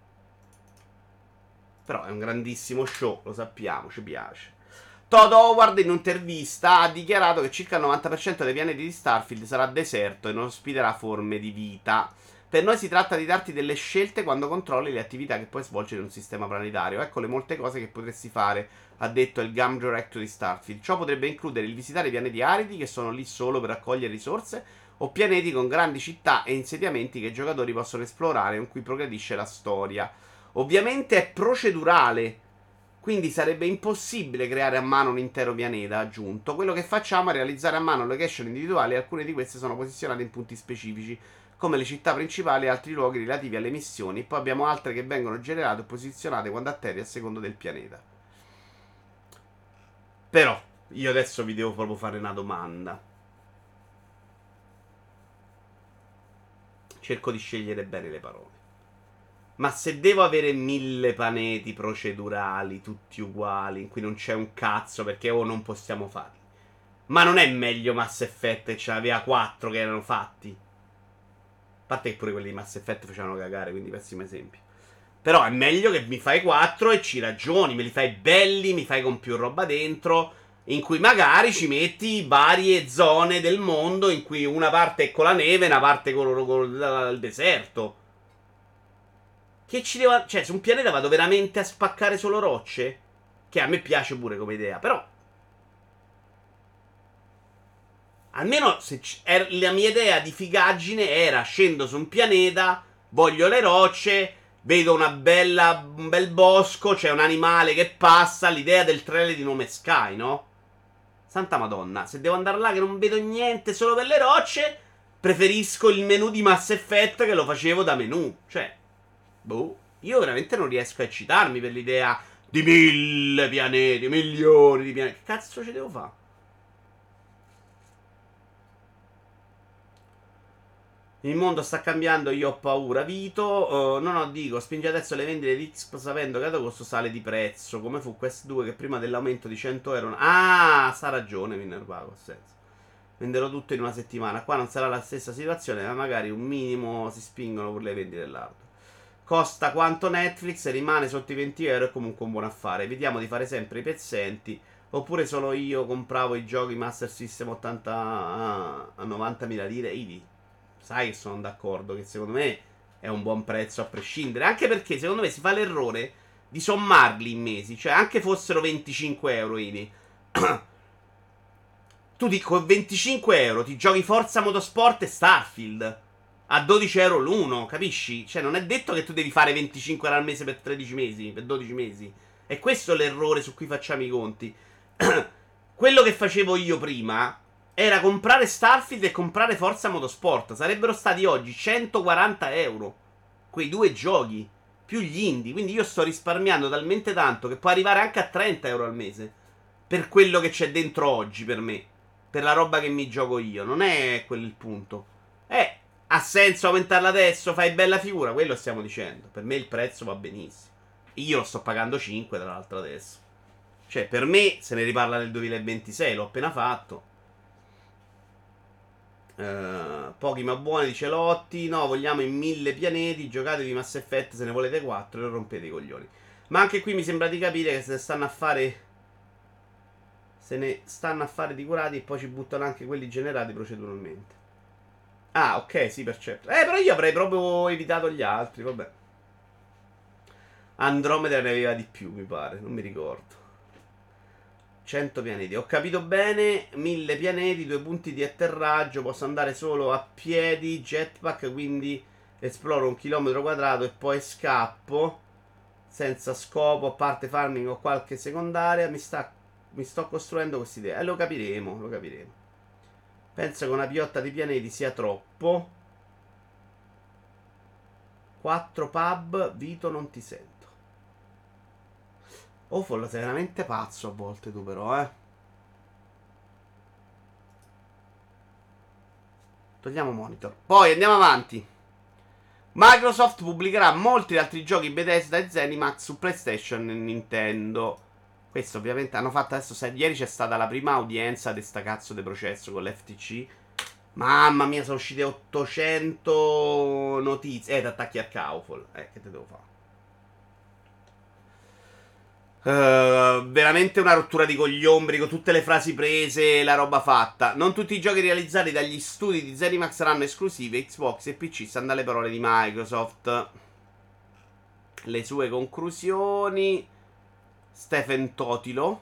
Però è un grandissimo show, lo sappiamo, ci piace. Todd Howard in un'intervista ha dichiarato che circa il novanta per cento dei pianeti di Starfield sarà deserto e non ospiterà forme di vita. Per noi si tratta di darti delle scelte quando controlli le attività che puoi svolgere in un sistema planetario. Ecco le molte cose che potresti fare, ha detto il Game Director di Starfield. Ciò potrebbe includere il visitare pianeti aridi che sono lì solo per raccogliere risorse, o pianeti con grandi città e insediamenti che i giocatori possono esplorare, con cui progredisce la storia. Ovviamente è procedurale, quindi sarebbe impossibile creare a mano un intero pianeta, ha aggiunto. Quello che facciamo è realizzare a mano location individuali e alcune di queste sono posizionate in punti specifici, come le città principali e altri luoghi relativi alle missioni. Poi abbiamo altre che vengono generate o posizionate quando atterri a secondo del pianeta. Però, io adesso vi devo proprio fare una domanda. Cerco di scegliere bene le parole. Ma se devo avere mille pianeti procedurali, tutti uguali, in cui non c'è un cazzo perché o non possiamo farli, ma non è meglio Mass Effect che ce n'aveva quattro che erano fatti? parte che pure quelli di Mass Effect facevano cagare, quindi pessimo esempio. Però è meglio che mi fai quattro e ci ragioni, me li fai belli, mi fai con più roba dentro, in cui magari ci metti varie zone del mondo, in cui una parte è con la neve, una parte con, con il deserto. Che ci devo... Cioè, su un pianeta vado veramente a spaccare solo rocce? Che a me piace pure come idea, però... Almeno se c- er- la mia idea di figaggine era scendo su un pianeta, voglio le rocce, vedo una bella, un bel bosco, c'è un animale che passa, l'idea del trailer di Nome Sky, no? Santa Madonna, se devo andare là che non vedo niente solo per le rocce, preferisco il menu di Mass Effect che lo facevo da menu. Cioè, boh, io veramente non riesco a eccitarmi per l'idea di mille pianeti, milioni di pianeti. Che cazzo ci devo fare? Il mondo sta cambiando, io ho paura, Vito. Uh, no, no, dico, spinge adesso le vendite di X P sapendo che ad agosto sale di prezzo. Come fu Quest due che prima dell'aumento di cento euro... Ah, sta ragione, Minervago, ha senso. Venderò tutto in una settimana. Qua non sarà la stessa situazione, ma magari un minimo si spingono per le vendite dell'hardware. Costa quanto Netflix e rimane sotto i venti euro, è comunque un buon affare. Vediamo di fare sempre i pezzenti. Oppure solo io compravo i giochi Master System ottanta a, a novantamila lire. Ivi, sai che sono d'accordo che secondo me è un buon prezzo a prescindere. Anche perché secondo me si fa l'errore di sommarli in mesi. Cioè anche fossero venticinque euro Ivi. Tu ti, con venticinque euro ti giochi Forza Motorsport e Starfield a dodici euro l'uno, capisci? Cioè non è detto che tu devi fare venticinque euro al mese per tredici mesi, per dodici mesi. E questo è l'errore su cui facciamo i conti. Quello che facevo io prima era comprare Starfield e comprare Forza Motorsport. Sarebbero stati oggi centoquaranta euro quei due giochi, più gli indie. Quindi io sto risparmiando talmente tanto che può arrivare anche a trenta euro al mese per quello che c'è dentro oggi per me, per la roba che mi gioco io. Non è quello il punto. Eh, ha senso aumentarla adesso? Fai bella figura? Quello stiamo dicendo. Per me il prezzo va benissimo. Io lo sto pagando cinque tra l'altro adesso. Cioè per me se ne riparla nel duemilaventisei. L'ho appena fatto. uh, Pochi ma buoni, dice Lotti. No, vogliamo in mille pianeti. Giocatevi Mass Effect se ne volete quattro e non rompete i coglioni. Ma anche qui mi sembra di capire che se ne stanno a fare Se ne stanno a fare di curati e poi ci buttano anche quelli generati proceduralmente. Ah, ok, sì, per certo. Eh, però io avrei proprio evitato gli altri, vabbè. Andromeda ne aveva di più, mi pare, non mi ricordo. cento pianeti, ho capito bene, mille pianeti, due punti di atterraggio, posso andare solo a piedi, jetpack, quindi esploro un chilometro quadrato e poi scappo, senza scopo, a parte farming o qualche secondaria, mi sta... Mi sto costruendo quest'idea. E eh, lo capiremo, lo capiremo. Penso che una piotta di pianeti sia troppo. quattro pub, Vito non ti sento. Awful, sei veramente pazzo a volte tu però, eh. Togliamo monitor. Poi andiamo avanti. Microsoft pubblicherà molti altri giochi Bethesda e Zenimax su PlayStation e Nintendo. Questo ovviamente hanno fatto adesso. Se, ieri c'è stata la prima udienza di sta cazzo di processo con l'F T C. Mamma mia, sono uscite ottocento notizie. Eh, ti attacchi al Cowfall. Eh, che te devo fare? Uh, veramente una rottura di cogliombri con tutte le frasi prese, la roba fatta. Non tutti i giochi realizzati dagli studi di Zenimax saranno esclusivi Xbox e P C. Stanno dalle parole di Microsoft. Le sue conclusioni. Stephen Totilo.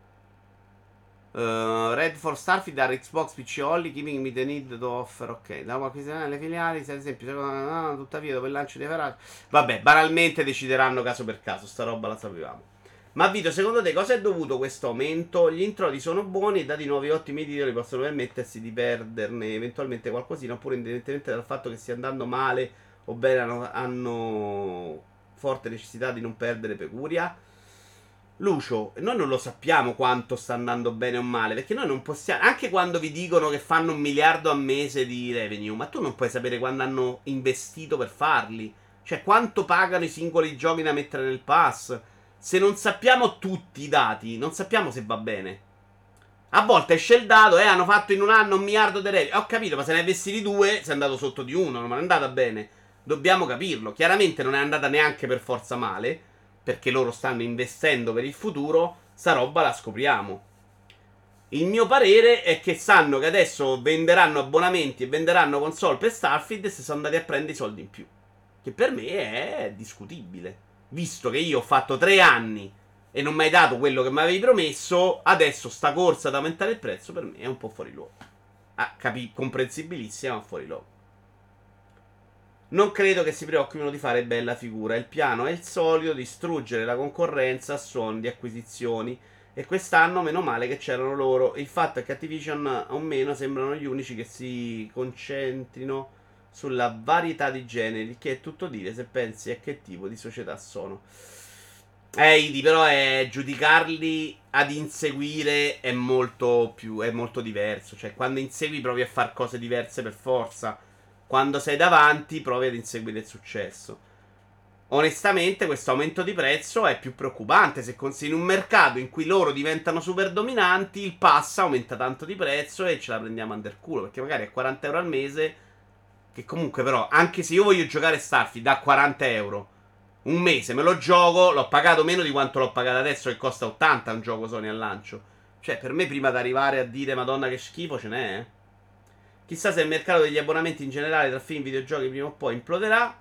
uh, Red for Starfield are Xbox P C only, giving me the need to offer. Ok, da acquisire le filiali, se ad esempio, no, tuttavia dopo il lancio dei Ferrari. Vabbè, banalmente decideranno caso per caso. Sta roba la sapevamo. Ma Vito, secondo te cosa è dovuto questo aumento? Gli introiti sono buoni e dati nuovi ottimi titoli possono permettersi di perderne eventualmente qualcosina, oppure indipendentemente dal fatto che stia andando male o bene hanno, hanno forte necessità di non perdere pecuria? Lucio, noi non lo sappiamo quanto sta andando bene o male, perché noi non possiamo, anche quando vi dicono che fanno un miliardo a mese di revenue, ma tu non puoi sapere quando hanno investito per farli, cioè quanto pagano i singoli giochi da mettere nel pass. Se non sappiamo tutti i dati, non sappiamo se va bene. A volte esce il dato, eh, hanno fatto in un anno un miliardo di redditi. Ho capito, ma se ne hai investiti due, sei andato sotto di uno, non è andata bene. Dobbiamo capirlo. Chiaramente non è andata neanche per forza male, perché loro stanno investendo per il futuro. Sta roba la scopriamo. Il mio parere è che sanno che adesso venderanno abbonamenti e venderanno console per Starfield e se sono andati a prendere i soldi in più. Che per me è discutibile. Visto che io ho fatto tre anni e non mi hai dato quello che mi avevi promesso, adesso sta corsa ad aumentare il prezzo per me è un po' fuori luogo. Ah, capi- comprensibilissima, ma fuori luogo. Non credo che si preoccupino di fare bella figura. Il piano è il solito, distruggere la concorrenza a suon di acquisizioni. E quest'anno, meno male che c'erano loro. Il fatto è che Activision o meno sembrano gli unici che si concentrino sulla varietà di generi, che è tutto dire se pensi a che tipo di società sono. Eh, Idi, però è giudicarli ad inseguire è molto più, è molto diverso. Cioè, quando insegui provi a fare cose diverse per forza. Quando sei davanti provi ad inseguire il successo. Onestamente questo aumento di prezzo è più preoccupante. Se consigli un mercato in cui loro diventano super dominanti, il pass aumenta tanto di prezzo e ce la prendiamo under culo, perché magari è quaranta euro al mese, che comunque però, anche se io voglio giocare Starfield da quaranta euro un mese, me lo gioco, l'ho pagato meno di quanto l'ho pagato adesso, che costa ottanta un gioco Sony al lancio. Cioè, per me prima di arrivare a dire Madonna che schifo ce n'è, eh. Chissà se il mercato degli abbonamenti in generale tra film e videogiochi prima o poi imploderà.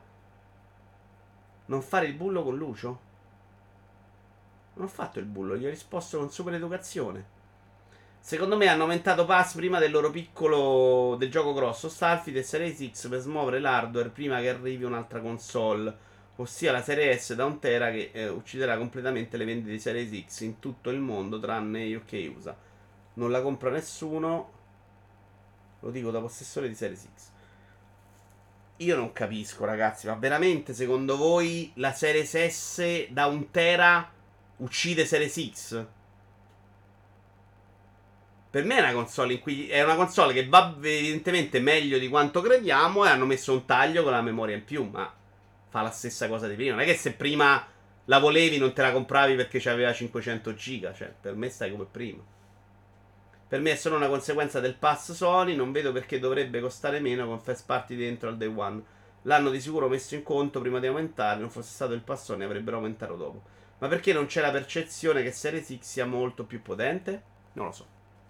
Non fare il bullo con Lucio? Non ho fatto il bullo, gli ho risposto con super educazione. Secondo me hanno aumentato pass prima del loro piccolo del gioco grosso Starfield e Series X per smuovere l'hardware prima che arrivi un'altra console, ossia la serie S da un tera che eh, ucciderà completamente le vendite di Series X in tutto il mondo tranne U K e U S A. Non la compra nessuno. Lo dico da possessore di Series X. Io non capisco, ragazzi, ma veramente secondo voi la Series S da un tera uccide Series X? Per me è una console in cui è una console che va evidentemente meglio di quanto crediamo e hanno messo un taglio con la memoria in più, ma fa la stessa cosa di prima. Non è che se prima la volevi non te la compravi perché c'aveva cinquecento giga, cioè per me stai come prima. Per me è solo una conseguenza del pass Sony, non vedo perché dovrebbe costare meno con first party dentro al day one. L'hanno di sicuro messo in conto prima di aumentare, non fosse stato il pass Sony avrebbero aumentato dopo. Ma perché non c'è la percezione che Series X sia molto più potente? Non lo so.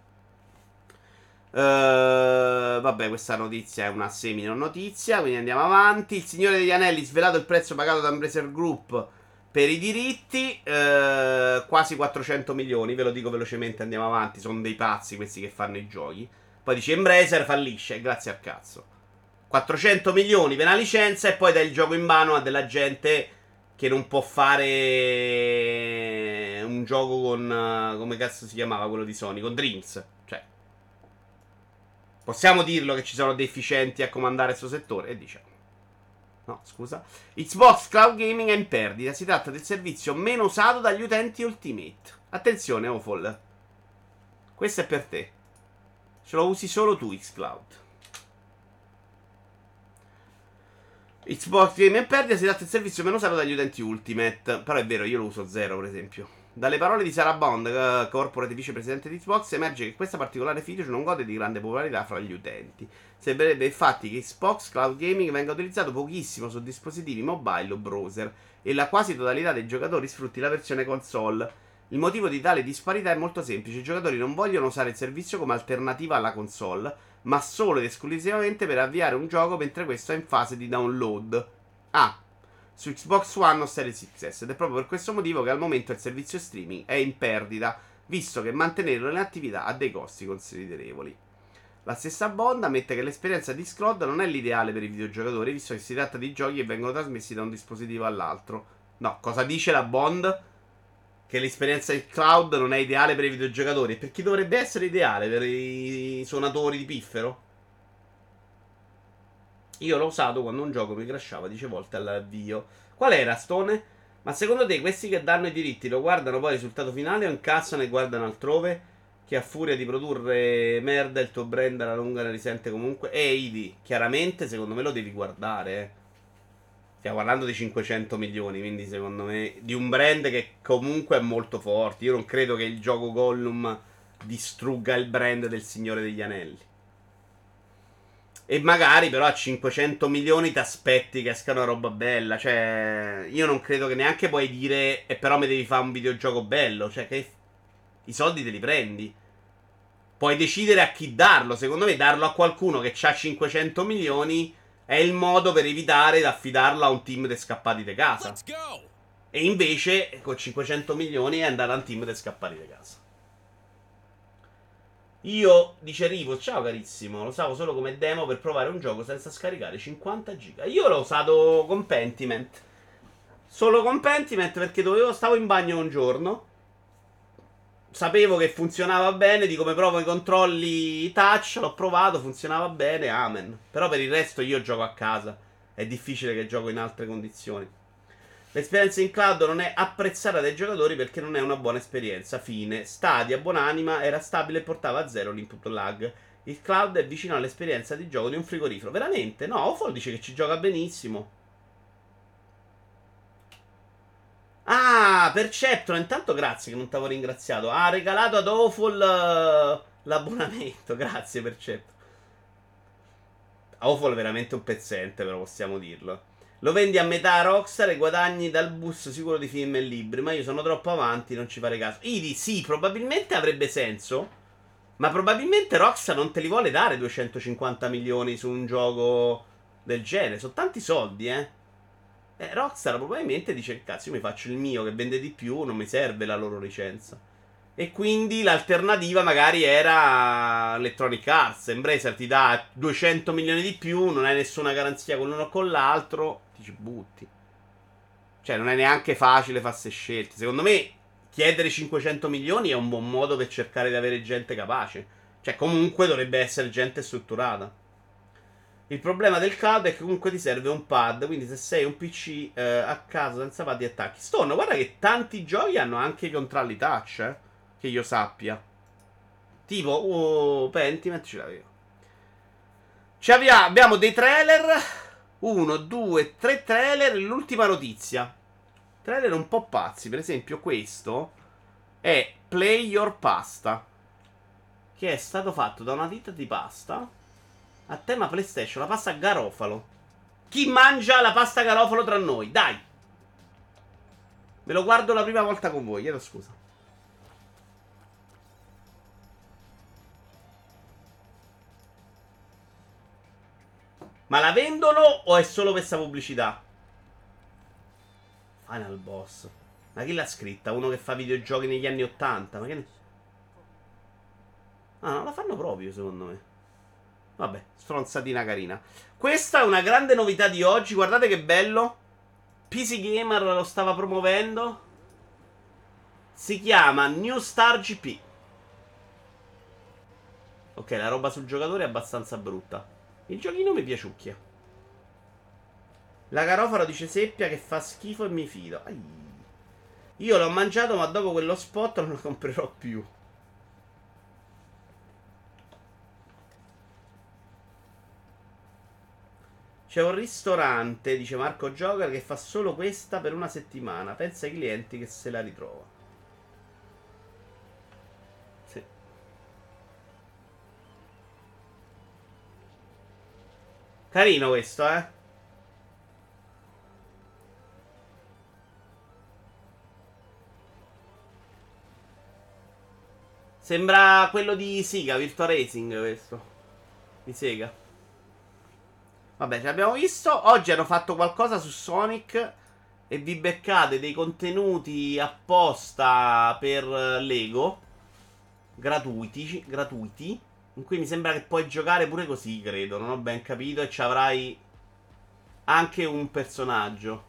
Uh, vabbè, questa notizia è una semi non notizia, quindi andiamo avanti. Il Signore degli Anelli, svelato il prezzo pagato da Embracer Group per i diritti, eh, quasi quattrocento milioni, ve lo dico velocemente, andiamo avanti, sono dei pazzi questi che fanno i giochi. Poi dice Embracer fallisce, grazie al cazzo. quattrocento milioni per una licenza e poi dai il gioco in mano a della gente che non può fare un gioco con, come cazzo si chiamava quello di Sony, con Dreams. Cioè, possiamo dirlo che ci sono deficienti a comandare questo settore? E diciamo. No, scusa. Xbox Cloud Gaming è in perdita. Si tratta del servizio meno usato dagli utenti Ultimate. Attenzione, Ofol. Questo è per te. Ce lo usi solo tu, xCloud. Xbox Gaming è in perdita. Si tratta del servizio meno usato dagli utenti Ultimate. Però è vero, io lo uso zero, per esempio. Dalle parole di Sarah Bond, uh, corporate vicepresidente di Xbox, emerge che questa particolare feature non gode di grande popolarità fra gli utenti. Sembrerebbe infatti che Xbox Cloud Gaming venga utilizzato pochissimo su dispositivi mobile o browser e la quasi totalità dei giocatori sfrutti la versione console. Il motivo di tale disparità è molto semplice: i giocatori non vogliono usare il servizio come alternativa alla console, ma solo ed esclusivamente per avviare un gioco mentre questo è in fase di download. Ah, su Xbox One o Series X S, ed è proprio per questo motivo che al momento il servizio streaming è in perdita, visto che mantenerlo in attività ha dei costi considerevoli. La stessa Bond ammette che l'esperienza di Xcloud non è l'ideale per i videogiocatori, visto che si tratta di giochi che vengono trasmessi da un dispositivo all'altro. No, cosa dice la Bond? Che l'esperienza di cloud non è ideale per i videogiocatori. E per chi dovrebbe essere ideale? Per i suonatori di piffero? Io l'ho usato quando un gioco mi crashava dieci volte all'avvio. Qual era, Stone? Ma secondo te questi che danno i diritti lo guardano poi il risultato finale o incassano e guardano altrove? Che a furia di produrre merda il tuo brand alla lunga ne risente comunque? E Idi, chiaramente secondo me lo devi guardare, eh. Stiamo parlando di cinquecento milioni, quindi secondo me di un brand che comunque è molto forte. Io non credo che il gioco Gollum distrugga il brand del Signore degli Anelli. E magari però a cinquecento milioni ti aspetti che esca una roba bella. Cioè, io non credo che neanche puoi dire e però mi devi fare un videogioco bello. Cioè, che i soldi te li prendi. Puoi decidere a chi darlo. Secondo me darlo a qualcuno che ha cinquecento milioni è il modo per evitare di affidarlo a un team di scappati di casa. E invece con cinquecento milioni è andare a un team di scappati di casa. Io, dice Rivo, ciao carissimo, lo usavo solo come demo per provare un gioco senza scaricare cinquanta giga. Io l'ho usato con Pentiment. Solo con Pentiment perché dovevo, stavo in bagno un giorno. Sapevo che funzionava bene, di come provo i controlli touch, l'ho provato, funzionava bene, amen. Però per il resto io gioco a casa. È difficile che gioco in altre condizioni. L'esperienza in cloud non è apprezzata dai giocatori perché non è una buona esperienza. Fine. Stadia, buonanima, era stabile e portava a zero l'input lag. Il cloud è vicino all'esperienza di gioco di un frigorifero. Veramente? No, Awful dice che ci gioca benissimo. Ah, Perceptron, intanto grazie che non ti avevo ringraziato. Ha regalato ad Awful uh, l'abbonamento. Grazie Perceptron. Awful è veramente un pezzente, però possiamo dirlo. Lo vendi a metà a Rockstar e guadagni dal bus sicuro di film e libri. Ma io sono troppo avanti, non ci fare caso. Idi, sì, probabilmente avrebbe senso. Ma probabilmente Rockstar non te li vuole dare duecentocinquanta milioni su un gioco del genere. Sono tanti soldi, eh. eh Rockstar probabilmente dice, cazzo, io mi faccio il mio che vende di più, non mi serve la loro licenza. E quindi l'alternativa magari era Electronic Arts. Embracer ti dà duecento milioni di più, non hai nessuna garanzia con l'uno o con l'altro, ti ci butti. Cioè non è neanche facile fare queste scelte. Secondo me chiedere cinquecento milioni è un buon modo per cercare di avere gente capace. Cioè comunque dovrebbe essere gente strutturata. Il problema del cloud è che comunque ti serve un pad. Quindi se sei un P C eh, a casa senza pad di attacchi. Stone, guarda che tanti giochi hanno anche i controlli touch, eh. Che io sappia. Tipo, oh, Pentiment ce l'avevo. Ci avvia- abbiamo dei trailer. Uno, due, tre trailer. L'ultima notizia. Trailer un po' pazzi. Per esempio questo è Play Your Pasta, che è stato fatto da una ditta di pasta a tema PlayStation. La pasta garofalo. Chi mangia la pasta garofalo tra noi? Dai. Me lo guardo la prima volta con voi. Chiedo scusa. Ma la vendono o è solo questa pubblicità? Final Boss. Ma chi l'ha scritta? Uno che fa videogiochi negli anni ottanta? Ma che ne... Ah, non la fanno proprio, secondo me. Vabbè, stronzatina carina. Questa è una grande novità di oggi. Guardate che bello. P C Gamer lo stava promuovendo. Si chiama New Star G P. Ok, la roba sul giocatore è abbastanza brutta. Il giochino mi piaciucchia. La garofalo dice Seppia che fa schifo e mi fido. Ai. Io l'ho mangiato, ma dopo quello spot non lo comprerò più. C'è un ristorante, dice Marco Joker, che fa solo questa per una settimana. Pensa ai clienti che se la ritrova. Sì. Carino questo, eh. Sembra quello di Sega, Virtua Racing questo. Di Sega. Vabbè, ce l'abbiamo visto. Oggi hanno fatto qualcosa su Sonic e vi beccate dei contenuti apposta per Lego gratuiti, gratuiti, in cui mi sembra che puoi giocare pure così, credo. Non ho ben capito. E ci avrai anche un personaggio.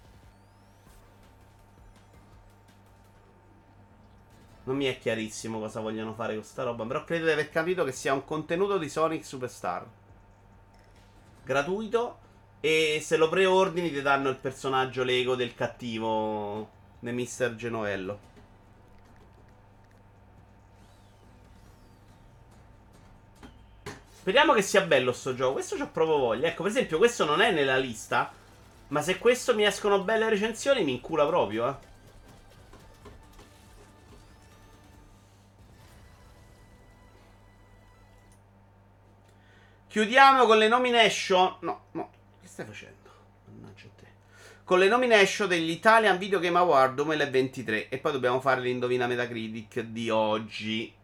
Non mi è chiarissimo cosa vogliono fare con sta roba, però credo di aver capito che sia un contenuto di Sonic Superstar gratuito. E se lo preordini ti danno il personaggio Lego del cattivo, di mister Genoello. Speriamo che sia bello sto gioco. Questo c'ho proprio voglia. Ecco, per esempio, questo non è nella lista, ma se questo mi escono belle recensioni mi incula proprio, eh. Chiudiamo con le nomination. No, no, che stai facendo? Mannaggia te. Con le nomination degli Italian Video Game Award duemilaventitré. E poi dobbiamo fare l'Indovina Metacritic di oggi.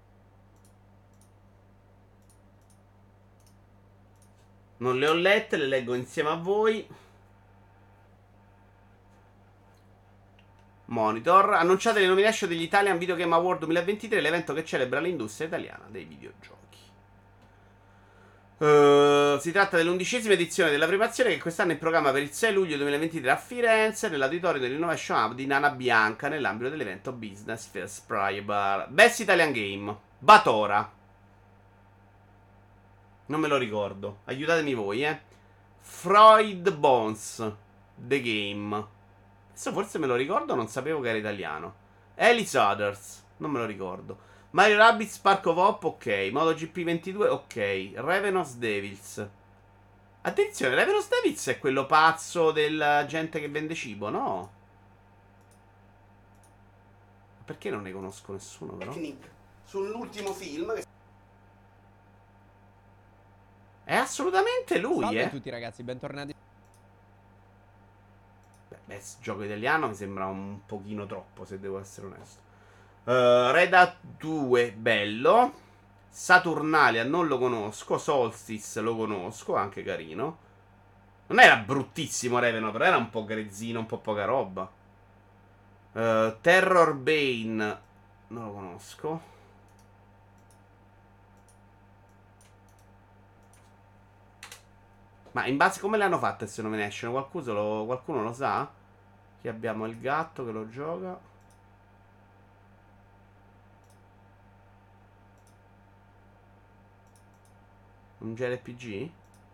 Non le ho lette, le leggo insieme a voi. Monitor. Annunciate le nomination degli Italian Video Game Award duemilaventitré, l'evento che celebra l'industria italiana dei videogiochi. Uh, si tratta dell'undicesima edizione della premiazione che quest'anno è in programma per il sei luglio duemilaventitré a Firenze, nell'auditorio dell'Innovation Hub di Nana Bianca, nell'ambito dell'evento Business First Prize. Best Italian Game. Batora. Non me lo ricordo. Aiutatemi voi, eh. Freud Bones. The Game. Adesso forse me lo ricordo, non sapevo che era italiano. Alice Others. Non me lo ricordo. Mario Rabbids Spark of Hope, ok. MotoGP ventidue, ok. Revenant Devils. Attenzione, Revenant Devils è quello pazzo della gente che vende cibo, no? Perché non ne conosco nessuno, però? Sull'ultimo film che... È assolutamente lui, Salve eh. a tutti ragazzi, bentornati. Beh, best gioco italiano mi sembra un pochino troppo, se devo essere onesto. Uh, Red Hat due, bello. Saturnalia non lo conosco. Solstice lo conosco, anche carino. Non era bruttissimo Revenant, però era un po' grezzino, un po' poca roba. uh, Terror Bane non lo conosco. Ma in base come le hanno fatte queste nomination? Qualcuno lo, qualcuno lo sa? Qui abbiamo il gatto che lo gioca. Un J R P G?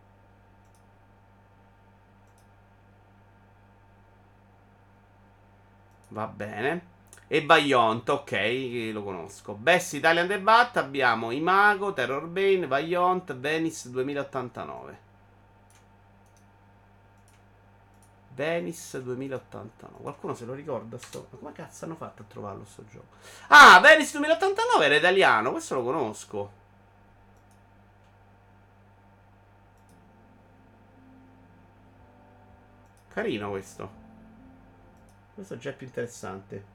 Va bene. E Valiant, ok, lo conosco. Best Italian Debut abbiamo Imago, Terror Bane, Valiant, Venice duemilaottantanove. Venice duemilaottantanove. Qualcuno se lo ricorda sto? Ma come cazzo hanno fatto a trovarlo sto gioco? Ah, Venice duemilaottantanove era italiano, questo lo conosco. Carino questo. Questo è già più interessante.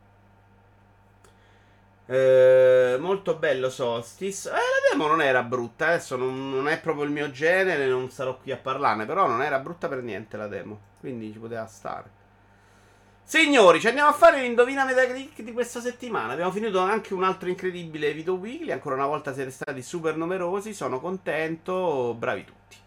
Eh, molto bello Solstice. Eh, la demo non era brutta. Adesso non, non è proprio il mio genere. Non sarò qui a parlarne. Però non era brutta per niente la demo. Quindi ci poteva stare. Signori, ci andiamo a fare l'indovina Metacritic di questa settimana. Abbiamo finito anche un altro incredibile Video Weekly. Ancora una volta siete stati super numerosi. Sono contento. Bravi tutti.